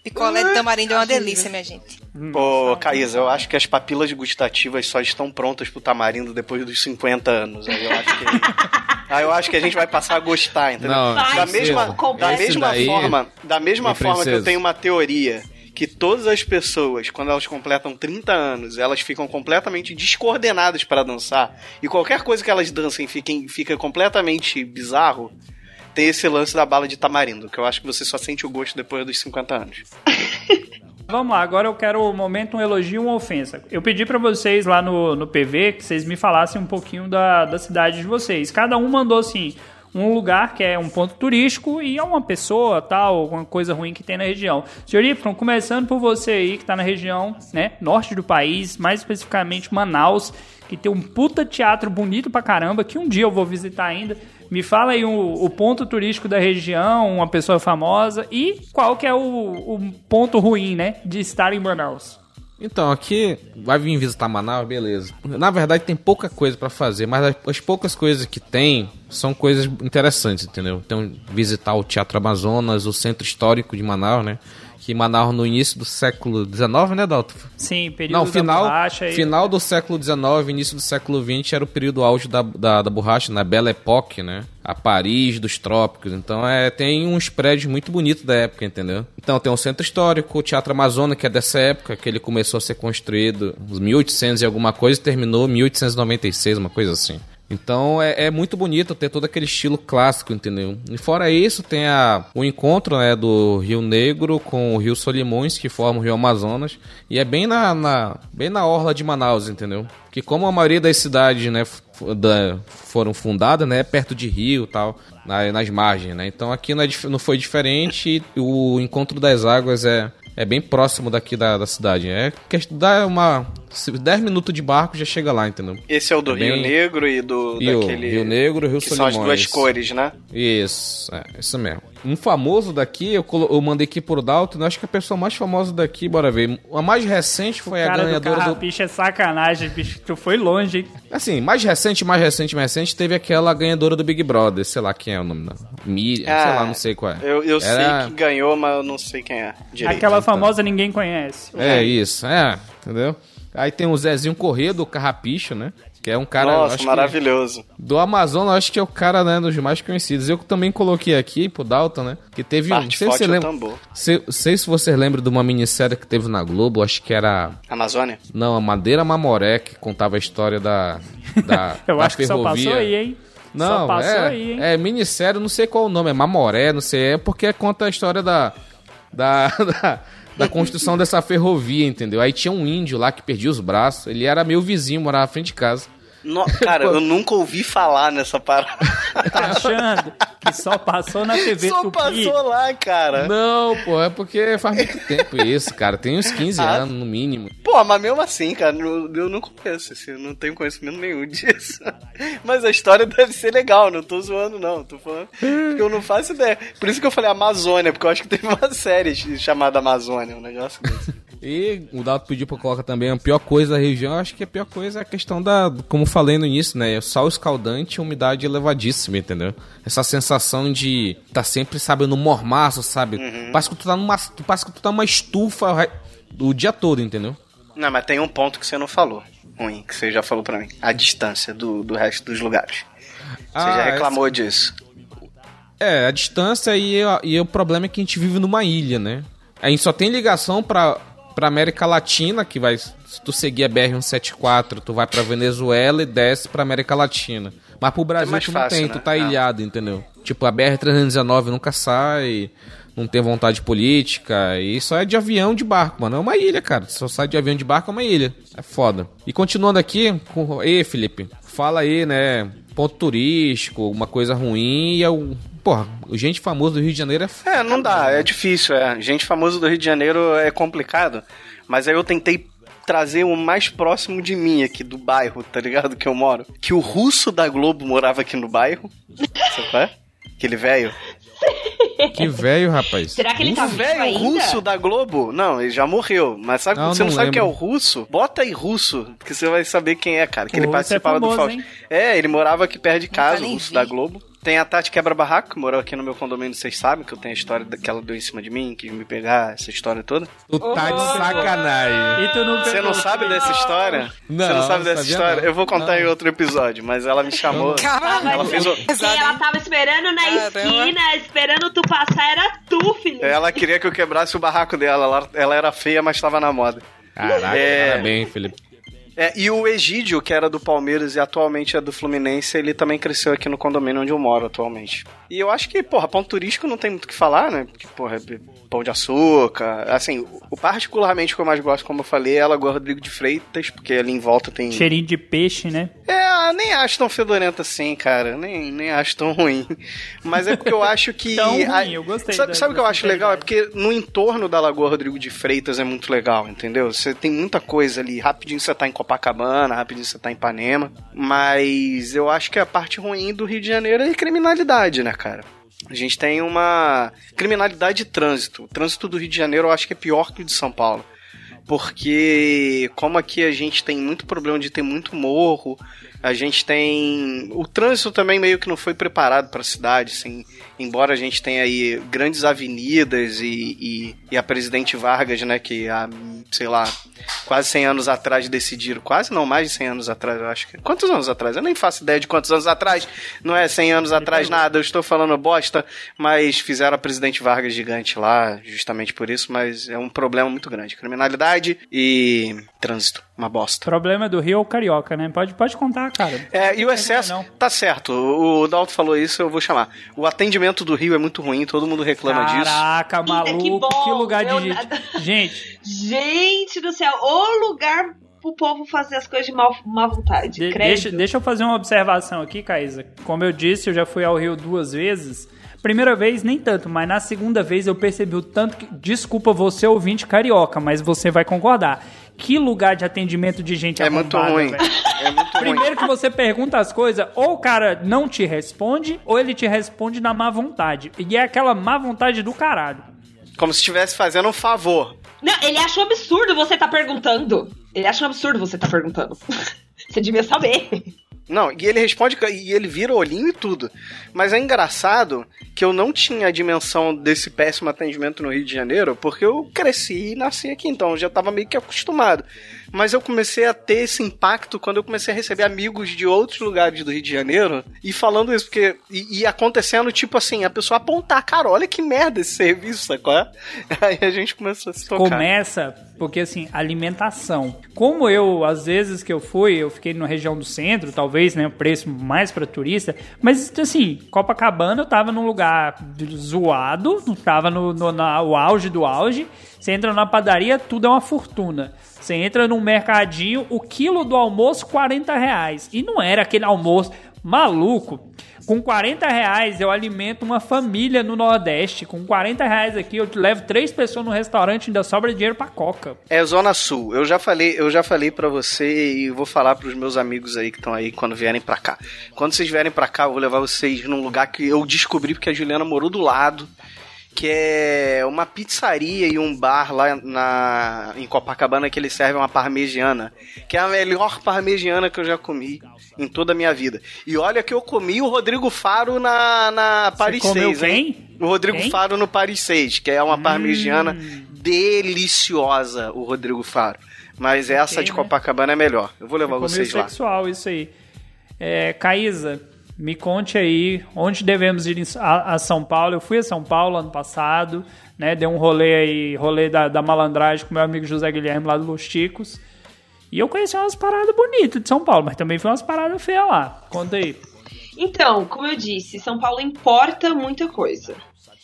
Speaker 2: Picolé de tamarindo é uma delícia, minha gente.
Speaker 4: Pô, Caísa, eu acho que as papilas gustativas só estão prontas pro tamarindo depois dos cinquenta anos. Aí eu acho que, aí eu acho que a gente vai passar a gostar, entendeu?
Speaker 5: Não,
Speaker 4: da mesma, da mesma
Speaker 5: daí,
Speaker 4: forma, da mesma forma
Speaker 5: princesa.
Speaker 4: que eu tenho uma teoria que todas as pessoas, quando elas completam trinta anos, elas ficam completamente descoordenadas para dançar, e qualquer coisa que elas dancem fiquem, fica completamente bizarro, tem esse lance da bala de tamarindo, que eu acho que você só sente o gosto depois dos cinquenta anos.
Speaker 3: Vamos lá, agora eu quero um momento, um elogio e uma ofensa. Eu pedi pra vocês lá no, no P V que vocês me falassem um pouquinho da, da cidade de vocês. Cada um mandou, assim, um lugar que é um ponto turístico e é uma pessoa, tal, alguma coisa ruim que tem na região. senhor Y, começando por você aí, que tá na região, né, norte do país, mais especificamente Manaus, que tem um puta teatro bonito pra caramba, que um dia eu vou visitar ainda. Me fala aí o, o ponto turístico da região, uma pessoa famosa, e qual que é o, o ponto ruim, né, de estar em Manaus.
Speaker 5: Então, aqui vai vir visitar Manaus, beleza. Na verdade tem pouca coisa pra fazer, mas as, as poucas coisas que tem são coisas interessantes, entendeu? Então, visitar o Teatro Amazonas, o Centro Histórico de Manaus, né? Que Manaus no início do século dezenove, né, Dalton?
Speaker 3: Sim, período
Speaker 5: Não, final,
Speaker 3: da borracha. E...
Speaker 5: final do século dezenove, início do século vinte era o período auge da, da, da borracha, na Belle Époque, né? A Paris dos trópicos. Então, é, tem uns prédios muito bonitos da época, entendeu? Então, tem o Centro Histórico, o Teatro Amazonas, que é dessa época, que ele começou a ser construído uns mil e oitocentos e alguma coisa e terminou em mil oitocentos e noventa e seis, uma coisa assim. Então é, é muito bonito ter todo aquele estilo clássico, entendeu? E fora isso tem a, o encontro, né, do Rio Negro com o Rio Solimões, que forma o Rio Amazonas. E é bem na, na, bem na orla de Manaus, entendeu? Que como a maioria das cidades, né, f- da, foram fundadas, né, perto de rio e tal, na, nas margens, né? Então aqui não, é, não foi diferente e o encontro das águas é... É bem próximo daqui da, da cidade. É que dá uma... dez minutos de barco já chega lá, entendeu?
Speaker 4: Esse é o do
Speaker 5: bem...
Speaker 4: Rio Negro e do...
Speaker 5: Rio,
Speaker 4: daquele...
Speaker 5: Rio Negro e Rio
Speaker 4: que
Speaker 5: Solimões.
Speaker 4: São as duas cores, né?
Speaker 5: Isso, é, isso mesmo. Um famoso daqui, eu, colo... eu mandei aqui por Dalton, eu acho que a pessoa mais famosa daqui, bora ver. A mais recente foi
Speaker 3: o
Speaker 5: a
Speaker 3: cara
Speaker 5: ganhadora
Speaker 3: do... Cara,
Speaker 5: do...
Speaker 3: bicho, é sacanagem, bicho. Tu foi longe, hein?
Speaker 5: Assim, mais recente, mais recente, mais recente, teve aquela ganhadora do Big Brother, sei lá quem é o nome da... Miriam,
Speaker 4: ah,
Speaker 5: sei lá, não sei qual é.
Speaker 4: Eu, eu
Speaker 5: Era...
Speaker 4: sei que ganhou, mas eu não sei quem é direito.
Speaker 3: Aquela famosa então. Ninguém conhece.
Speaker 5: É, é, isso, é, entendeu? Aí tem o Zezinho Corrêa, do Carrapicho, né? Que é um cara...
Speaker 4: Nossa,
Speaker 5: acho
Speaker 4: maravilhoso.
Speaker 5: Que, do Amazonas, acho que é o cara, né, dos mais conhecidos. Eu também coloquei aqui pro Dalton, né? Que teve um... Não sei se você lembra... Sei, sei se você lembra de uma minissérie que teve na Globo, acho que era...
Speaker 4: Amazônia?
Speaker 5: Não, a Madeira Mamoré, que contava a história da... da
Speaker 3: Eu
Speaker 5: da
Speaker 3: acho que
Speaker 5: ferrovia.
Speaker 3: só passou aí, hein?
Speaker 5: Não,
Speaker 3: só passou
Speaker 5: é,
Speaker 3: aí, hein?
Speaker 5: É minissérie, não sei qual o nome, é Mamoré, não sei, é porque conta a história da... da, da da construção dessa ferrovia, entendeu? Aí tinha um índio lá que perdia os braços, ele era meu vizinho, morava na frente de casa.
Speaker 4: No, cara, eu nunca ouvi falar nessa parada.
Speaker 3: Tá achando que só passou na T V
Speaker 4: Só
Speaker 3: Tupi?
Speaker 4: passou lá, cara.
Speaker 5: Não, pô, é porque faz muito tempo isso, cara. Tem uns quinze ah, anos, no mínimo.
Speaker 4: Pô, mas mesmo assim, cara, eu, eu não conheço, assim, eu não tenho conhecimento nenhum disso. Mas a história deve ser legal, não tô zoando, não. Tô falando que eu não faço ideia. Por isso que eu falei Amazônia, porque eu acho que teve uma série chamada Amazônia, um negócio desse.
Speaker 5: E o Dalton pediu pra colocar também a pior coisa da região. Eu acho que a pior coisa é a questão da, como falei no início, né? Sol escaldante e umidade elevadíssima, entendeu? Essa sensação de tá sempre, sabe, no mormaço, sabe? Uhum. Parece que tu tá numa, parece que tu tá numa estufa o dia todo, entendeu?
Speaker 4: Não, mas tem um ponto que você não falou, ruim, que você já falou pra mim. A distância do, do resto dos lugares. Você ah, já reclamou essa... disso.
Speaker 5: É, a distância e, e o problema é que a gente vive numa ilha, né? A gente só tem ligação pra... pra América Latina, que vai... Se tu seguir a B R cento e setenta e quatro, tu vai pra Venezuela e desce pra América Latina. Mas pro Brasil é tu não fácil, tem, né? Tu tá ilhado, ah. entendeu? Tipo, a B R trezentos e dezenove nunca sai, não tem vontade política, e só é de avião de barco, mano. É uma ilha, cara. Só sai de avião de barco, é uma ilha. É foda. E continuando aqui, com... Ei, Felipe, fala aí, né? Ponto turístico, uma coisa ruim e é o... Porra, gente famosa do Rio de Janeiro é... F...
Speaker 4: É, não dá, é difícil, é. Gente famosa do Rio de Janeiro é complicado, mas aí eu tentei trazer o mais próximo de mim aqui, do bairro, tá ligado? Que eu moro. Que o russo da Globo morava aqui no bairro. Sabe qual é? Aquele velho.
Speaker 5: Que velho, rapaz.
Speaker 7: Será que ele tá
Speaker 4: vivo ainda? O velho russo da Globo? Não, ele já morreu. Mas sabe, não, você não, não sabe quem é o russo? Bota aí russo, que você vai saber quem é, cara. Que o ele participava é famoso, do Faustão. É, ele morava aqui perto de casa, o russo vi. da Globo. Tem a Tati Quebra-Barraco, que morou aqui no meu condomínio, vocês sabem que eu tenho a história daquela deu em cima de mim, que me pegar, essa história toda.
Speaker 5: Tu tá de sacanagem.
Speaker 3: E tu não
Speaker 4: Você não sabe dessa história?
Speaker 5: Não,
Speaker 4: Você não sabe dessa história?
Speaker 5: não.
Speaker 4: Eu vou contar
Speaker 5: Não.
Speaker 4: em outro episódio, mas ela me chamou.
Speaker 2: Caramba,
Speaker 4: Ela fez o...
Speaker 7: Sim, ela tava esperando na
Speaker 2: Caramba.
Speaker 7: esquina, esperando tu passar, era tu, filho.
Speaker 4: Ela queria que eu quebrasse o barraco dela. Ela, ela era feia, mas estava na moda.
Speaker 5: Caraca,
Speaker 4: É.
Speaker 5: parabéns, Felipe.
Speaker 4: É, e o Egídio, que era do Palmeiras e atualmente é do Fluminense, ele também cresceu aqui no condomínio onde eu moro atualmente. E eu acho que, porra, ponto turístico não tem muito o que falar, né? Porque, porra, Pão de Açúcar. Assim, o particularmente que eu mais gosto, como eu falei, é a Lagoa Rodrigo de Freitas, porque ali em volta tem...
Speaker 3: Cheirinho de peixe, né?
Speaker 4: É, nem acho tão fedorento assim, cara. Nem, nem acho tão ruim. Mas é porque eu acho que...
Speaker 3: Tão ruim,
Speaker 4: a-
Speaker 3: eu gostei
Speaker 4: Sabe,
Speaker 3: da-
Speaker 4: sabe o que eu
Speaker 3: da
Speaker 4: acho legal? É porque no entorno da Lagoa Rodrigo de Freitas é muito legal, entendeu? Você tem muita coisa ali. Rapidinho você tá em Copacabana, rapidinho você tá em Ipanema. Mas eu acho que a parte ruim do Rio de Janeiro é a criminalidade, né, cara? A gente tem uma criminalidade de trânsito. O trânsito do Rio de Janeiro eu acho que é pior que o de São Paulo. Porque como aqui a gente tem muito problema de ter muito morro, a gente tem... O trânsito também meio que não foi preparado para a cidade, assim, embora a gente tenha aí grandes avenidas e, e, e a Presidente Vargas, né, que há, sei lá, quase cem anos atrás decidiram, quase não, mais de cem anos atrás, eu acho que... Quantos anos atrás? Eu nem faço ideia de quantos anos atrás, não é cem anos atrás nada, eu estou falando bosta, mas fizeram a Presidente Vargas gigante lá, justamente por isso, mas é um problema muito grande. Criminalidade e trânsito, uma bosta.
Speaker 3: O problema do Rio é o carioca, né? Pode, pode contar, cara.
Speaker 4: É, e o excesso, tá certo, o Dalton falou isso, eu vou chamar. O atendimento do Rio é muito ruim, todo mundo reclama disso.
Speaker 3: Caraca, maluco,
Speaker 7: que
Speaker 3: que,
Speaker 7: bom,
Speaker 3: lugar de
Speaker 7: eu-
Speaker 3: gente. Gente,
Speaker 7: Gente do céu, o lugar pro povo fazer as coisas de má, má vontade.
Speaker 3: de-
Speaker 7: credo.
Speaker 3: deixa, deixa eu fazer uma observação aqui, Caísa. Como eu disse, eu já fui ao Rio duas vezes. Primeira vez, nem tanto, mas na segunda vez eu percebi o tanto que... Desculpa você, ouvinte carioca, mas você vai concordar. Que lugar de atendimento de gente
Speaker 4: É muito
Speaker 3: arrombada,
Speaker 4: ruim,
Speaker 3: velho.
Speaker 4: é muito ruim.
Speaker 3: Primeiro que você pergunta as coisas, ou o cara não te responde, ou ele te responde na má vontade. E é aquela má vontade do caralho.
Speaker 4: Como se estivesse fazendo um favor.
Speaker 7: Não, ele acha um absurdo você tá perguntando. Ele acha um absurdo você tá perguntando. Você devia saber.
Speaker 4: Não, e ele responde, e ele vira o olhinho e tudo. Mas é engraçado que eu não tinha a dimensão desse péssimo atendimento no Rio de Janeiro, porque eu cresci e nasci aqui, então eu já estava meio que acostumado. Mas eu comecei a ter esse impacto quando eu comecei a receber amigos de outros lugares do Rio de Janeiro e falando isso, porque e, e acontecendo tipo assim, a pessoa apontar, cara, olha que merda esse serviço, sacou? Aí a gente começou a se tocar.
Speaker 3: Começa porque, assim, alimentação. Como eu, às vezes que eu fui, eu fiquei na região do centro, talvez, né, o preço mais pra turista, mas, assim, Copacabana eu tava num lugar zoado, não tava no, no na, o auge do auge, você entra na padaria, tudo é uma fortuna. Você entra num mercadinho, o quilo do almoço, quarenta reais. E não era aquele almoço maluco. Com quarenta reais eu alimento uma família no Nordeste. Com quarenta reais aqui eu levo três pessoas no restaurante e ainda sobra dinheiro pra coca.
Speaker 4: É Zona Sul. Eu já falei, eu já falei para você e vou falar pros meus amigos aí que estão aí quando vierem pra cá. Quando vocês vierem pra cá, eu vou levar vocês num lugar que eu descobri porque a Juliana morou do lado, que é uma pizzaria e um bar lá na, em Copacabana que eles servem uma parmegiana, que é a melhor parmegiana que eu já comi em toda a minha vida. E olha que eu comi o Rodrigo Faro na, na Paris
Speaker 3: Você comeu
Speaker 4: seis, hein?
Speaker 3: quem?
Speaker 4: O Rodrigo
Speaker 3: Quem?
Speaker 4: Faro no Paris seis, que é uma
Speaker 3: Hum.
Speaker 4: parmegiana deliciosa, o Rodrigo Faro. Mas essa
Speaker 3: Ok,
Speaker 4: de
Speaker 3: né?
Speaker 4: Copacabana é melhor. Eu vou levar
Speaker 3: Ficou
Speaker 4: vocês
Speaker 3: meio
Speaker 4: lá.
Speaker 3: sexual isso aí. É, Caísa, me conte aí onde devemos ir em- a, a São Paulo. Eu fui a São Paulo ano passado, né? Dei um rolê aí, rolê da, da malandragem com meu amigo José Guilherme lá do Los Ticos. E eu conheci umas paradas bonitas de São Paulo, mas também foi umas paradas feias lá. Conta aí.
Speaker 7: Então, como eu disse, São Paulo importa muita coisa.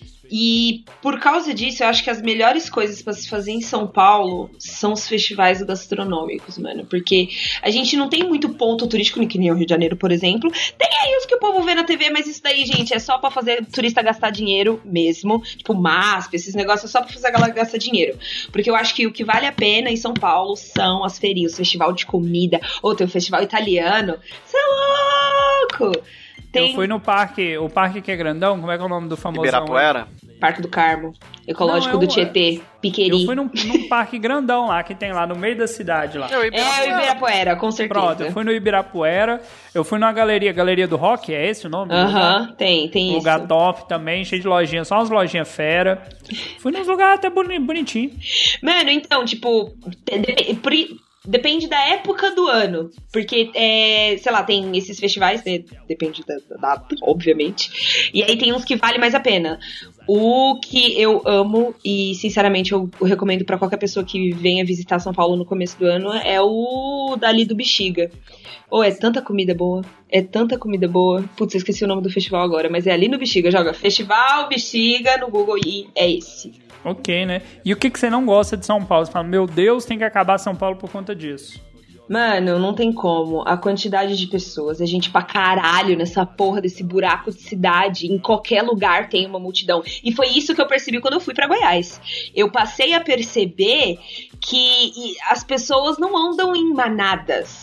Speaker 7: E por causa disso, eu acho que as melhores coisas pra se fazer em São Paulo são os festivais gastronômicos, mano. Porque a gente não tem muito ponto turístico, que nem o Rio de Janeiro, por exemplo. Tem aí os que o povo vê na T V, mas isso daí, gente, é só pra fazer turista gastar dinheiro mesmo. Tipo, M A S P, esses negócios, é só pra fazer a galera gastar dinheiro. Porque eu acho que o que vale a pena em São Paulo são as feirinhas, o festival de comida, ou tem o festival italiano. Você é louco! Tem...
Speaker 3: Eu fui no parque, o parque que é grandão, como é que é o nome do famosão?
Speaker 4: Ibirapuera?
Speaker 7: Parque do Carmo, Ecológico
Speaker 3: Não, é
Speaker 7: do
Speaker 3: um-
Speaker 7: Tietê, Piqueri.
Speaker 3: Eu fui num, num parque grandão lá, que tem lá no meio da cidade lá.
Speaker 7: É o Ibirapuera, com certeza.
Speaker 3: Pronto, eu fui no Ibirapuera, eu fui numa galeria, Galeria do Rock, é esse o nome?
Speaker 7: Aham, tem, tem
Speaker 3: Um lugar
Speaker 7: isso.
Speaker 3: top também, cheio de lojinhas, só umas lojinhas fera. Fui nos lugares até boni- bonitinho.
Speaker 7: Mano, então, tipo, de- de- pri- depende da época do ano. Porque, é, sei lá, tem esses festivais, né? Depende da, da data, obviamente. E aí tem uns que vale mais a pena. O que eu amo e, sinceramente, eu recomendo pra qualquer pessoa que venha visitar São Paulo no começo do ano é o dali do Bexiga. Ou é tanta comida boa, é tanta comida boa. Putz, eu esqueci o nome do festival agora, mas é ali no Bexiga. Joga Festival Bexiga no Google e é esse.
Speaker 3: Ok, né? E o que, que você não gosta de São Paulo? Você fala, meu Deus, tem que acabar São Paulo por conta disso.
Speaker 7: Mano, não tem como. A quantidade de pessoas, é gente pra caralho nessa porra desse buraco de cidade. Em qualquer lugar tem uma multidão. E foi isso que eu percebi quando eu fui pra Goiás. Eu passei a perceber que as pessoas não andam em manadas.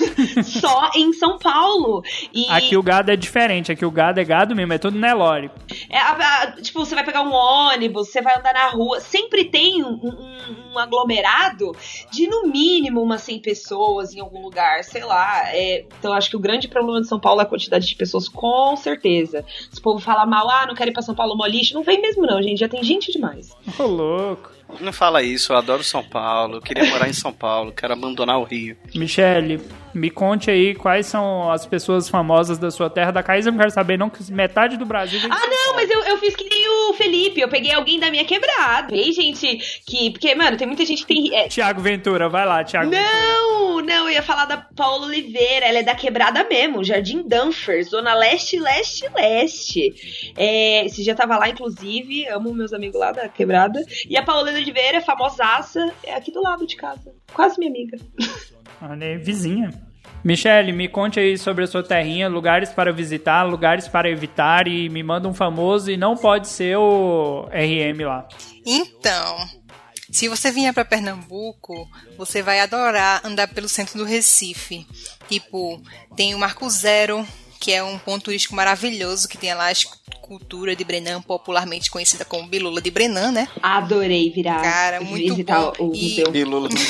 Speaker 7: Só em São Paulo. E
Speaker 3: Aqui o gado é diferente, aqui o gado é gado mesmo, é tudo Nelore.
Speaker 7: é, a- a- tipo, você vai pegar um ônibus, você vai andar na rua, sempre tem um, um- um aglomerado de no mínimo umas cem pessoas em algum lugar, sei lá. É, então acho que o grande problema de São Paulo é a quantidade de pessoas, com certeza. Se o povo fala mal, ah, não quero ir pra São Paulo, mó lixo, não vem mesmo não, gente, já tem gente demais.
Speaker 3: Ô, louco.
Speaker 4: Não fala isso, eu adoro São Paulo, eu queria morar em São Paulo, quero abandonar o Rio.
Speaker 3: Michele, me conte aí quais são as pessoas famosas da sua terra. Da Caísa eu não quero saber não, que metade do Brasil... vem de
Speaker 7: Ah,
Speaker 3: São
Speaker 7: não,
Speaker 3: Paulo.
Speaker 7: mas eu, eu fiz que nem o Felipe, eu peguei alguém da minha quebrada. Tem gente que... Porque, mano, tem muita gente que tem... é,
Speaker 3: Tiago Ventura, vai lá, Tiago Ventura.
Speaker 7: Não, não, eu ia falar da Paula Oliveira, ela é da quebrada mesmo, Jardim Danfers, zona leste, leste, leste. É, esse dia tava lá, inclusive, amo meus amigos lá da quebrada. E a Paula Oliveira é famosaça, é aqui do lado de casa, quase minha amiga.
Speaker 3: Olha aí, vizinha. Michele, me conte aí sobre a sua terrinha, lugares para visitar, lugares para evitar, e me manda um famoso e não pode ser o R M lá.
Speaker 2: Então, se você vier para Pernambuco, você vai adorar andar pelo centro do Recife. Tipo, tem o Marco Zero, que é um ponto turístico maravilhoso, que tem lá a escultura de Brenan, popularmente conhecida como Bilula de Brenan, né?
Speaker 7: Adorei virar,
Speaker 2: Cara, muito
Speaker 7: visitar
Speaker 2: bom.
Speaker 7: o
Speaker 2: E-
Speaker 7: museu.
Speaker 4: Bilula do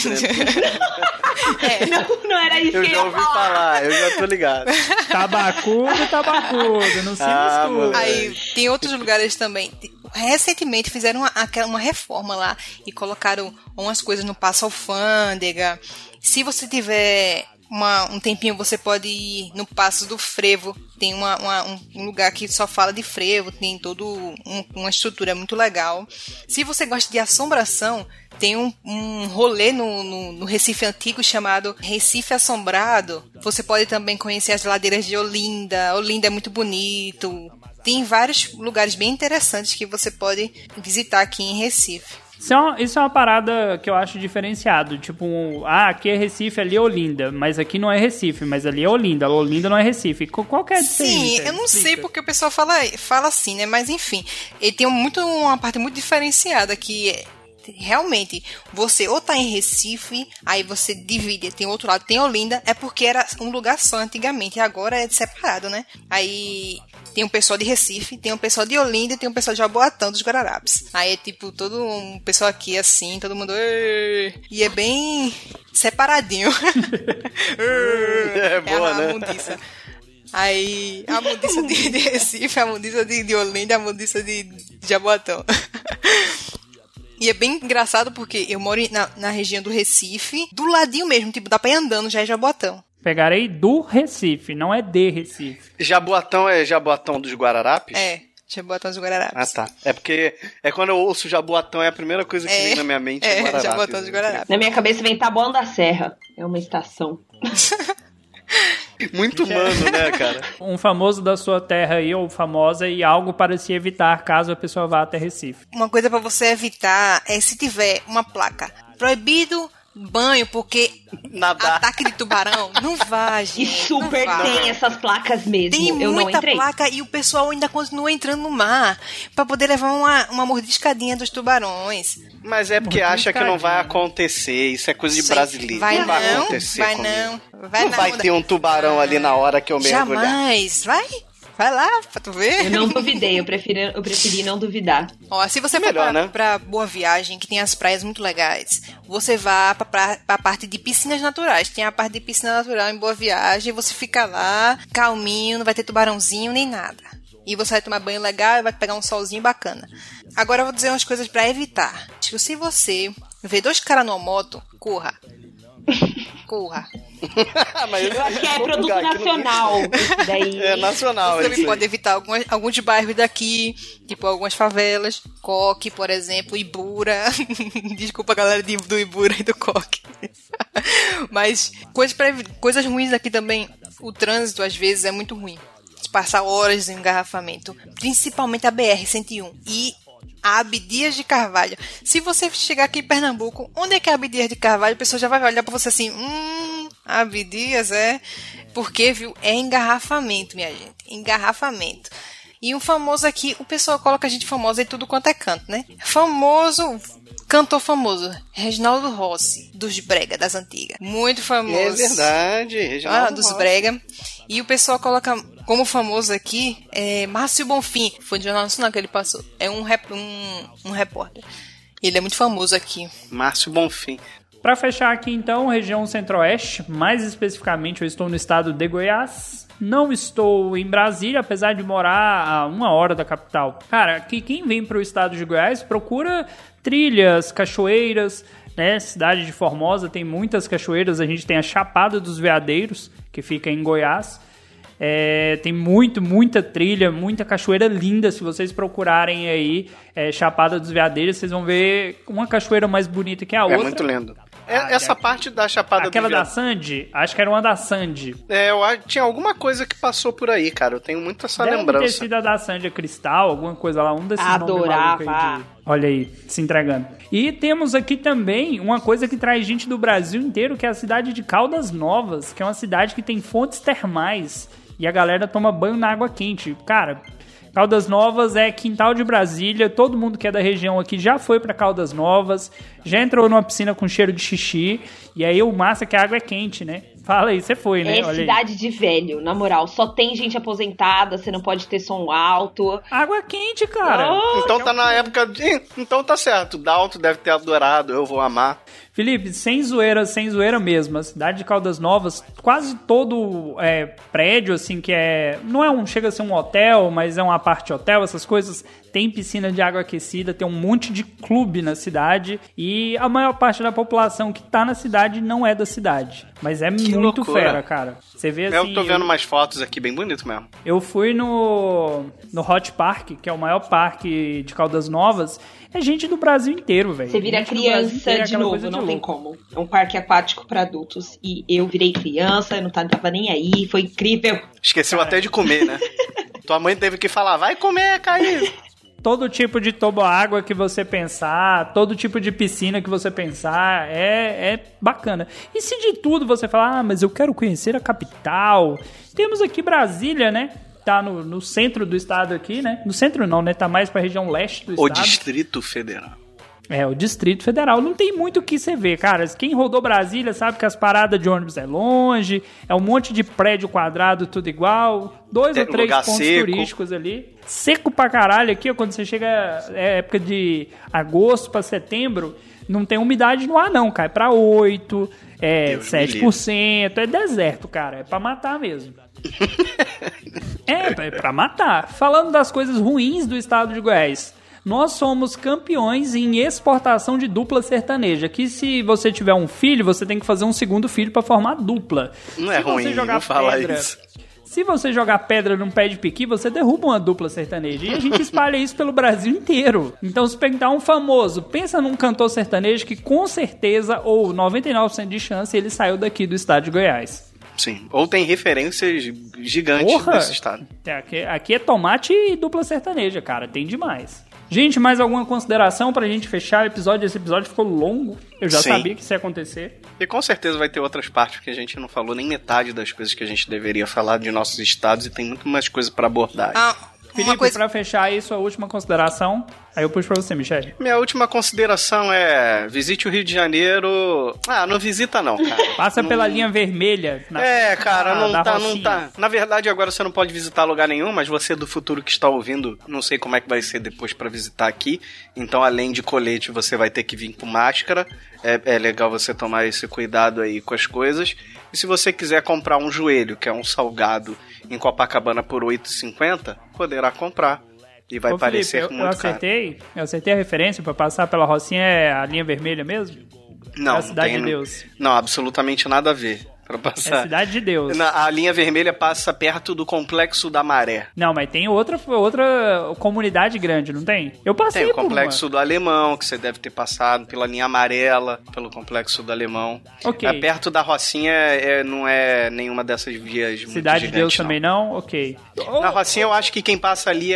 Speaker 2: É.
Speaker 7: Não, não era isso
Speaker 4: Eu
Speaker 7: que eu
Speaker 4: já
Speaker 7: ia
Speaker 4: ouvi
Speaker 7: falar.
Speaker 4: falar, eu já tô ligado.
Speaker 3: Tabacudo, tabacudo, não se
Speaker 4: Ah,
Speaker 3: mistura.
Speaker 4: moleque.
Speaker 2: Aí tem outros lugares também. Recentemente fizeram uma, aquela- uma reforma lá e colocaram umas coisas no Passo Alfândega. Se você tiver uma- um tempinho, você pode ir no Passo do Frevo. Tem uma, uma- um, um lugar que só fala de frevo, tem todo um- uma estrutura muito legal. Se você gosta de assombração, tem um, um rolê no, no, no Recife Antigo chamado Recife Assombrado. Você pode também conhecer as ladeiras de Olinda. Olinda é muito bonito. Tem vários lugares bem interessantes que você pode visitar aqui em Recife.
Speaker 3: Isso é, uma, isso é uma parada que eu acho diferenciado. Tipo, um, ah, aqui é Recife, ali é Olinda. Mas aqui não é Recife, mas ali é Olinda. Olinda não é Recife. Qual, qual que é a diferença?
Speaker 2: Sim, eu não sei porque o pessoal fala, fala assim, né? Mas enfim, ele tem muito, uma parte muito diferenciada que é, realmente, você ou tá em Recife, aí você divide, tem outro lado, tem Olinda, é porque era um lugar só antigamente, e agora é separado, né? Aí tem um pessoal de Recife, tem um pessoal de Olinda e tem um pessoal de Jaboatão dos Guararapes. Aí é tipo, todo um pessoal aqui assim, todo mundo... "Ê", e é bem separadinho.
Speaker 4: É boa,
Speaker 2: a
Speaker 4: né?
Speaker 2: mundiça. Aí, a mundiça de, de Recife, a mundiça de, de Olinda, a mundiça de, de Jaboatão. E é bem engraçado porque eu moro na, na região do Recife, do ladinho mesmo, tipo, dá pra ir andando, já é Jaboatão.
Speaker 3: Pegarei do Recife, não é de Recife.
Speaker 4: Jaboatão é Jaboatão dos Guararapes?
Speaker 2: É, Jaboatão dos Guararapes.
Speaker 4: Ah, tá. É porque é quando eu ouço Jaboatão, é a primeira coisa que
Speaker 2: É,
Speaker 4: vem na minha mente.
Speaker 2: é,
Speaker 4: Guararapes,
Speaker 2: Jaboatão dos
Speaker 4: né?
Speaker 2: Guararapes.
Speaker 7: Na minha cabeça vem Taboão da Serra, é uma estação.
Speaker 4: Muito humano, né, cara?
Speaker 3: Um famoso da sua terra aí, ou famosa, e algo para se evitar caso a pessoa vá até Recife.
Speaker 2: Uma coisa pra você evitar é se tiver uma placa proibido banho porque
Speaker 4: Nadar.
Speaker 2: ataque de tubarão, não vai,
Speaker 7: E
Speaker 2: gente.
Speaker 7: super
Speaker 2: não vai.
Speaker 7: tem essas placas mesmo.
Speaker 2: Tem
Speaker 7: eu não
Speaker 2: muita
Speaker 7: entrei.
Speaker 2: placa e o pessoal ainda continua entrando no mar pra poder levar uma, uma mordiscadinha dos tubarões.
Speaker 4: Mas é porque acha que não vai acontecer. Isso é coisa de
Speaker 2: Sei.
Speaker 4: brasileiro.
Speaker 2: Vai
Speaker 4: não vai
Speaker 2: não,
Speaker 4: acontecer
Speaker 2: vai
Speaker 4: comigo.
Speaker 2: não, vai
Speaker 4: Não vai
Speaker 2: não.
Speaker 4: ter um tubarão ali na hora que eu mergulhar.
Speaker 2: Jamais, vai? Vai lá, pra tu ver.
Speaker 7: Eu não duvidei, eu preferi, eu preferi não duvidar.
Speaker 2: Ó, se você
Speaker 4: É
Speaker 2: for
Speaker 4: melhor,
Speaker 2: pra,
Speaker 4: né?
Speaker 2: pra Boa Viagem, que tem as praias muito legais, você vá pra, pra, pra parte de piscinas naturais. Tem a parte de piscina natural em Boa Viagem, você fica lá, calminho, não vai ter tubarãozinho nem nada. E você vai tomar banho legal e vai pegar um solzinho bacana. Agora eu vou dizer umas coisas pra evitar. Tipo, se você vê dois caras numa moto, corra. Corra.
Speaker 4: Mas
Speaker 7: Eu acho que é produto nacional. Isso daí.
Speaker 4: É nacional.
Speaker 2: Você
Speaker 4: é
Speaker 2: também
Speaker 4: isso
Speaker 2: pode
Speaker 4: aí.
Speaker 2: evitar algumas, alguns bairros daqui, tipo algumas favelas, Coque, por exemplo, Ibura. Desculpa, galera de, do Ibura e do Coque. Mas coisas, pra, coisas ruins daqui também. O trânsito, às vezes, é muito ruim. Passar horas em engarrafamento. Principalmente a B R cento e um. E a Abdias de Carvalho. Se você chegar aqui em Pernambuco, onde é que é a Abdias de Carvalho? A pessoa já vai olhar pra você assim, hum, Abdias é... Porque, viu, é engarrafamento, minha gente. Engarrafamento. E um famoso aqui, o pessoal coloca a gente famosa em tudo quanto é canto, né? Famoso, cantor famoso, Reginaldo Rossi, dos Brega, das antigas. Muito famoso.
Speaker 4: É verdade, Reginaldo
Speaker 2: Ah, dos
Speaker 4: Rossi.
Speaker 2: Brega. E o pessoal coloca como famoso aqui, é Márcio Bonfim. Foi no Jornal Nacional que ele passou. É um, rep, um, um repórter. Ele é muito famoso aqui.
Speaker 4: Márcio Bonfim.
Speaker 3: Para fechar aqui então, região centro-oeste, mais especificamente eu estou no estado de Goiás. Não estou em Brasília, apesar de morar a uma hora da capital. Cara, aqui quem vem para o estado de Goiás procura trilhas, cachoeiras, né? Cidade de Formosa tem muitas cachoeiras. A gente tem a Chapada dos Veadeiros, que fica em Goiás. É, tem muito, muita trilha, muita cachoeira linda. Se vocês procurarem aí é, Chapada dos Veadeiros, vocês vão ver uma cachoeira mais bonita que a outra.
Speaker 4: É muito lindo. É, essa parte da Chapada
Speaker 3: Aquela
Speaker 4: do
Speaker 3: da
Speaker 4: Veadeiros.
Speaker 3: Sandy, acho que era uma da Sandy.
Speaker 4: É, eu acho, tinha alguma coisa que passou por aí, cara. Eu tenho muito essa
Speaker 3: Deve
Speaker 4: lembrança.
Speaker 3: ter sido a da Sandy Cristal, alguma coisa lá, um desses
Speaker 7: Adorava.
Speaker 3: nomes malucos aí de... Olha aí, se entregando. E temos aqui também uma coisa que traz gente do Brasil inteiro, que é a cidade de Caldas Novas, que é uma cidade que tem fontes termais e a galera toma banho na água quente. Cara, Caldas Novas é quintal de Brasília, todo mundo que é da região aqui já foi pra Caldas Novas, já entrou numa piscina com cheiro de xixi, e aí o massa é que a água é quente, né? Fala aí, você foi, né?
Speaker 7: É
Speaker 3: Olha
Speaker 7: cidade
Speaker 3: aí.
Speaker 7: de velho, na moral. Só tem gente aposentada, você não pode ter som alto.
Speaker 3: Água quente, cara.
Speaker 7: Oh,
Speaker 4: Então tá na época de... Então tá certo. Dalton deve ter adorado, eu vou amar.
Speaker 3: Felipe, sem zoeira, sem zoeira mesmo, a cidade de Caldas Novas, quase todo é, prédio, assim, que é... Não é um, chega a ser um hotel, mas é uma parte hotel, essas coisas, tem piscina de água aquecida, tem um monte de clube na cidade, e a maior parte da população que tá na cidade não é da cidade. Mas é
Speaker 4: Que
Speaker 3: muito
Speaker 4: loucura.
Speaker 3: fera, cara. Você vê assim...
Speaker 4: Eu tô vendo umas fotos aqui, bem bonito mesmo.
Speaker 3: Eu fui no, no Hot Park, que é o maior parque de Caldas Novas. É gente do Brasil inteiro, velho.
Speaker 7: Você vira
Speaker 3: Gente do Brasil
Speaker 7: criança
Speaker 3: inteiro, é
Speaker 7: de
Speaker 3: aquela
Speaker 7: novo,
Speaker 3: coisa
Speaker 7: não
Speaker 3: de
Speaker 7: tem
Speaker 3: louco.
Speaker 7: como. É um parque aquático pra adultos. E eu virei criança, eu não tava nem aí, foi incrível.
Speaker 4: Esqueceu até de comer, né? Tua mãe teve que falar, vai comer, Caio.
Speaker 3: Todo tipo de toboágua que você pensar, todo tipo de piscina que você pensar, é, é bacana. E se de tudo você falar, ah, mas eu quero conhecer a capital, temos aqui Brasília, né? Tá no, no centro do estado aqui, né? No centro não, né? Tá mais pra região leste do
Speaker 4: O
Speaker 3: estado.
Speaker 4: Distrito Federal.
Speaker 3: É, o Distrito Federal. Não tem muito o que você ver, cara. Quem rodou Brasília sabe que as paradas de ônibus é longe, é um monte de prédio quadrado, tudo igual. Dois
Speaker 4: É,
Speaker 3: ou três
Speaker 4: lugar
Speaker 3: pontos
Speaker 4: seco.
Speaker 3: turísticos ali. Seco pra caralho aqui, ó, quando você chega, é época de agosto pra setembro, não tem umidade no ar não, cai pra oito, é
Speaker 4: Deus me
Speaker 3: sete por cento, é deserto, cara, é pra matar mesmo. É, é pra matar. Falando das coisas ruins do estado de Goiás, nós somos campeões em exportação de dupla sertaneja. Que se você tiver um filho, você tem que fazer um segundo filho pra formar dupla.
Speaker 4: Não é
Speaker 3: se você
Speaker 4: ruim,
Speaker 3: jogar
Speaker 4: não fala
Speaker 3: pedra,
Speaker 4: isso.
Speaker 3: Se você jogar pedra num pé de piqui, você derruba uma dupla sertaneja. E a gente espalha isso pelo Brasil inteiro. Então, se perguntar um famoso, pensa num cantor sertanejo que com certeza, ou noventa e nove por cento de chance, ele saiu daqui do estado de Goiás.
Speaker 4: Sim, ou tem referências gigantes
Speaker 3: Porra!
Speaker 4: desse estado.
Speaker 3: Aqui, aqui é tomate e dupla sertaneja, cara. Tem demais. Gente, mais alguma consideração pra gente fechar o episódio? Esse episódio ficou longo. Eu já
Speaker 4: Sim.
Speaker 3: sabia que isso ia acontecer.
Speaker 4: E com certeza vai ter outras partes que a gente não falou nem metade das coisas que a gente deveria falar de nossos estados e tem muito mais coisa pra abordar.
Speaker 2: Ah, uma
Speaker 3: Felipe,
Speaker 2: coisa...
Speaker 3: pra fechar aí, sua última consideração. Aí eu puxo pra você, Michele.
Speaker 4: Minha última consideração é: visite o Rio de Janeiro. Ah, não visita não, cara.
Speaker 3: Passa
Speaker 4: não...
Speaker 3: pela linha vermelha. Na...
Speaker 4: É, cara, não
Speaker 3: da
Speaker 4: tá,
Speaker 3: Rocinha.
Speaker 4: não tá. Na verdade, agora você não pode visitar lugar nenhum, mas você do futuro que está ouvindo, não sei como é que vai ser depois pra visitar aqui. Então, além de colete, você vai ter que vir com máscara. É, é legal você tomar esse cuidado aí com as coisas. E se você quiser comprar um joelho, que é um salgado, em Copacabana por oito reais e cinquenta centavos, poderá comprar. E vai
Speaker 3: Ô,
Speaker 4: parecer
Speaker 3: Felipe, eu,
Speaker 4: muito
Speaker 3: eu acertei,
Speaker 4: caro.
Speaker 3: Eu acertei a referência pra passar pela Rocinha, é a linha vermelha mesmo?
Speaker 4: Não,
Speaker 3: é a Cidade
Speaker 4: não tem,
Speaker 3: de Deus.
Speaker 4: Não, absolutamente nada a ver. Pra passar.
Speaker 3: É Cidade de Deus.
Speaker 4: Na, a linha vermelha passa perto do Complexo da Maré.
Speaker 3: Não, mas tem outra, outra comunidade grande, não tem? Eu passei
Speaker 4: Tem o
Speaker 3: por
Speaker 4: Complexo
Speaker 3: uma.
Speaker 4: do Alemão, que você deve ter passado pela linha amarela, pelo Complexo do Alemão.
Speaker 3: Ok.
Speaker 4: É, perto da Rocinha é, não é nenhuma dessas vias muito
Speaker 3: Cidade de Deus
Speaker 4: gigantes, não.
Speaker 3: também não? Ok.
Speaker 4: Na Rocinha eu acho que quem passa ali é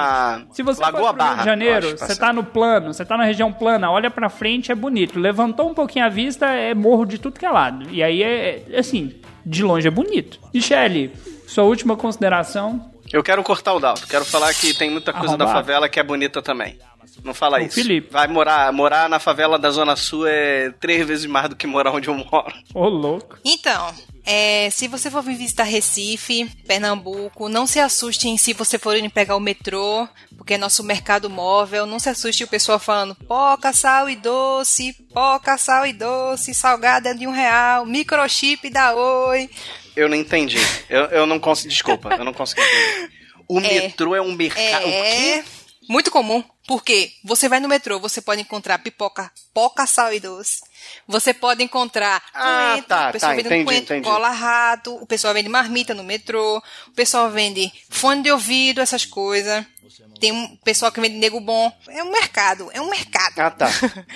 Speaker 4: a
Speaker 3: Se você
Speaker 4: Lagoa
Speaker 3: for pro Rio
Speaker 4: Barra.
Speaker 3: de Janeiro,
Speaker 4: eu acho,
Speaker 3: você tá no plano, você tá na região plana, olha pra frente, é bonito. Levantou um pouquinho a vista, é morro de tudo que é lado. E aí é, é assim, de longe é bonito. Michele, sua última consideração?
Speaker 4: Eu quero cortar o Dalton. Quero falar que tem muita coisa
Speaker 3: Arrombado.
Speaker 4: da favela que é bonita também. Não fala
Speaker 3: O
Speaker 4: isso.
Speaker 3: Felipe.
Speaker 4: Vai morar, morar na favela da Zona Sul é três vezes mais do que morar onde eu moro.
Speaker 3: Ô, louco.
Speaker 2: Então, é, se você for vir visitar Recife, Pernambuco, não se assustem se você for ir pegar o metrô, porque é nosso mercado móvel. Não se assuste o pessoal falando poca, sal e doce, poca, sal e doce, salgada de um real, microchip da Oi.
Speaker 4: Eu não entendi. Eu, eu não consigo. Desculpa, eu não consigo entender. O
Speaker 2: É.
Speaker 4: metrô é um mercado.
Speaker 2: É muito comum, porque você vai no metrô, você pode encontrar pipoca, poca, sal e doce. Você pode encontrar
Speaker 4: Ah,
Speaker 2: coentro,
Speaker 4: tá,
Speaker 2: o pessoal
Speaker 4: tá,
Speaker 2: vende
Speaker 4: entendi,
Speaker 2: coentro,
Speaker 4: entendi.
Speaker 2: cola rato, o pessoal vende marmita no metrô, o pessoal vende fone de ouvido, essas coisas. Tem um pessoal que vende nego bom. É um mercado, é um mercado.
Speaker 4: Ah, tá.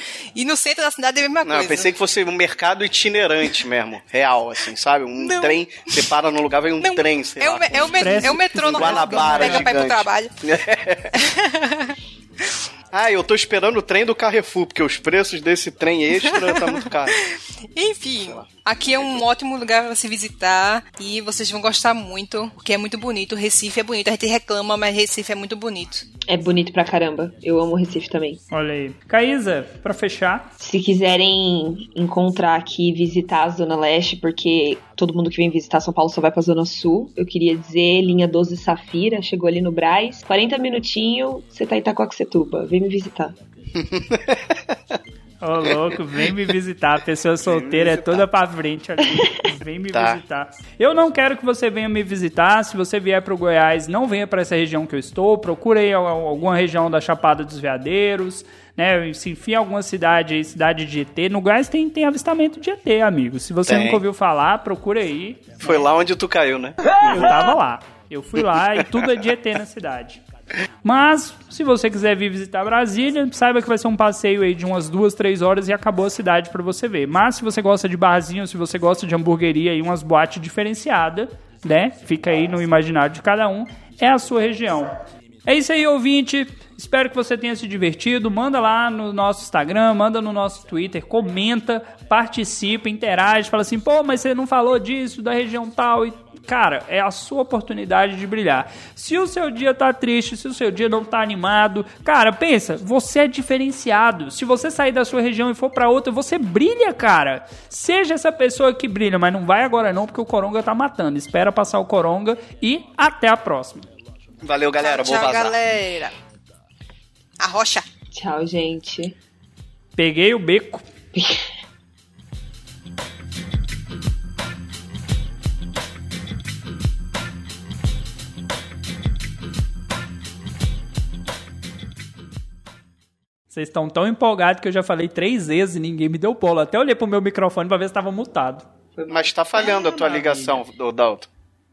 Speaker 2: E no centro da cidade é a mesma
Speaker 4: Não,
Speaker 2: coisa.
Speaker 4: eu pensei que fosse um mercado itinerante mesmo. Real, assim, sabe? Um
Speaker 2: Não.
Speaker 4: trem, você para no lugar, vem um
Speaker 2: Não,
Speaker 4: trem, sei
Speaker 2: é
Speaker 4: lá.
Speaker 2: o, me- é o, me- é o metrô no
Speaker 4: Guanabara
Speaker 2: pega pra ir pro
Speaker 4: gigante.
Speaker 2: trabalho.
Speaker 4: Ah, eu tô esperando o trem do Carrefour, porque os preços desse trem extra tá muito caro.
Speaker 2: Enfim, aqui é um ótimo lugar pra se visitar e vocês vão gostar muito, porque é muito bonito. Recife é bonito, a gente reclama, mas Recife é muito bonito.
Speaker 7: É bonito pra caramba. Eu amo Recife também.
Speaker 3: Olha aí. Caísa, pra fechar.
Speaker 7: Se quiserem encontrar aqui, visitar a Zona Leste, porque todo mundo que vem visitar São Paulo só vai pra Zona Sul, eu queria dizer, linha doze Safira, chegou ali no Brás, quarenta minutinhos, você tá em Itacoaxetuba, vem me visitar.
Speaker 3: Ô, louco, vem me visitar. A pessoa solteira é toda pra frente ali. Vem me
Speaker 4: Tá.
Speaker 3: visitar. Eu não quero que você venha me visitar. Se você vier pro Goiás, não venha pra essa região que eu estou. Procure aí al- alguma região da Chapada dos Veadeiros, né? Se enfia em alguma cidade aí, cidade de E T. No Goiás tem, tem avistamento de E T, amigo. Se você
Speaker 4: Tem.
Speaker 3: nunca ouviu falar, procure aí.
Speaker 4: Foi lá onde tu caiu, né?
Speaker 3: Eu tava lá. Eu fui lá e tudo é de E T na cidade. Mas, se você quiser vir visitar Brasília, saiba que vai ser um passeio aí de umas duas, três horas e acabou a cidade pra você ver. Mas, se você gosta de barzinho, se você gosta de hamburgueria e umas boates diferenciadas, né? Fica aí no imaginário de cada um, é a sua região. É isso aí, ouvinte. Espero que você tenha se divertido. Manda lá no nosso Instagram, manda no nosso Twitter, comenta, participa, interage, fala assim, pô, mas você não falou disso, da região tal e... Cara, é a sua oportunidade de brilhar. Se o seu dia tá triste, se o seu dia não tá animado, cara, pensa, você é diferenciado. Se você sair da sua região e for pra outra, você brilha, cara. Seja essa pessoa que brilha, mas não vai agora não, porque o Coronga tá matando. Espera passar o Coronga e até a próxima.
Speaker 4: Valeu, galera.
Speaker 2: Tchau,
Speaker 4: Vou
Speaker 2: tchau,
Speaker 4: vazar.
Speaker 2: galera. A rocha.
Speaker 7: Tchau, gente.
Speaker 3: Peguei o beco. Vocês estão tão empolgados que eu já falei três vezes e ninguém me deu bola. Até olhei pro meu microfone pra ver se tava mutado.
Speaker 4: Mas tá falhando a tua ligação, do Dalton.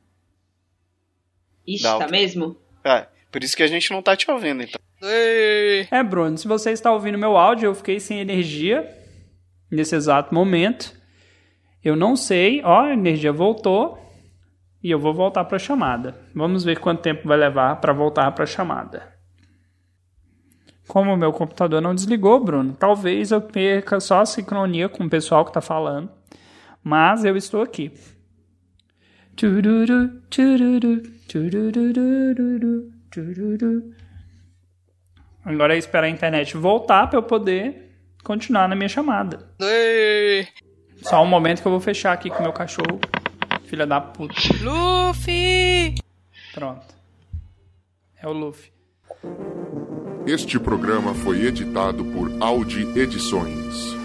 Speaker 7: Ixi,
Speaker 4: Dalton.
Speaker 7: tá mesmo?
Speaker 4: É, por isso que a gente não tá te ouvindo, então.
Speaker 3: É, Bruno, se você está ouvindo meu áudio, eu fiquei sem energia nesse exato momento. Eu não sei, ó, a energia voltou e eu vou voltar para a chamada. Vamos ver quanto tempo vai levar para voltar para a chamada. Como o meu computador não desligou, Bruno, talvez eu perca só a sincronia com o pessoal que está falando, mas eu estou aqui. Tururu, tururu, tururu, tururu, tururu. Agora é esperar a internet voltar pra eu poder continuar na minha chamada.
Speaker 2: Ei.
Speaker 3: Só um momento que eu vou fechar aqui com o meu cachorro. Filha da puta.
Speaker 2: Luffy!
Speaker 3: Pronto. É o Luffy.
Speaker 1: Este programa foi editado por Audi Edições.